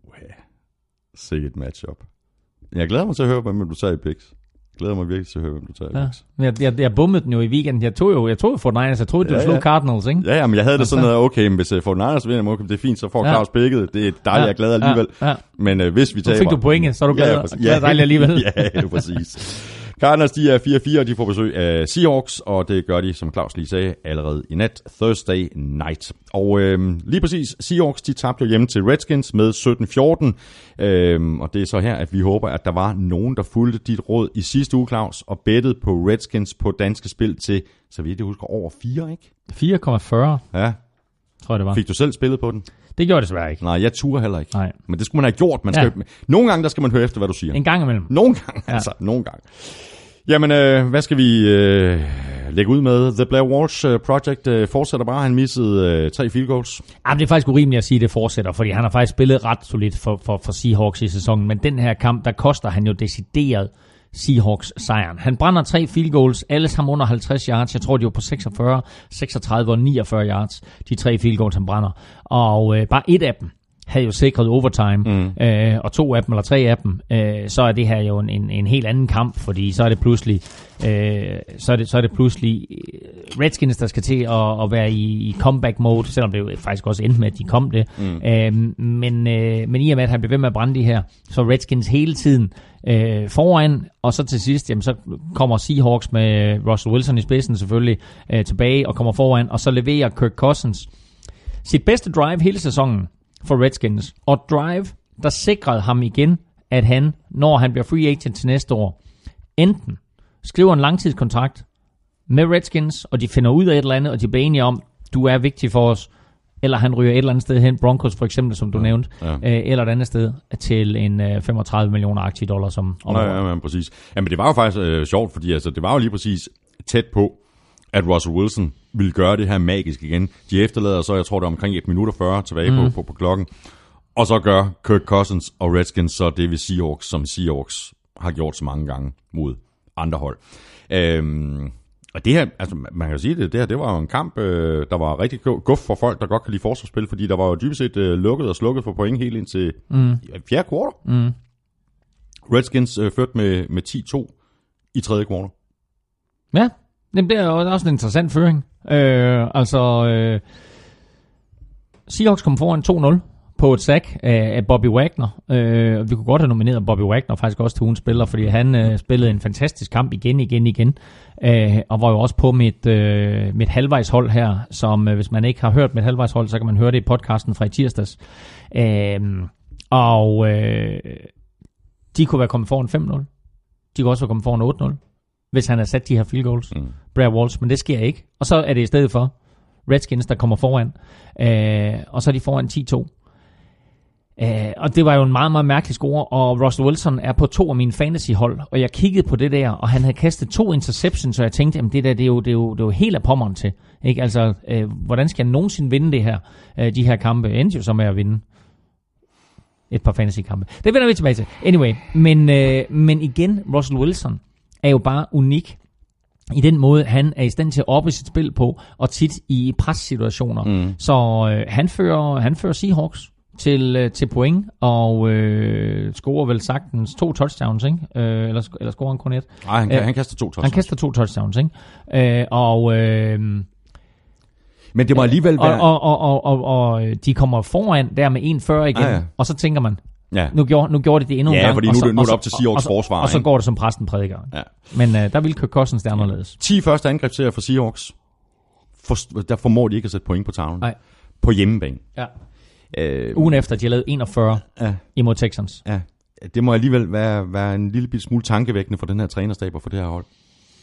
Sikkert matchup. Jeg glæder mig til at høre, hvem du tager i picks. Jeg glæder mig virkelig til at høre, hvem du tager i ja. picks. Jeg, jeg, jeg bummede den jo i weekenden. Jeg tog jo, jeg tog jo forty-niners. Jeg troede, du ja, slog ja. Cardinals, ikke? Ja, ja, men jeg havde det sådan noget, okay, men hvis uh, forty-niners vinder, okay, det er fint, så får ja. Claus picket. Det er dejligt, ja. jeg er glad alligevel. Ja. Ja. Men uh, hvis vi taber... Så fik du pointet, så er du glad. Ja, ja, ja, dejligt alligevel. Ja, det er præcis. Cardinals, de er fire fire, og de får besøg af Seahawks, og det gør de, som Claus lige sagde, allerede i nat, Thursday night. Og øhm, lige præcis, Seahawks, de tabte jo hjemme til Redskins med sytten fjorten, øhm, og det er så her, at vi håber, at der var nogen, der fulgte dit råd i sidste uge, Claus, og bettede på Redskins på danske spil til, så vidt jeg husker, over fire, ikke? fire komma fyrre, Ja. tror jeg det var. Fik du selv spillet på den? Det gjorde det desværre ikke. Nej, jeg turer heller ikke. Nej. Men det skulle man have gjort. Man skal, ja. Nogle gange, der skal man høre efter, hvad du siger. En gang imellem. Nogle gange, ja. altså. Nogle gange. Jamen, øh, hvad skal vi øh, lægge ud med? The Blair Walsh Project øh, fortsætter bare. Han missede øh, tre field goals. Jamen, det er faktisk urimeligt at sige, at det fortsætter, fordi han har faktisk spillet ret solidt for, for, for Seahawks i sæsonen. Men den her kamp, der koster han jo decideret Seahawks sejren. Han brænder tre field goals, alle sammen under halvtreds yards. Jeg tror, de var på seksogfyrre, seksogtredive og niogfyrre yards, de tre field goals, han brænder. Og øh, bare et af dem havde jo sikret overtime, mm. øh, og to af dem, eller tre af dem, øh, så er det her jo en, en, en helt anden kamp, fordi så er det pludselig, øh, så er det, så er det pludselig Redskins, der skal til at, at være i, i comeback mode, selvom det jo faktisk også endte med, at de kom det. Mm. Øh, men, øh, men i og med, at han blev ved med at brænde de her, så Redskins hele tiden øh, foran, og så til sidst, jamen, så kommer Seahawks med Russell Wilson i spidsen selvfølgelig øh, tilbage og kommer foran, og så leverer Kirk Cousins sit bedste drive hele sæsonen for Redskins, og drive, der sikrede ham igen, at han, når han bliver free agent til næste år, enten skriver en langtidskontrakt med Redskins, og de finder ud af et eller andet, og de bliver enige om, du er vigtig for os, eller han ryger et eller andet sted hen, Broncos for eksempel, som du ja, nævnte, ja. øh, eller et andet sted, til en øh, femogtredive millioner aktiedollar som område. Ja, ja, ja, præcis. Jamen, det var jo faktisk øh, sjovt, fordi altså, det var jo lige præcis tæt på, at Russell Wilson ville gøre det her magisk igen. De efterlader så, jeg tror, det er omkring et minut og fyrre tilbage mm. på, på, på klokken. Og så gør Kirk Cousins og Redskins så det ved Seahawks, som Seahawks har gjort så mange gange mod andre hold. Øhm, og det her, altså man kan jo sige det, det her, det var jo en kamp, øh, der var rigtig guf for folk, der godt kan lide forsvarsspil, fordi der var jo dybest set øh, lukket og slukket for point helt ind til mm. fjerde kvartal. Mm. Redskins øh, førte med, med ti to i tredje kvartal. Ja. Jamen, det er jo også en interessant føring. Øh, altså, øh, Seahawks kom foran to nul på et sack af, af Bobby Wagner. Øh, vi kunne godt have nomineret Bobby Wagner faktisk også til ugens spiller, fordi han øh, spillede en fantastisk kamp igen, igen, igen. Øh, og var jo også på mit, øh, mit halvvejshold her, som øh, hvis man ikke har hørt mit halvvejshold, så kan man høre det i podcasten fra i tirsdags. Øh, og øh, de kunne være kommet foran fem nul. De kunne også være kommet foran otte nul. Hvis han har sat de her field goals. Mm. Blair Walsh, men det sker ikke. Og så er det i stedet for Redskins, der kommer foran. Øh, og så er de foran ti to. Øh, og det var jo en meget, meget mærkelig score, og Russell Wilson er på to af mine fantasyhold, og jeg kiggede på det der, og han havde kastet to interceptions, så jeg tænkte, jamen det der, det er jo, det er jo, det er jo helt af pommeren til. Ikke? Altså, øh, hvordan skal jeg nogensinde vinde det her, øh, de her kampe? Endte jo så med at vinde et par fantasy-kampe. Det vender vi tilbage til. Anyway, men, øh, men igen, Russell Wilson er jo bare unik i den måde, han er i stand til at oppe sit spil på, og tit i pressituationer. Mm. Så øh, han, fører, han fører Seahawks til, øh, til point, og øh, scorer vel sagtens to touchdowns, ikke? Øh, eller, eller scorer han kun et? Nej, han, øh, han kaster to touchdowns. Han kaster to touchdowns, ikke? Øh, og... Øh, Men det må alligevel være... Og, og, og, og, og de kommer foran der med en fyrre igen, ah, ja. Og så tænker man, ja. nu, gjorde, nu gjorde det det endnu en ja, gang. Ja, fordi nu, så, nu er det op til Seahawks forsvar. Og så går det som præsten prædiker. Ja. Men uh, der vil Kirk Cousins det anderledes. ti første angrebsserier for Seahawks. For, der formår de ikke at sætte point på tavlen. Nej. På hjemmebane. Ja. Øh, Ugen efter, de har lavet enogfyrre ja. imod Texans. Ja. Det må alligevel være, være en lille smule tankevækkende for den her trænerstab og for det her hold.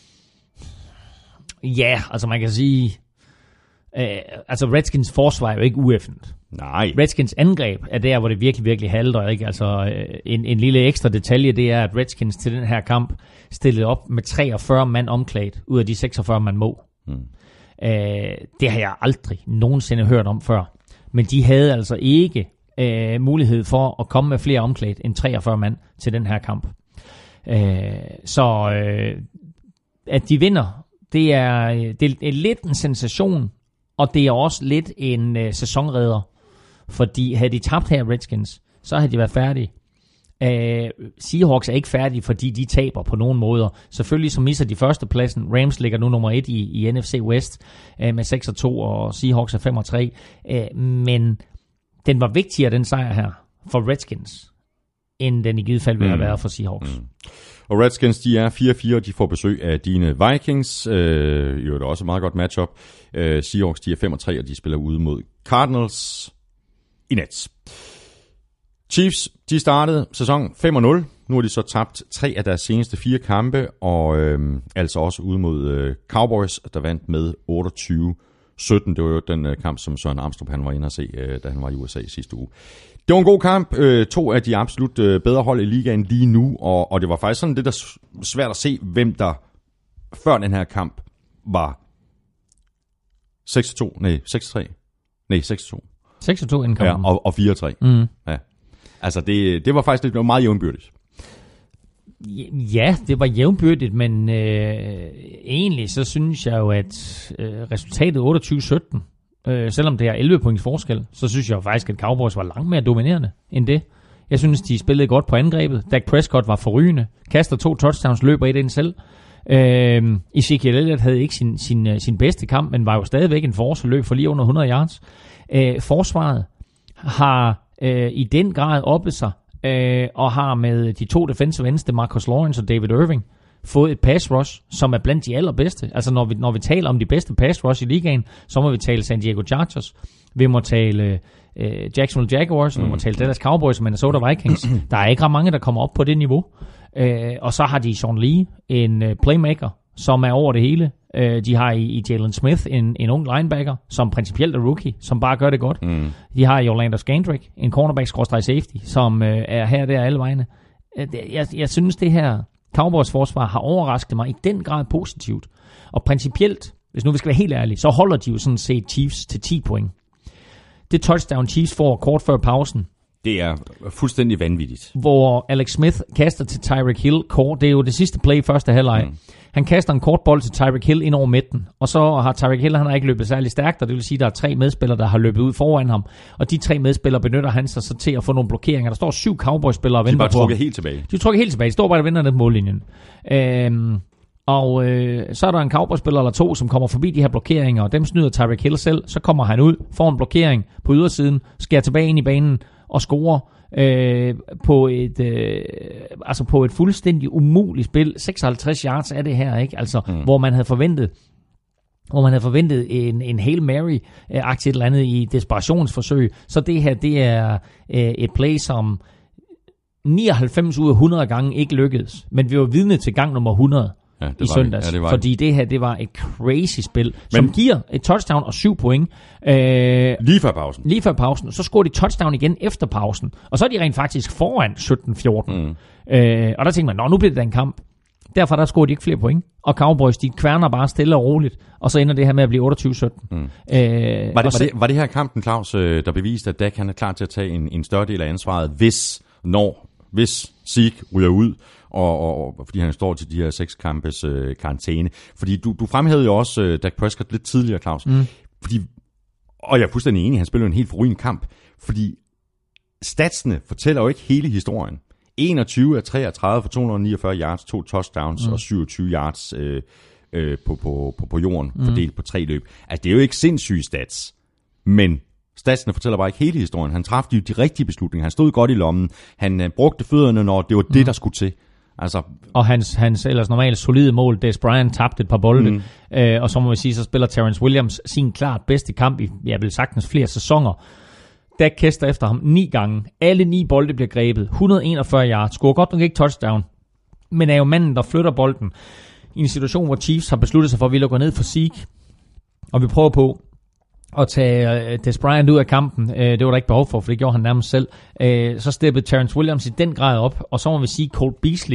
Ja, altså man kan sige... Uh, altså Redskins forsvar er jo ikke ueffent. Nej. Redskins angreb er der, hvor det virkelig, virkelig halter. Ikke? Altså uh, en, en lille ekstra detalje, det er, at Redskins til den her kamp stillede op med treogfyrre mand omklædt, ud af de seksogfyrre man må. Mm. Uh, det har jeg aldrig nogensinde hørt om før. Men de havde altså ikke uh, mulighed for at komme med flere omklædt end treogfyrre mand til den her kamp. Uh, så uh, at de vinder, det er, det er lidt en sensation. Og det er også lidt en øh, sæsonredder, fordi havde de tabt her Redskins, så havde de været færdige. Øh, Seahawks er ikke færdige, fordi de taber på nogen måder. Selvfølgelig så misser de førstepladsen. Rams ligger nu nummer et i, i N F C West øh, med seks og to, og Seahawks er fem og tre. Øh, men den var vigtigere, den sejr her, for Redskins, end den i givet fald ville have været for Seahawks. Mm. Og Redskins, de er fire fire, og de får besøg af dine Vikings. Øh, jo, det er også et meget godt matchup. Øh, Seahawks, de er fem og tre, og de spiller ude mod Cardinals i nat. Chiefs, de startede sæson fem og nul. Nu har de så tabt tre af deres seneste fire kampe, og øh, altså også ude mod øh, Cowboys, der vandt med otteogtyve sytten. Det var jo den øh, kamp, som Søren Armstrong han var inde at se, øh, da han var i U S A sidste uge. Det var en god kamp. Øh, to af de absolut øh, bedre hold i ligaen lige nu, og, og det var faktisk sådan lidt der svært at se, hvem der før den her kamp var seks to, nej, seks tre, nej, seks to. seks to inden kampen. Ja, og, og fire tre. Mm. Ja. Altså, det, det var faktisk lidt meget jævnbyrdigt. Ja, det var jævnbyrdigt, men øh, egentlig så synes jeg jo, at øh, resultatet otteogtyve sytten, øh, selvom det er elleve points forskel, så synes jeg jo faktisk, at Cowboys var langt mere dominerende end det. Jeg synes, de spillede godt på angrebet. Dak Prescott var forrygende, kaster to touchdowns, løber et ind selv. Øh, Ezekiel Elliott havde ikke sin, sin, sin bedste kamp, men var jo stadigvæk en force løb for lige under hundrede yards. Øh, forsvaret har øh, i den grad oppet sig, øh, og har med de to defensive ends, Marcus Lawrence og David Irving, fået et pass rush, som er blandt de allerbedste. Altså når vi, når vi taler om de bedste pass rush i ligaen, så må vi tale San Diego Chargers, vi må tale øh, Jacksonville Jaguars, mm. vi må tale Dallas Cowboys og Minnesota Vikings. Der er ikke ret mange, der kommer op på det niveau. Øh, og så har de Sean Lee, en øh, playmaker, som er over det hele. Øh, de har i, i Jalen Smith en, en ung linebacker, som principielt er rookie, som bare gør det godt. Mm. De har i Orlando Scandrick en cornerback-safety, som øh, er her og der alle vegne. Jeg, jeg synes, det her Cowboys forsvar har overrasket mig i den grad positivt. Og principielt, hvis nu vi skal være helt ærlige, så holder de jo sådan set Chiefs til ti point. Det touchdown Chiefs får kort før pausen, det er fuldstændig vanvittigt. Hvor Alex Smith kaster til Tyreek Hill kort. Det er jo det sidste play i første halvleg. Mm. Han kaster en kort bold til Tyreek Hill ind over midten. Og så har Tyreek Hill, han har ikke løbet særlig stærkt, og det vil sige, at der er tre medspillere, der har løbet ud foran ham. Og de tre medspillere benytter han sig så til at få nogle blokeringer. Der står syv Cowboys-spillere og venter på. De er bare trukket helt tilbage. De er trukket helt tilbage. De står bare og venter ned på mållinjen. Øhm, og øh, så er der en Cowboys-spiller eller to, som kommer forbi de her blokeringer, og dem snyder Tyreek Hill selv. Så kommer han ud, får en blokering på ydersiden, skærer tilbage ind i banen og scorer øh, på et øh, altså på et fuldstændig umuligt spil. seksoghalvtreds yards er det her, ikke? Altså mm. hvor man havde forventet hvor man havde forventet en en Hail Mary-aktie et eller andet i desperationsforsøg. Så det her, det er øh, et play, som nioghalvfems ud af hundrede gange ikke lykkedes. Men vi var vidne til gang nummer hundrede. Ja, i søndags, ja, det fordi det her, det var et crazy spil, men, som giver et touchdown og syv point. Øh, lige før pausen. Lige før pausen. Så scorer de touchdown igen efter pausen. Og så er de rent faktisk foran sytten fjorten. Mm. Øh, og der tænker man, nå, nu bliver det da en kamp. Derfor der scorer de ikke flere point. Og Cowboys, de kværner bare stille og roligt. Og så ender det her med at blive otteogtyve sytten. Mm. Øh, var, det, var, det, var det her kampen, Claus, der beviste, at Dak han er klar til at tage en, en større del af ansvaret, hvis, når, hvis Zeke ryger ud, Og, og, og fordi han står til de her seks kampes øh, karantæne. Fordi du, du fremhævede jo også øh, Dak Prescott lidt tidligere, Claus. Mm. Fordi, og jeg er fuldstændig enig, han spiller en helt forrygende kamp. Fordi statsene fortæller jo ikke hele historien. enogtyve af treogtredive for to hundrede niogfyrre yards, to touchdowns mm. og syvogtyve yards øh, øh, på, på, på, på jorden, mm. fordelt på tre løb. Altså, det er jo ikke sindssyge stats. Men statsene fortæller bare ikke hele historien. Han træffede jo de rigtige beslutninger. Han stod godt i lommen. Han øh, brugte fødderne, når det var mm. det, der skulle til. Altså. Og hans, hans ellers normalt solide mål, Dez Bryant tabte et par bolde, mm. øh, og så må vi sige, så spiller Terrence Williams sin klart bedste kamp i, jeg vil sagtens flere sæsoner. Dak kaster efter ham ni gange. Alle ni bolde bliver grebet. et hundrede og enogfyrre yards. Scorer godt nok ikke touchdown, men er jo manden, der flytter bolden i en situation, hvor Chiefs har besluttet sig for, at vi vil gå ned for Zeke, og vi prøver på at tage uh, Dez Bryant ud af kampen. Uh, det var der ikke behov for, for det gjorde han nærmest selv. Uh, så steppede Terrence Williams i den grad op, og så må vi sige, Cole Beasley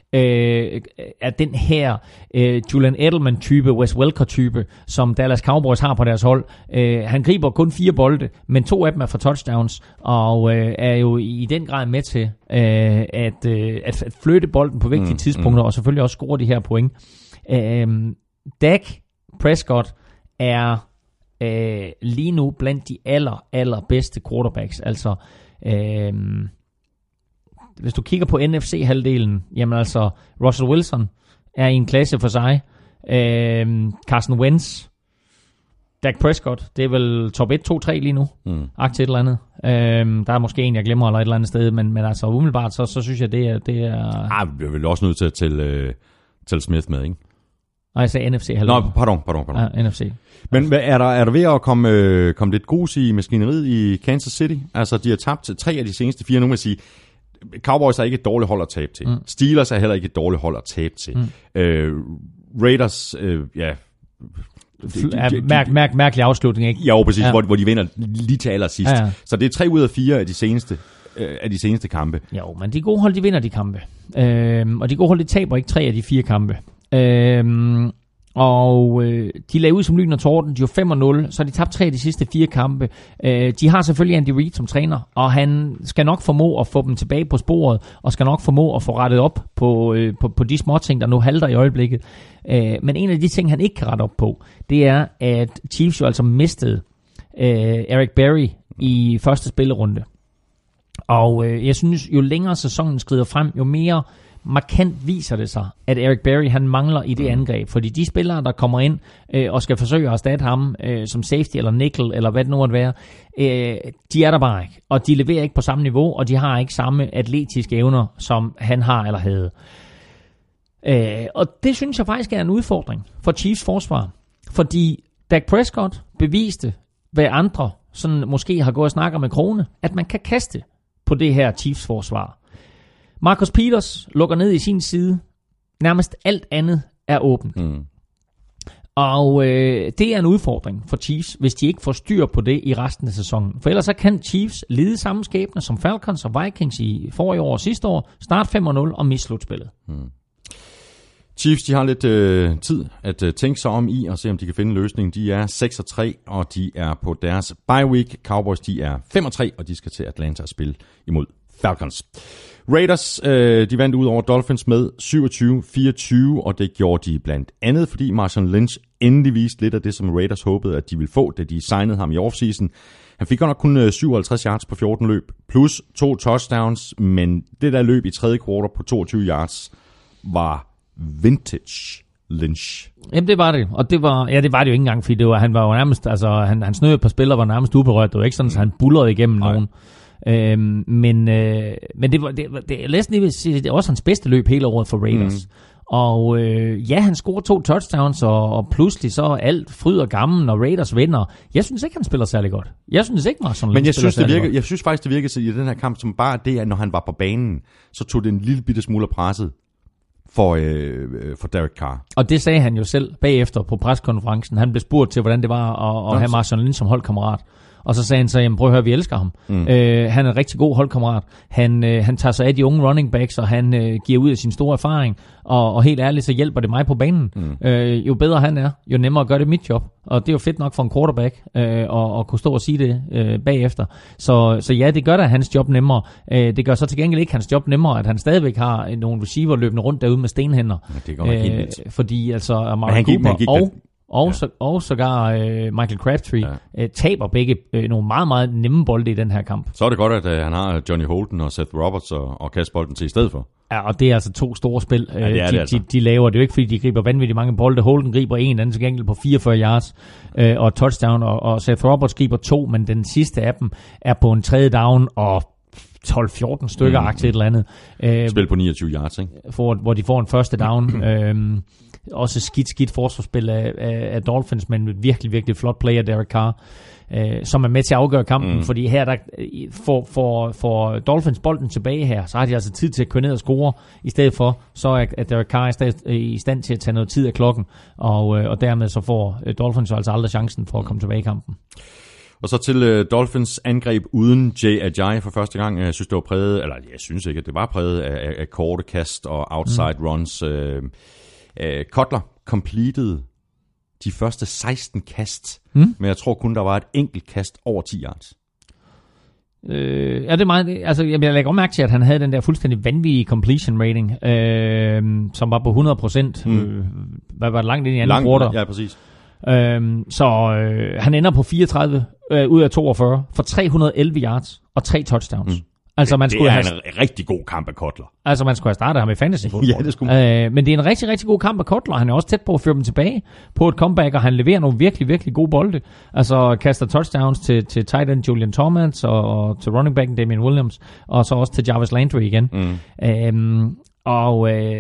uh, er den her uh, Julian Edelman-type, Wes Welker-type, som Dallas Cowboys har på deres hold. Uh, han griber kun fire bolde, men to af dem er for touchdowns, og uh, er jo i den grad med til uh, at, uh, at, at flytte bolden på vigtige mm, tidspunkter, mm. og selvfølgelig også score de her point. Uh, Dak Prescott er Øh, lige nu blandt de aller, aller bedste quarterbacks. Altså, øh, hvis du kigger på N F C-halvdelen, jamen altså, Russell Wilson er i en klasse for sig. Øh, Carson Wentz, Dak Prescott, det er vel top et, to, tre lige nu. Mm. Aktivt et eller andet. Øhm, der er måske en, jeg glemmer eller et eller andet sted, men, men altså umiddelbart, så, så synes jeg, det er... Det er... Ah, vi er vel også nødt til at tælle, uh, tælle Smith med, ikke? Nej, jeg sagde N F C. Nå, pardon, pardon, pardon. Ja, N F C. Men er der, er der ved at komme, øh, komme lidt grus i maskineriet i Kansas City? Altså, de har tabt tre af de seneste fire. Nu må jeg sige, Cowboys er ikke et dårligt hold at tabe til. Mm. Steelers er heller ikke et dårligt hold at tabe til. Mm. Øh, Raiders, øh, ja... De, de, de, mærk, mærk, mærkelig afslutning, ikke? Jo, præcis, ja. hvor, hvor de vinder lige til allersidst. Ja, ja. Så det er tre ud af fire af de seneste, øh, af de seneste kampe. Jo, men de gode hold, de vinder de kampe. Øhm, og de gode hold, de taber ikke tre af de fire kampe. Øhm, og øh, de lagde ud som lyn og torden, de var fem og nul, så har de tabt tre af de sidste fire kampe. Øh, de har selvfølgelig Andy Reid som træner, og han skal nok formå at få dem tilbage på sporet, og skal nok formå at få rettet op på, øh, på, på de små ting, der nu halter i øjeblikket. Øh, men en af de ting, han ikke kan rette op på, det er, at Chiefs jo altså mistede øh, Eric Berry i første spillerunde. Og øh, jeg synes, jo længere sæsonen skrider frem, jo mere markant viser det sig, at Eric Berry han mangler i det angreb. Fordi de spillere, der kommer ind øh, og skal forsøge at erstatte ham øh, som safety eller nickel, eller hvad det nu måtte være, øh, de er der bare ikke. Og de leverer ikke på samme niveau, og de har ikke samme atletiske evner, som han har eller havde. Øh, og det synes jeg faktisk er en udfordring for Chiefs forsvar. Fordi Dak Prescott beviste, hvad andre sådan måske har gået og snakker med krone, at man kan kaste på det her Chiefs forsvar. Marcus Peters lukker ned i sin side. Nærmest alt andet er åbent. Mm. Og øh, det er en udfordring for Chiefs, hvis de ikke får styr på det i resten af sæsonen. For ellers så kan Chiefs lide samme skæbne som Falcons og Vikings i forrige år og sidste år. Start fem og nul og miste slutspillet. Mm. Chiefs, de har lidt øh, tid at øh, tænke sig om i og se, om de kan finde en løsning. De er seks og tre, og de er på deres bye week. Cowboys, de er fem og tre, og de skal til Atlanta og spille imod Falcons. Raiders, øh, de vandt ud over Dolphins med syvogtyve fireogtyve, og det gjorde de blandt andet, fordi Marshawn Lynch endelig viste lidt af det, som Raiders håbede, at de ville få, da de signede ham i offseason. Han fik godt nok kun syvoghalvtreds yards på fjorten løb, plus to touchdowns, men det der løb i tredje kvartal på toogtyve yards var vintage Lynch. Jamen det var det, og det var, ja, det var det jo ikke engang, fordi det var, han var jo nærmest, altså han, han snød på spillere var nærmest uberørt, det var ikke sådan, at han bullerede igennem Nej. nogen. Øhm, men øh, men det var det, det, jeg læste lige sige, det er også hans bedste løb hele året for Raiders. Mm. Og øh, ja, han scorer to touchdowns, og, og pludselig så er alt fryd og gammel, og Raiders vinder. Jeg synes ikke, han spiller særlig godt. Jeg synes ikke, Marshawn Lynch Men jeg synes, det virker, godt. jeg synes faktisk, det virker i den her kamp, som bare det, at når han var på banen, så tog det en lille bitte smule presset for, øh, for Derek Carr. Og det sagde han jo selv bagefter på preskonferencen. Han blev spurgt til, hvordan det var at, at have Marshawn Lynch som holdkammerat. Og så sagde han så, jamen prøv at høre, vi elsker ham. Mm. Øh, han er en rigtig god holdkammerat. Han, øh, han tager sig af de unge running backs, og han øh, giver ud af sin store erfaring. Og, og helt ærligt, så hjælper det mig på banen. Mm. Øh, jo bedre han er, jo nemmere gør det mit job. Og det er jo fedt nok for en quarterback øh, at, at kunne stå og sige det øh, bagefter. Så, så ja, det gør da hans job nemmere. Øh, det gør så til gengæld ikke hans job nemmere, at han stadigvæk har nogle receiver løbende rundt derude med stenhænder. Ja, det går nok helt vildt. Øh, fordi altså Amari Cooper og... Og, ja. så, og sågar øh, Michael Crabtree ja. øh, taber begge øh, nogle meget, meget nemme bolde i den her kamp. Så er det godt, at øh, han har Johnny Holden og Seth Roberts og, og kaste bolden til i stedet for. Ja, og det er altså to store spil, ja, det er de, det altså. de, de laver. Det er jo ikke, fordi de griber vanvittigt mange bolde. Holden griber en, anden til gengæld på fireogfyrre yards øh, og touchdown, og, og Seth Roberts griber to, men den sidste af dem er på en tredje down og tolv fjorten stykker mm. aktie et eller andet. Øh, Spil på niogtyve yards, ikke? For, hvor de får en første down. øh, Også skidt, skidt forsvarsspil af, af, af Dolphins, men virkelig, virkelig flot player, Derek Carr, øh, som er med til at afgøre kampen, mm. fordi her der får for, for Dolphins bolden tilbage her, så har de altså tid til at køre ned og score, i stedet for, så er Derek Carr i stand, i stand til at tage noget tid af klokken, og, øh, og dermed så får Dolphins altså aldrig chancen for at komme tilbage i kampen. Og så til uh, Dolphins angreb uden Jay Ajayi for første gang. Jeg synes, det var præget, eller jeg synes ikke, at det var præget af, af, af korte kast og outside mm. runs. Uh, uh, Cutler completed de første seksten kast, mm. men jeg tror kun, der var et enkelt kast over ti yards. Øh, ja, det er meget, altså jeg lægger også mærke til, at han havde den der fuldstændig vanvittige completion rating, øh, som var på hundrede procent. Mm. Øh, hvad var det langt ind i anden quarter? Ja, præcis. Øhm, så øh, han ender på fireogtredive øh, ud af toogfyrre for tre hundrede og elleve yards og tre touchdowns. Mm. Altså, man det skulle er have, en rigtig god kamp af Cutler. altså, man skulle have startet ham i fantasy football. Ja, det skulle man. Øh, men det er en rigtig, rigtig god kamp af Cutler. Han er også tæt på at føre dem tilbage på et comeback, og han leverer nogle virkelig, virkelig gode bolde. Altså, kaster touchdowns til, til tight end Julian Thomas, og, og til running backen Damien Williams, og så også til Jarvis Landry igen. Mm. Øhm, og øh,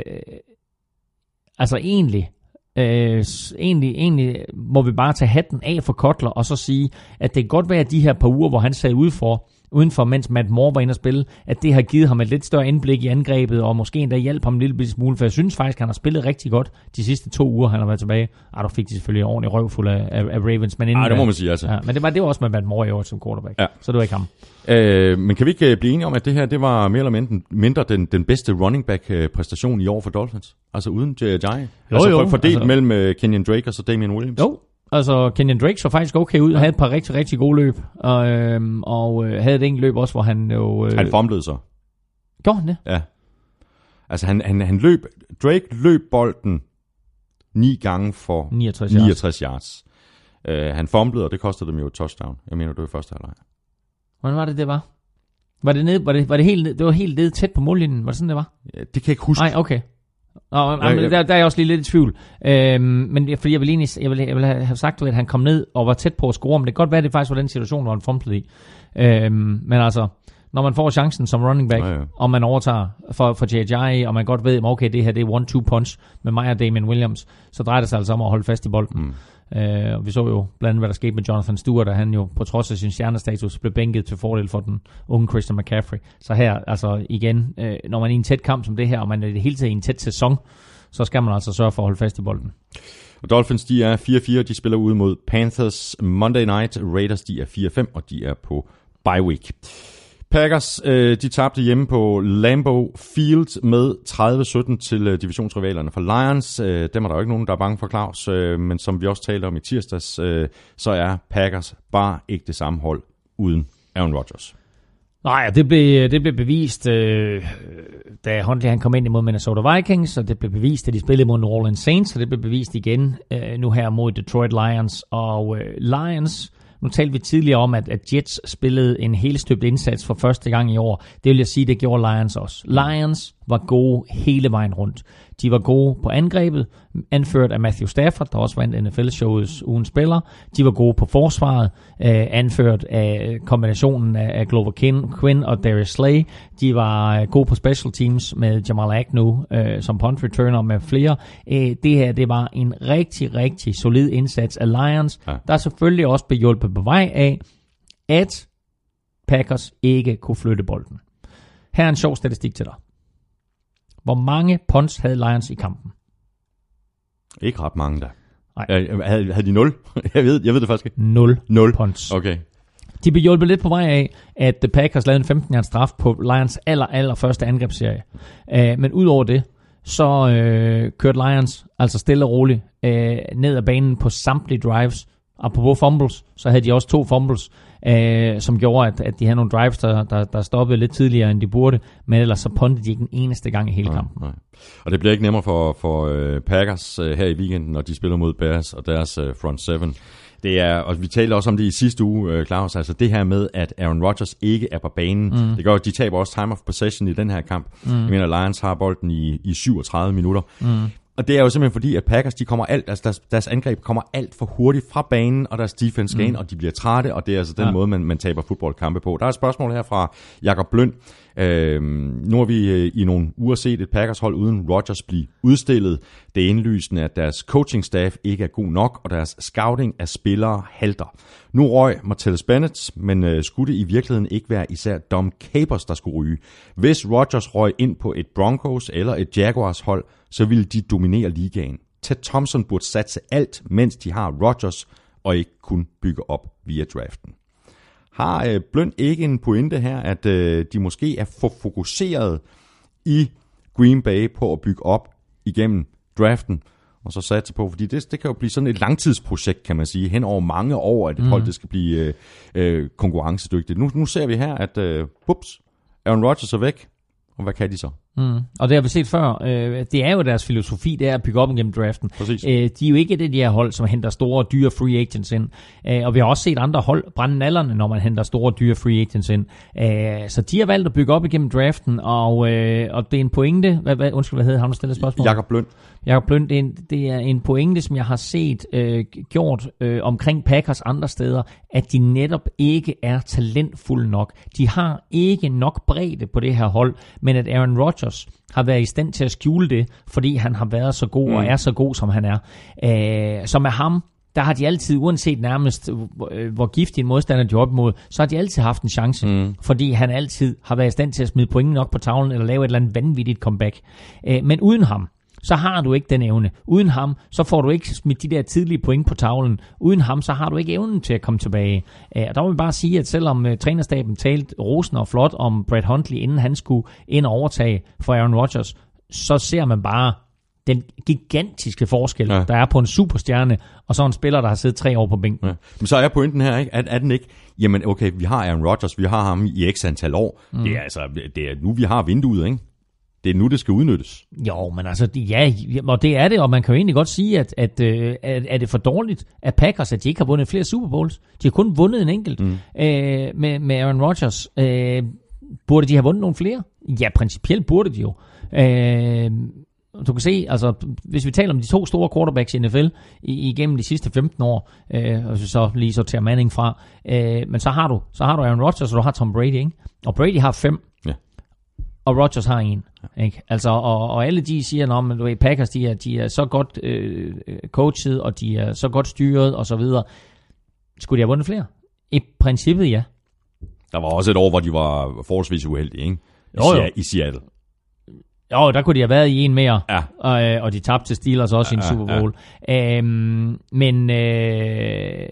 altså, egentlig... Øh, egentlig, egentlig må vi bare tage hatten af for Cutler, og så sige, at det kan godt være, at de her par uger, hvor han sad ude for, udenfor, mens Matt Moore var inde at spille, at det har givet ham et lidt større indblik i angrebet, og måske endda hjælp ham en lille smule, for jeg synes faktisk, at han har spillet rigtig godt de sidste to uger, han har været tilbage. Ej, der fik de selvfølgelig en ordentlig røvfuld af, af, af Ravens, men inden... Ej, det må man sige, altså. Ja, men det var, det var også med Matt Moore i år som quarterback, ja. Så det var ikke ham. Øh, men kan vi ikke blive enige om, at det her, det var mere eller mindre, mindre den, den bedste running back præstation i år for Dolphins? Altså uden J J. Altså jo, fordelt altså, mellem Kenyon Drake og så Damien Williams? Jo. Altså, Kenyon Drake så faktisk okay ud, ja. Havde et par rigtig, rigtig gode løb, og, øhm, og øh, havde et enkelt løb også, hvor han jo... Øh, han fumblede så. Gjorde han det? Ja. Altså, han, han, han løb... Drake løb bolden ni gange for niogtres yards. niogtres yards. Uh, han fumblede, og det kostede dem jo et touchdown. Jeg mener, det var første halvleg. Hvordan var det, det var? Var det, nede, var det, var det, helt, ned, det var helt nede tæt på mållinjen? Var det sådan, det var? Ja, det kan jeg ikke huske. Nej, okay. Nå, ja, ja. Der, der er jeg også lige lidt i tvivl. Øhm, men fordi jeg vil egentlig, jeg vil, jeg vil have sagt, at han kom ned og var tæt på at score, men det kan godt være, at det faktisk var den situation, hvor han fumblede i. Øhm, men altså, når man får chancen som running back, ja, ja. Og man overtager for, for J J, og man godt ved, at okay, det her det er one-two punch med mig og Damien Williams, så drejer det sig altså om at holde fast i bolden. Mm. Uh, og vi så jo blandt andet, hvad der skete med Jonathan Stewart, og han jo på trods af sin stjernestatus blev bænket til fordel for den unge Christian McCaffrey. Så her, altså igen, uh, når man er i en tæt kamp som det her, og man er i det hele taget i en tæt sæson, så skal man altså sørge for at holde fast i bolden. Og Dolphins, de er fire fire, de spiller ude mod Panthers Monday Night. Raiders, de er fire fem, og de er på bye week. Packers, øh, de tabte hjemme på Lambeau Field med tredive sytten til øh, divisionsrivalerne for Lions. Øh, dem er der jo ikke nogen, der er bange for, Claus, øh, men som vi også talte om i tirsdags, øh, så er Packers bare ikke det samme hold uden Aaron Rodgers. Nej, det blev, det blev bevist, øh, da Huntley han kom ind imod Minnesota Vikings, og det blev bevist, da de spillede mod New Orleans Saints, og det blev bevist igen øh, nu her mod Detroit Lions. Og øh, Lions, nu talte vi tidligere om, at, at Jets spillede en helstøbt indsats for første gang i år. Det vil jeg sige, det gjorde Lions også. Lions var gode hele vejen rundt. De var gode på angrebet, anført af Matthew Stafford, der også vandt N F L-showets ugens spiller. De var gode på forsvaret, øh, anført af kombinationen af, af Glover Quinn og Darius Slay. De var gode på special teams med Jamal Agnew øh, som punt returner med flere. Øh, det her, det var en rigtig, rigtig solid indsats af Lions, ja. Der selvfølgelig også blev hjulpet på vej af, at Packers ikke kunne flytte bolden. Her er en sjov statistik til dig. Hvor mange punts havde Lions i kampen? Ikke ret mange da. Nej. Havde, havde de nul? jeg, ved, jeg ved det faktisk ikke. Nul, nul. punts. Okay. De blev hjulpet lidt på vej af, at The Packers lavede en femten yards straf på Lions aller, aller første angrebsserie. Uh, men ud over det, så uh, kørte Lions altså stille og roligt uh, ned ad banen på samtlige drives. Apropos fumbles, så havde de også to fumbles, øh, som gjorde, at, at de havde nogle drives, der, der, der stoppede lidt tidligere, end de burde, men ellers så puntede de ikke den eneste gang i hele nej, kampen. Nej. Og det bliver ikke nemmere for, for uh, Packers uh, her i weekenden, når de spiller mod Bears og deres uh, front seven. Det er, og vi talte også om det i sidste uge, uh, Claus, altså det her med, at Aaron Rodgers ikke er på banen. Mm. Det gør, at de taber også time of possession i den her kamp. Mm. Jeg mener, Lions har bolden i, i syvogtredive minutter. Mm. Og det er jo simpelthen fordi, at Packers, de kommer alt, altså deres, deres angreb kommer alt for hurtigt fra banen, og deres defense skal ind, mm. og de bliver trætte, og det er altså den ja. måde, man, man taber fodboldkampe på. Der er et spørgsmål her fra Jakob Blønd. Øhm, nu har vi øh, i nogle uger set et Packers-hold uden Rodgers blive udstillet. Det er indlysende, at deres coaching-staff ikke er god nok, og deres scouting af spillere halter. Nu røg Martellus Bennett, men øh, skulle det i virkeligheden ikke være især Dom Capers, der skulle ryge? Hvis Rodgers røg ind på et Broncos eller et Jaguars-hold, så ville de dominere ligaen. Ted Thompson burde satse alt, mens de har Rodgers, og ikke kun bygge op via draften. Har øh, Blønd ikke en pointe her, at øh, de måske er for fokuseret i Green Bay på at bygge op igennem draften, og så satse på, fordi det, det kan jo blive sådan et langtidsprojekt, kan man sige, hen over mange år, at et mm. hold det skal blive øh, øh, konkurrencedygtigt. Nu, nu ser vi her, at øh, ups, Aaron Rodgers er væk, og hvad kan de så? Mm. Og det har vi set før. Øh, det er jo deres filosofi, det er at bygge op igennem draften. Præcis. Øh, de er jo ikke det de her hold, som henter store, dyre free agents ind. Øh, og vi har også set andre hold brænde nallerne, når man henter store, dyre free agents ind. Øh, så de har valgt at bygge op igennem draften, og, øh, og det er en pointe. Hvad, hvad, undskyld, hvad hedder han, der stiller spørgsmål? Jakob Blønd. Jakob Blønd, det er, en, det er en pointe, som jeg har set øh, gjort øh, omkring Packers andre steder, at de netop ikke er talentfulde nok. De har ikke nok bredde på det her hold, men at Aaron Rodgers har været i stand til at skjule det, fordi han har været så god mm. og er så god, som han er. Øh, så med ham, der har de altid, uanset nærmest øh, hvor giftig en modstander de er op imod, så har de altid haft en chance, mm. fordi han altid har været i stand til at smide point nok på tavlen, eller lave et eller andet vanvittigt comeback. Øh, men uden ham, så har du ikke den evne. Uden ham, så får du ikke smidt de der tidlige point på tavlen. Uden ham, så har du ikke evnen til at komme tilbage. Og der må vi bare sige, at selvom uh, trænerstaben talte rosen og flot om Brett Hundley, inden han skulle ind og overtage for Aaron Rodgers, så ser man bare den gigantiske forskel, ja. Der er på en superstjerne, og så en spiller, der har siddet tre år på bænken. Ja. Men så er pointen her, ikke? Er, er den ikke? Jamen okay, vi har Aaron Rodgers, vi har ham i x antal år. Mm. Det er altså, det er nu vi har vinduet, ikke? Det er nu, det skal udnyttes. Jo, men altså, ja, og det er det, og man kan jo egentlig godt sige, at, at, at, at er det for dårligt af Packers, at de ikke har vundet flere Super Bowls. De har kun vundet en enkelt mm. øh, med, med Aaron Rodgers. Øh, burde de have vundet nogle flere? Ja, principielt burde de jo. Øh, du kan se, altså, hvis vi taler om de to store quarterbacks i N F L igennem de sidste femten år, øh, og så lige så tager Manning fra, øh, men så har du så har du Aaron Rodgers, og du har Tom Brady, ikke? Og Brady har fem. Ja. Og Rodgers har en, ikke? Altså, og, og alle de siger, at du ved, Packers, de er, de er så godt øh, coachet, og de er så godt styret, og så videre. Skulle de have vundet flere? I princippet, ja. Der var også et år, hvor de var forholdsvis uheldige, ikke? I, jo, jo. I Seattle. Jo, der kunne de have været i en mere, ja. og, og de tabte til Steelers også ja, i en Super Bowl. Ja. Øhm, men øh,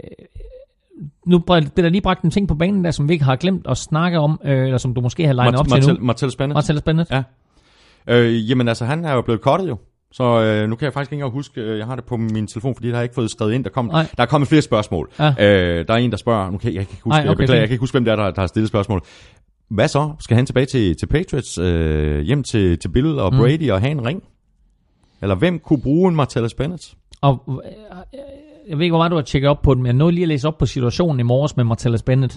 nu bliver der lige bragt en ting på banen der, som vi ikke har glemt at snakke om, øh, eller som du måske har legnet op til Martell, nu. Martellus Bennett. Martellus Bennett. Ja. Øh, jamen altså, han er jo blevet cuttet jo. Så øh, nu kan jeg faktisk ikke engang huske, øh, jeg har det på min telefon, fordi det har jeg ikke fået skrevet ind. Der, kom, der er kommet flere spørgsmål. Ja. Øh, der er en, der spørger, nu kan jeg, jeg kan ikke huske, Ej, okay, jeg beklager, jeg kan ikke huske, hvem det er, der, der har stillet spørgsmål. Hvad så? Skal han tilbage til, til Patriots, øh, hjem til, til Bill og Brady mm. og have en ring? Eller hvem kunne bruge en Martellus Bennett? Og jeg ved ikke, hvor meget du har tjekket op på den, men jeg nåede lige at læse op på situationen i morges med Martellus Bennett.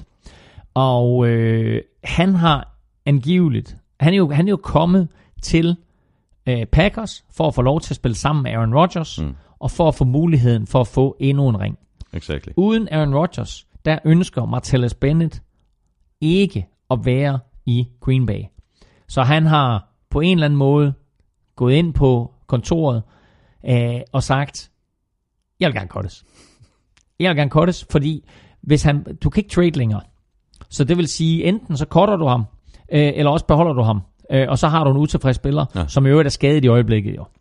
Og øh, han har angiveligt, han er jo, han er jo kommet til øh, Packers for at få lov til at spille sammen med Aaron Rodgers, mm. og for at få muligheden for at få endnu en ring. Exactly. Uden Aaron Rodgers, der ønsker Martellus Bennett ikke at være i Green Bay. Så han har på en eller anden måde gået ind på kontoret øh, og sagt, jeg vil gerne cuttes. Jeg vil gerne cuttes, fordi hvis han, du kan ikke trade længere. Så det vil sige, enten så cutter du ham, øh, eller også beholder du ham, øh, og så har du en utilfreds spiller, ja. Som i øvrigt er skadet i øjeblikket. Jo.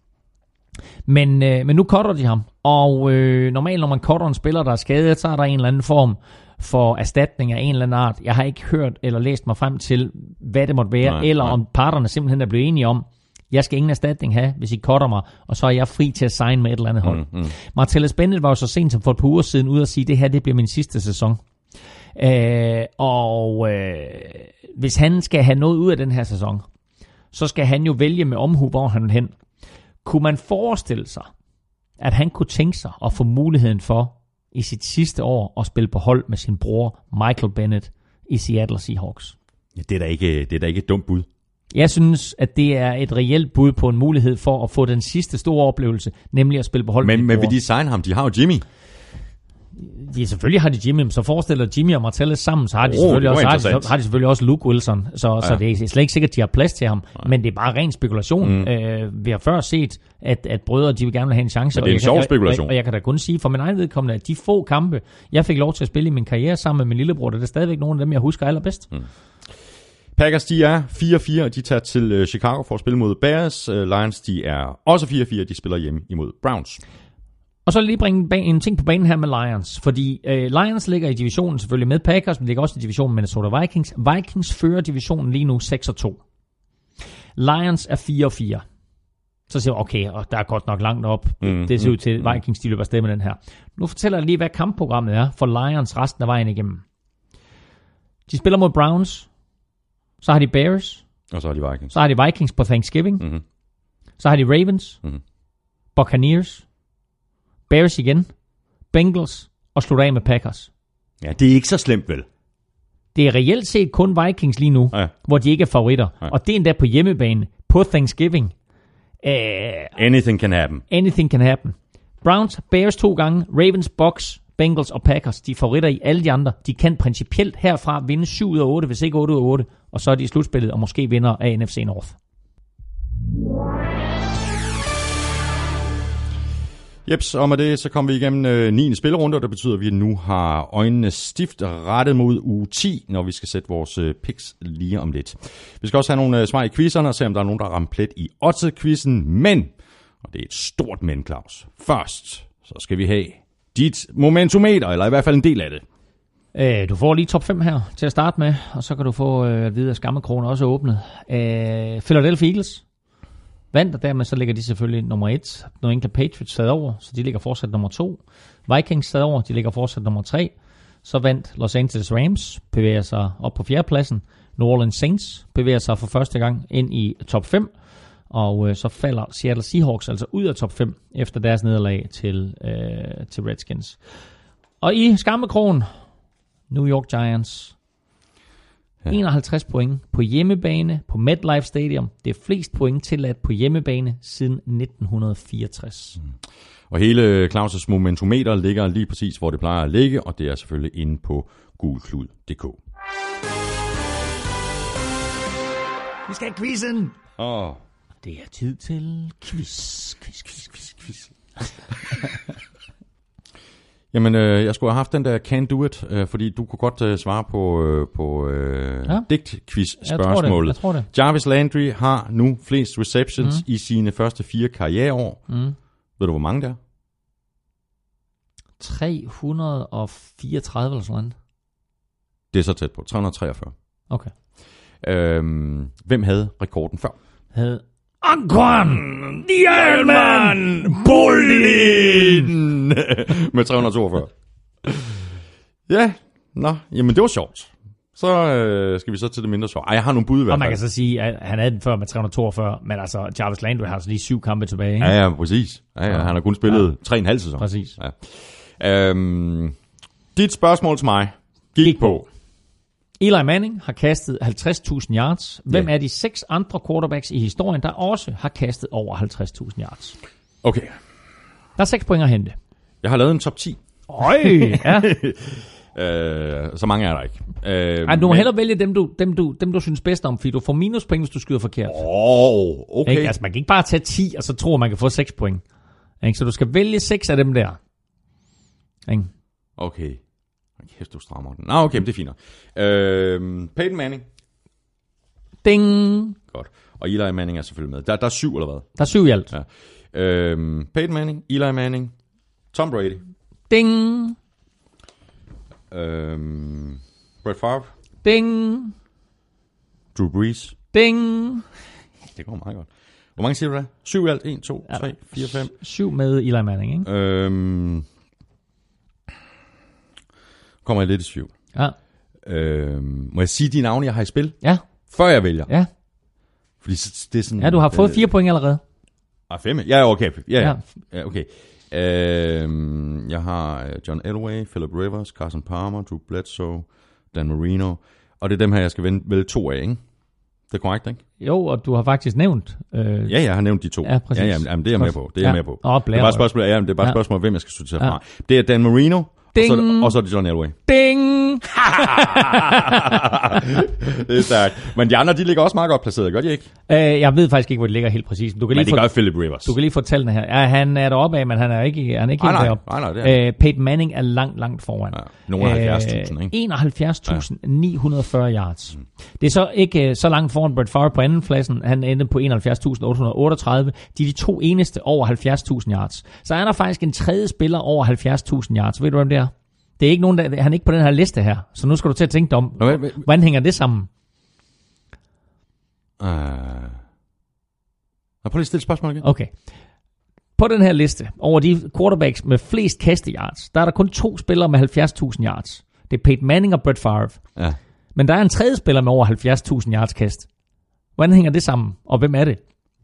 Men, øh, men nu cutter de ham, og øh, normalt når man cutter en spiller, der er skadet, så er der en eller anden form for erstatning af en eller anden art. Jeg har ikke hørt eller læst mig frem til, hvad det måtte være, nej, eller nej. Om parterne simpelthen er blevet enige om, jeg skal ingen erstatning have, hvis I cutter mig, og så er jeg fri til at signe med et eller andet hold. Mm, mm. Martellus Bennett var jo så sent som for et par uger siden ude at sige, det her det bliver min sidste sæson. Øh, og øh, hvis han skal have noget ud af den her sæson, så skal han jo vælge med omhu, hvor han vil hen. Kunne man forestille sig, at han kunne tænke sig at få muligheden for i sit sidste år at spille på hold med sin bror Michael Bennett i Seattle Seahawks? Ja, det er da ikke, det er da ikke et dumt bud. Jeg synes, at det er et reelt bud på en mulighed for at få den sidste store oplevelse, nemlig at spille på hold men, med sin Men bror. vil de signe ham? De har jo Jimmy. Ja, selvfølgelig har de Jimmy, så forestiller Jimmy og Martellus sammen, så har de, oh, selvfølgelig, også, har de, har de selvfølgelig også Luke Wilson, så, ja. så det er slet ikke sikkert, at de har plads til ham, ja. Men det er bare ren spekulation. Mm. Øh, vi har før set, at, at brødre, de vil gerne have en chance. Men det er en sjov spekulation. Og, og jeg kan da kun sige, for min egen vedkommende, at de få kampe, jeg fik lov til at spille i min karriere sammen med min lillebror, det er stadigvæk nogle af dem, jeg husker allerbedst. Mm. Packers, de er fire fire, og de tager til Chicago for at spille mod Bears. Lions, de er også fire fire, de spiller hjemme imod Browns. Og så lige bringe en ting på banen her med Lions, fordi øh, Lions ligger i divisionen selvfølgelig med Packers, men ligger også i divisionen med Minnesota Vikings. Vikings fører divisionen lige nu seks og to. Lions er fire og fire. Så siger jeg, okay, og der er godt nok langt op. Mm, det ser ud til, at Vikings de løber afsted med den her. Nu fortæller jeg lige, hvad kampprogrammet er for Lions resten af vejen igennem. De spiller mod Browns, så har de Bears, Og så har de Vikings. Så har de Vikings på Thanksgiving. Mm-hmm. Så har de Ravens. Mm-hmm. Buccaneers. Bears igen. Bengals. Og slutter af med Packers. Ja, det er ikke så slemt, vel? Det er reelt set kun Vikings lige nu, ja. Hvor de ikke er favoritter. Ja. Og det er endda på hjemmebane på Thanksgiving. Uh, anything can happen. Anything can happen. Browns, Bears to gange, Ravens, Bucks, Bengals og Packers. De er favoritter i alle de andre. De kan principielt herfra vinde syv ud af otte, hvis ikke otte ud af otte. Og så er de i slutspillet og måske vinder af N F C North. Jeps, og med det så kommer vi igennem øh, niende spillerunde, og det betyder, at vi nu har øjnene stift rettet mod uge ti, når vi skal sætte vores øh, picks lige om lidt. Vi skal også have nogle øh, svar i quizzerne og se, om der er nogen, der har ramt plet i oddset-quizzen, men, og det er et stort men, Claus, først så skal vi have dit momentometer, eller i hvert fald en del af det. Øh, du får lige top fem her til at starte med, og så kan du få øh, at vide, at skammekronen også er åbnet. Øh, Philadelphia Eagles vandt, og dermed så ligger de selvfølgelig nummer et. New England Patriots sad over, så de ligger fortsat nummer to. Vikings sad over, de ligger fortsat nummer tre. Så vandt Los Angeles Rams, bevæger sig op på fjerdepladsen. New Orleans Saints bevæger sig for første gang ind i top fem. Og øh, så falder Seattle Seahawks altså ud af top fem efter deres nederlag til, øh, til Redskins. Og i skammekrogen, New York Giants. Ja. enoghalvtreds point på hjemmebane på MetLife Stadium. Det er flest point tilladt på hjemmebane siden nitten fireogtres. Mm. Og hele Claus' momentometer ligger lige præcis, hvor det plejer at ligge, og det er selvfølgelig inde på gulklud punktum d k. Vi skal have quizzen! Åh. Oh. Det er tid til quiz, quiz, quiz, quiz, quiz. Jamen, øh, jeg skulle have haft den der can do it, øh, fordi du kunne godt øh, svare på, øh, på øh, ja. digt-quiz-spørgsmålet. Jeg tror det, jeg tror det. Jarvis Landry har nu flest receptions mm. i sine første fire karriereår. Mm. Ved du, hvor mange der er? tre hundrede fireogtredive eller sådan noget. Det er så tæt på. tre hundrede treogfyrre. Okay. Øhm, hvem havde rekorden før? Havde Anquan, the Iron Man, Bolin med tre hundrede toogfyrre. Ja, nå, jamen det var sjovt. Så øh, skal vi så til det mindre sjovt. Ej, jeg har nogle bud i hvert fald. Og man kan så sige, at han havde den før med tre hundrede toogfyrre, men altså Jarvis Landry har så lige syv kampe tilbage. Ikke? Ja, ja, præcis. Ja, ja, han har kun spillet ja. tre og en halv sæson. Præcis. Ja. Øhm, dit spørgsmål til mig gik, gik på. Eli Manning har kastet halvtreds tusind yards. Hvem yeah. er de seks andre quarterbacks i historien, der også har kastet over halvtreds tusind yards? Okay. Der er seks point at hente. Jeg har lavet en top ti. Øj, ja. øh, så mange er der ikke. Øh, Ej, du må men... hellere vælge dem du, dem, du, dem, du synes bedst om, fordi du får minuspoint, hvis du skyder forkert. Åh, oh, okay. Ikke? Altså, man kan ikke bare tage ti, og så tror man kan få seks point. Ikke? Så du skal vælge seks af dem der. Ikke? Okay. Kæft, du strammer den. Nå, okay, men det er fint. Øh, Peyton Manning. Ding. Godt. Og Eli Manning er selvfølgelig med. Der, der er syv, eller hvad? Der er syv i alt. Ja. Øh, Peyton Manning, Eli Manning, Tom Brady. Ding. Øh, Brett Favre. Ding. Drew Brees. Ding. Det går meget godt. Hvor mange siger du der? Syv i alt. en, to, tre, fire, fem. Syv med Eli Manning, ikke? Øh, kommer jeg lidt i tvivl. Ja. Øhm, må jeg sige de navne, jeg har i spil? Ja. Før jeg vælger? Ja. Fordi det er sådan... Ja, du har fået øh, fire point allerede. Ah, fem? Ja, okay. Ja, ja. ja. ja okay. Øhm, jeg har John Elway, Philip Rivers, Carson Palmer, Drew Bledsoe, Dan Marino. Og det er dem her, jeg skal vælge, vælge to af, ikke? Det er korrekt, ikke? Jo, og du har faktisk nævnt... Øh... Ja, jeg har nævnt de to. Ja, præcis. Ja, jamen, jamen, det er jeg med på. Det er ja. jeg med på. Oh, det er bare et spørgsmål, ja, det er bare et spørgsmål, ja. hvem jeg skal sortere ja. fra. Det er Dan Marino, og så, og så er det John Elway. Ding! Det er stærkt. Men de andre, de ligger også meget godt placeret, gør de ikke? Øh, jeg ved faktisk ikke, hvor de ligger helt præcis. Du kan men lige det få, gør Philip Rivers. Du kan lige få tallene her. Ja, han er deroppe af, men han er ikke, han er ikke nej, helt nej, deroppe. Nej, nej, det er. Øh, Peyton Manning er langt, langt foran. Ja, nogle halvfjerds tusind, ikke? enoghalvfjerds tusind ni hundrede og fyrre yards. Mm. Det er så ikke uh, så langt foran Brett Favre på anden pladsen. Han endte på enoghalvfjerds tusind otte hundrede og otteogtredive. De er de to eneste over halvfjerds tusind yards. Så er der faktisk en tredje spiller over halvfjerds tusind yards. Ved du, hvem det er? Det er ikke nogen, der, han er ikke på den her liste her. Så nu skal du til at tænke dig om, okay, men, hvordan hænger det sammen? Uh... Prøv lige at stille spørgsmål igen. Okay. På den her liste, over de quarterbacks med flest kasteyards, der er der kun to spillere med halvfjerds tusind yards. Det er Peyton Manning og Brett Favre. Ja. Men der er en tredje spiller med over halvfjerds tusind yards kast. Hvordan hænger det sammen? Og hvem er det?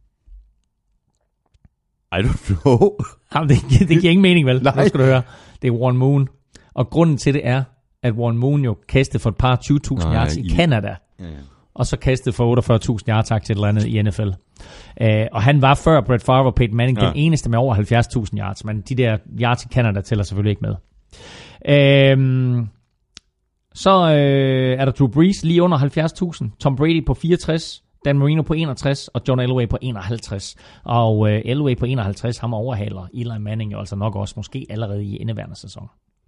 I don't know. Jamen, det, det giver ingen mening, vel? Nej. Nu skal du høre. Det er Warren Moon. Og grunden til det er, at Warren Moon jo kastede for et par tyve tusind yards i, i Canada. Ja, ja. Og så kastede for otteogfyrre tusind yards til et eller andet i N F L. Uh, og han var før Brett Favre og Peyton Manning ja. den eneste med over halvfjerds tusind yards. Men de der yards i Canada tæller selvfølgelig ikke med. Uh, så uh, er der Drew Brees lige under halvfjerds tusind. Tom Brady på fireogtres. Dan Marino på enogtres. Og John Elway på enoghalvtreds. Og uh, Elway på enoghalvtreds, ham overhaler Eli Manning jo altså nok også måske allerede i indeværende sæson.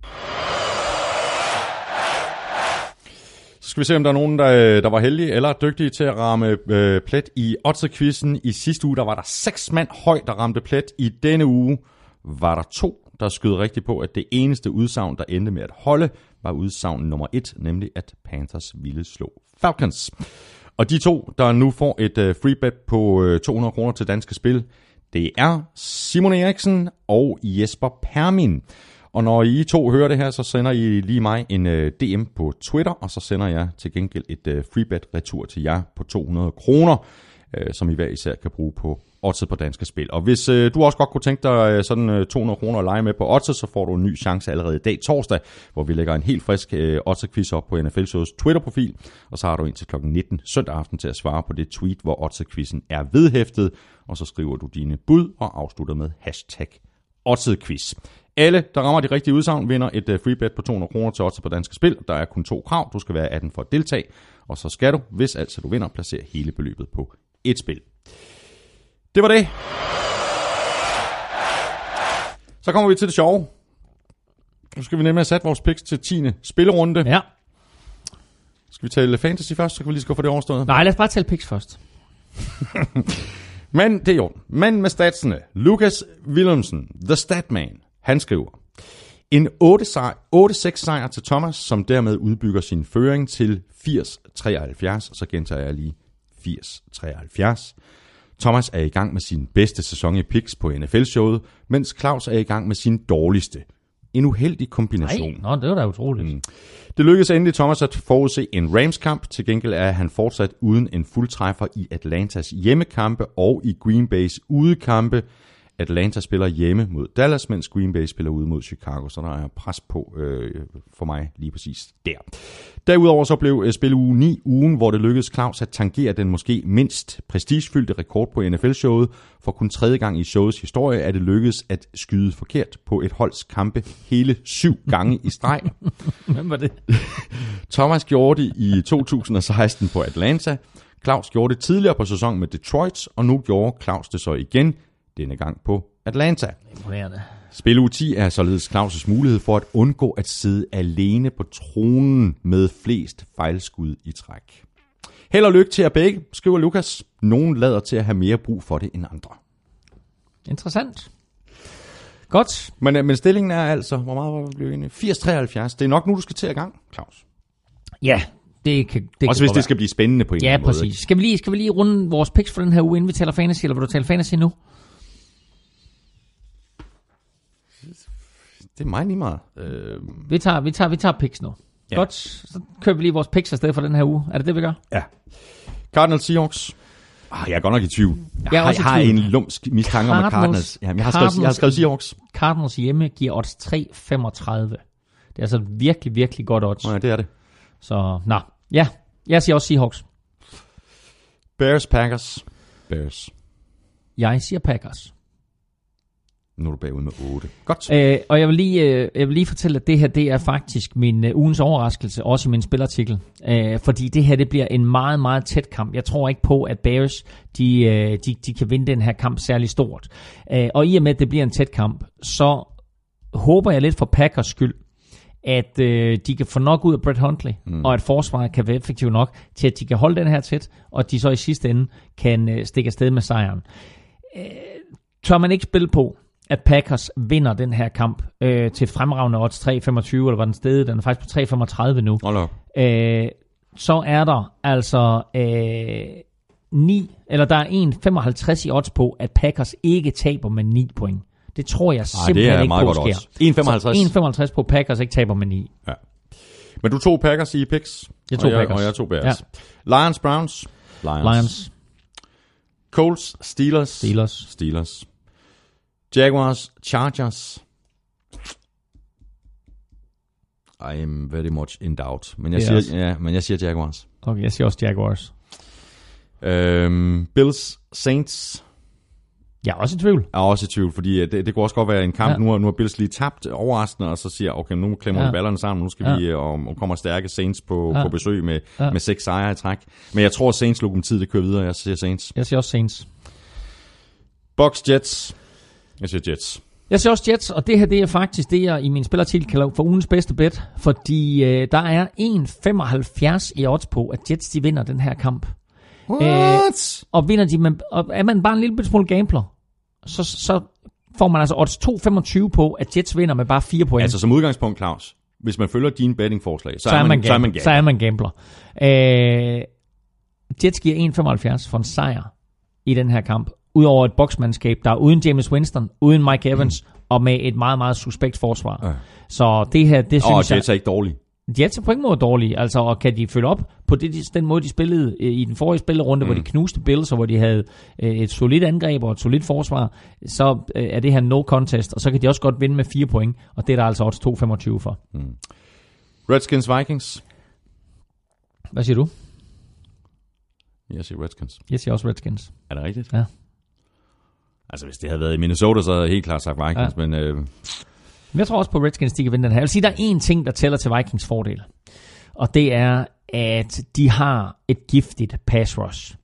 Så skal vi se, om der er nogen, der, der var heldige eller dygtige til at ramme øh, plet i Odds-quizzen. I sidste uge, der var der seks mand højt, der ramte plet. I denne uge var der to, der skød rigtigt på, at det eneste udsagn, der endte med at holde, var udsagn nummer et, nemlig at Panthers ville slå Falcons. Og de to, der nu får et øh, free bet på øh, to hundrede kroner til Danske Spil, det er Simon Eriksen og Jesper Permin. Og når I to hører det her, så sender I lige mig en uh, D M på Twitter, og så sender jeg til gengæld et uh, freebet retur til jer på to hundrede kroner, uh, som I hver især kan bruge på Oddset på Danske Spil. Og hvis uh, du også godt kunne tænke dig uh, sådan uh, to hundrede kroner at lege med på Oddset, så får du en ny chance allerede i dag torsdag, hvor vi lægger en helt frisk uh, Oddset-quiz op på N F L Shows Twitter-profil, og så har du indtil klokken nitten søndag aften til at svare på det tweet, hvor Oddset-quizzen er vedhæftet, og så skriver du dine bud og afslutter med hashtag Oddset-quiz. Alle, der rammer de rigtige udsagn, vinder et uh, free bet på to hundrede kroner til Oddset på Danske Spil. Der er kun to krav. Du skal være atten for at deltage, og så skal du, hvis altså du vinder, placere hele beløbet på et spil. Det var det. Så kommer vi til det sjove. Nu skal vi nemlig have sat vores picks til tiende spillerunde. Ja. Skal vi tale fantasy først, så kan vi lige gå for det overstået? Nej, lad os bare tale picks først. Men det er jo. Men med statsene. Lucas Willemsen, The Statman, han skriver: en otte seks sejr til Thomas, som dermed udbygger sin føring til firs treoghalvfjerds. Så gentager jeg lige firs treoghalvfjerds. Thomas er i gang med sin bedste sæson i picks på N F L-showet, mens Claus er i gang med sin dårligste. En uheldig kombination. Nej, nå, det var da utroligt. Mm. Det lykkedes endelig Thomas at forudse en Rams-kamp. Til gengæld er han fortsat uden en fuldtræffer i Atlantas hjemmekampe og i Green Bays udekampe. Atlanta spiller hjemme mod Dallas, mens Green Bay spiller ude mod Chicago, så der er pres på øh, for mig lige præcis der. Derudover så blev øh, spil uge ni ugen, hvor det lykkedes Claus at tangere den måske mindst prestigefyldte rekord på N F L-showet. For kun tredje gang i showets historie er det lykkedes at skyde forkert på et holds kampe hele syv gange i streg. Hvem var det? Thomas gjorde det i to tusind og seksten på Atlanta. Claus gjorde det tidligere på sæsonen med Detroit, og nu gjorde Claus det så igen, denne gang på Atlanta. Imponerende. Spil uge ti er således Claus' mulighed for at undgå at sidde alene på tronen med flest fejlskud i træk. Held og lykke til jer begge, skriver Lukas. Nogen lader til at have mere brug for det end andre. Interessant. Godt. Men, men stillingen er altså, hvor meget var vi blevet enige? firs treoghalvfjerds. Det er nok nu, du skal til at gang, Claus. Ja, det kan det også kan hvis det skal blive spændende på en ja, eller anden måde. Ja, præcis. Skal vi, lige, skal vi lige runde vores picks for den her uge, inden vi taler fantasy, eller vil du tale fantasy nu? Det er mig lige meget. Øh... Vi, tager, vi, tager, vi tager picks nu. Ja. Godt, så kører vi lige vores picks afsted for den her uge. Er det det, vi gør? Ja. Cardinals Seahawks. Ah, jeg er godt nok i tvivl. Jeg, jeg har, jeg har en lumsk mistanke om, at Cardinals... Jamen, jeg, har skrevet, jeg har skrevet Seahawks. Cardinals hjemme giver odds tre femogtredive. Det er altså virkelig, virkelig godt odds. Nej, det er det. Så, nå. Ja, jeg siger også Seahawks. Bears, Packers. Bears. Jeg siger Packers. Nu er du bagud med otte. Godt. Øh, og jeg vil, lige, øh, jeg vil lige fortælle, at det her det er faktisk min øh, ugens overraskelse, også i min spilartikel. Øh, fordi det her det bliver en meget, meget tæt kamp. Jeg tror ikke på, at Bears de, øh, de, de kan vinde den her kamp særlig stort. Øh, og i og med, at det bliver en tæt kamp, så håber jeg lidt for Packers skyld, at øh, de kan få nok ud af Brett Hundley, mm. og at forsvaret kan være effektivt nok til, at de kan holde den her tæt, og at de så i sidste ende kan øh, stikke afsted med sejren. Øh, tør man ikke spille på, at Packers vinder den her kamp øh, til fremragende odds tre femogtyve, eller var den sted? Den er faktisk på tre femogtredive nu. Øh, så er der altså øh, ni, eller der er en femoghalvtreds i odds på, at Packers ikke taber med ni point. Det tror jeg simpelthen Ej, ikke på sker. en femoghalvtreds. en femoghalvtreds på Packers ikke taber med ni. Ja. Men du tog Packers i picks? Jeg tog og Packers. Jeg, og jeg tog Bears. Ja. Lions, Browns? Lions. Lions. Colts, Steelers. Steelers. Steelers. Jaguars, Chargers. I am very much in doubt. Men jeg, Yes. siger, ja, men jeg siger Jaguars. Okay, jeg siger også Jaguars. Øhm, Bills, Saints. Jeg er også i tvivl. Jeg er også i tvivl, fordi det, det kunne også godt være en kamp. Ja. Nu har, nu har Bills lige tabt overraskende, og så siger okay, nu klemmer vi Ja. ballerne sammen. Nu skal Ja. vi, og, og kommer stærke Saints på, Ja. på besøg med, Ja. med seks sejre i træk. Men jeg tror, at Saints lokomotiv, det kører videre. Jeg siger Saints. Jeg siger også Saints. Bucks, Jets. Jeg siger Jets. Jeg siger også Jets, og det her det er faktisk det, jeg i min spillertitel kalder for ugens bedste bet, fordi øh, der er en komma femoghalvfjerds i odds på, at Jets de vinder den her kamp. What? Øh, og vinder de, med, og er man bare en lille smule gambler, så, så får man altså odds to komma femogtyve på, at Jets vinder med bare fire point. Altså som udgangspunkt, Claus, hvis man følger dine bettingforslag, så, så, er man, man, så er man gambler. Så er man gambler. Øh, Jets giver en komma femoghalvfjerds for en sejr i den her kamp. Udover et boksmandskab, der er uden James Winston, uden Mike Evans, mm. og med et meget, meget suspekt forsvar. Ja. Så det her, det synes og jeg... Jets er ikke dårlige. Jets er på ingen måde dårlige, altså, og kan de følge op på det, den måde, de spillede øh, i den forrige spillerunde, mm. hvor de knuste Bills, og hvor de havde øh, et solidt angreb og et solidt forsvar, så øh, er det her no contest, og så kan de også godt vinde med fire point, og det er der altså også to komma femogtyve for. Mm. Redskins, Vikings. Hvad siger du? Jeg siger Redskins. Jeg siger også Redskins. Er det rigtigt? Ja. Altså, hvis det havde været i Minnesota, så havde jeg helt klart sagt Vikings, ja. men... Øh... Men jeg tror også på, at Redskins de kan vinde den her. Jeg vil sige, der er én ting, der tæller til Vikings fordel. Og det er, at de har et giftigt pass rush.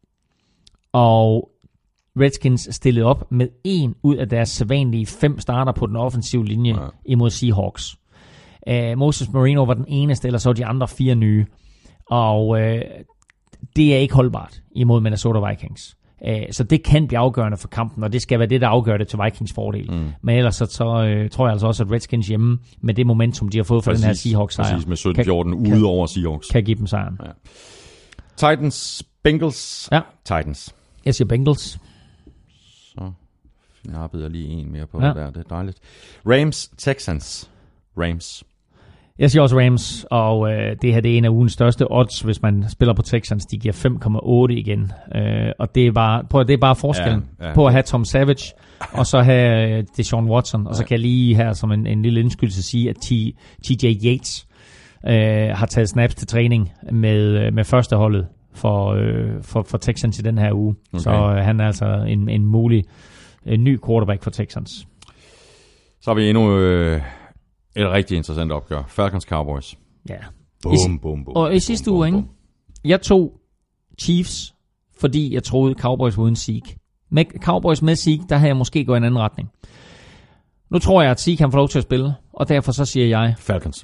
Og Redskins stillede op med en ud af deres sædvanlige fem starter på den offensive linje ja. imod Seahawks. Uh, Moses Marino var den eneste, eller så de andre fire nye. Og uh, det er ikke holdbart imod Minnesota Vikings. Så det kan blive afgørende for kampen, og det skal være det, der afgør det til Vikings fordel. Mm. Men ellers så, så øh, tror jeg altså også, at Redskins hjemme, med det momentum, de har fået fra den her Seahawks-sejr, præcis, med sytten fjorten ude over Seahawks, kan give dem sejren. Ja. Titans, Bengals, ja. Titans. Jeg siger Bengals. Så nappede jeg lige en mere på ja. det der, det er dejligt. Rams, Texans, Rams. Jeg siger også Rams, og øh, det her det er en af ugens største odds, hvis man spiller på Texans. De giver fem komma otte igen, øh, og det er bare, prøv, det er bare forskellen ja, ja. på at have Tom Savage, og så have Deshaun Watson, og så kan jeg lige her som en, en lille indskydelse sige, at T J Yates øh, har taget snaps til træning med, med førsteholdet for, øh, for, for Texans i den her uge. Okay. Så øh, han er altså en, en mulig en ny quarterback for Texans. Så har vi endnu... Øh Et rigtig interessant opgør. Falcons Cowboys. Ja. Bum, bum, bum. Og i sidste uge, ikke? Jeg tog Chiefs, fordi jeg troede Cowboys uden Zeke. Med Cowboys med Zeke, der har jeg måske gået i en anden retning. Nu tror jeg, at Zeke kan få lov til at spille, og derfor så siger jeg... Falcons.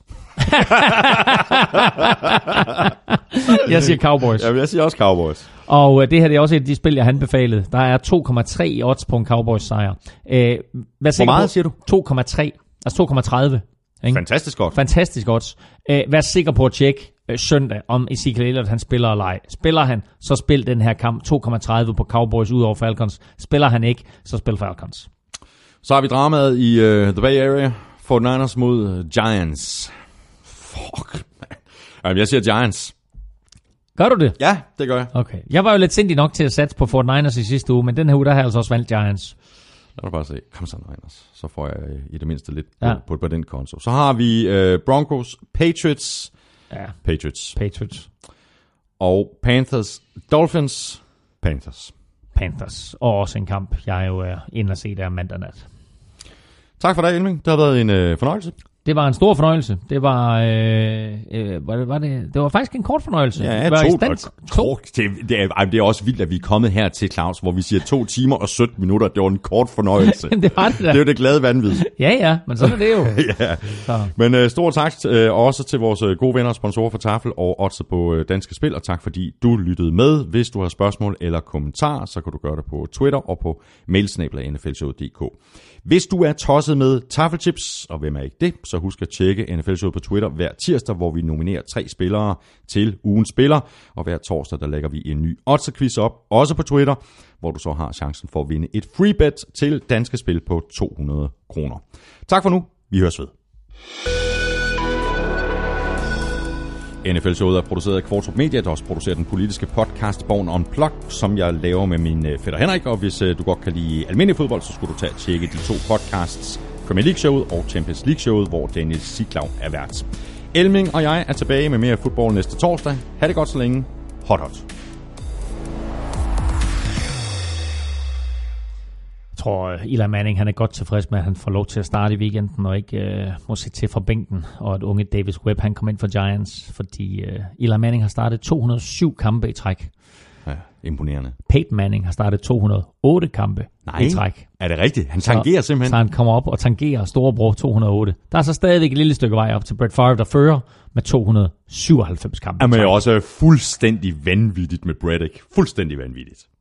Jeg siger Cowboys. Ja, jeg siger også Cowboys. Og øh, det her det er også et af de spil, jeg har anbefalet. Der er to komma tre i odds på en Cowboys sejr. Øh, Hvor meget på? Siger du? to komma tre. Altså to komma tredive. Ikke? Fantastisk godt. Fantastisk godt. Øh, vær sikker på at tjekke øh, søndag, om Ezekiel Elliott han spiller eller ej. Spiller han, så spil den her kamp to komma tredive på Cowboys ud over Falcons. Spiller han ikke, så spil Falcons. Så har vi dramaet i uh, The Bay Area. forty-niners mod Giants. Fuck, man. Jeg siger Giants. Gør du det? Ja, det gør jeg. Okay. Jeg var jo lidt sindig nok til at satse på forty-niners i sidste uge, men den her uge, der har jeg altså også valgt Giants. Lad os bare se. Kom så, Niners. Så får jeg i det mindste lidt ja. på, på, på den konto. Så har vi uh, Broncos, Patriots. Ja. Patriots. Patriots. Og Panthers, Dolphins, Panthers. Panthers. Og også en kamp, jeg jo er inde og se der mandag nat. Tak for det, Elming. Det har været en øh, fornøjelse. Det var en stor fornøjelse. Det var, øh, øh, var, det, var det, det var faktisk en kort fornøjelse. Ja, to, stand, to. Det, det, er, det er også vildt, at vi er kommet her til, Claus, hvor vi siger to timer og sytten minutter. Det var en kort fornøjelse. det var det da. Det er jo det glade vanvid. Ja, ja, men sådan er det jo. ja. Men øh, stor tak øh, også til vores øh, gode venner og sponsorer for Tafel og også på øh, Danske Spil. Og tak fordi du lyttede med. Hvis du har spørgsmål eller kommentarer, så kan du gøre det på Twitter og på mailsnabel-a n f l showet punktum d k. Hvis du er tosset med Tafelchips, og hvem er ikke det, så husk at tjekke N F L-showet på Twitter hver tirsdag, hvor vi nominerer tre spillere til ugens spiller. Og hver torsdag, der lægger vi en ny odds-quiz op, også på Twitter, hvor du så har chancen for at vinde et free bet til Danske Spil på to hundrede kroner. Tak for nu. Vi høres ved. N F L-showet er produceret af Kvartrup Media, der også producerer den politiske podcast Born Unplugged, som jeg laver med min fætter Henrik. Og hvis du godt kan lide almindelig fodbold, så skulle du tage og tjekke de to podcasts, Premier League-showet og Champions League-showet, hvor Daniel Siglau er vært. Elming og jeg er tilbage med mere fodbold næste torsdag. Ha' det godt så længe. Hot hot. Jeg tror, Eli Manning han er godt tilfreds med, at han får lov til at starte i weekenden, og ikke øh, må se til fra bænken, og at unge Davis Webb han kom ind for Giants, fordi øh, Eli Manning har startet to hundrede og syv kampe i træk. Ja, imponerende. Peyton Manning har startet to hundrede og otte kampe Nej, i træk. Er det rigtigt? Han tangerer så, simpelthen. Så han kommer op og tangerer storebror to hundrede og otte. Der er så stadigvæk et lille stykke vej op til Brett Favre, der fører med to hundrede og syvoghalvfems kampe. Jamen også fuldstændig vanvittigt med Brett, ikke? Fuldstændig vanvittigt.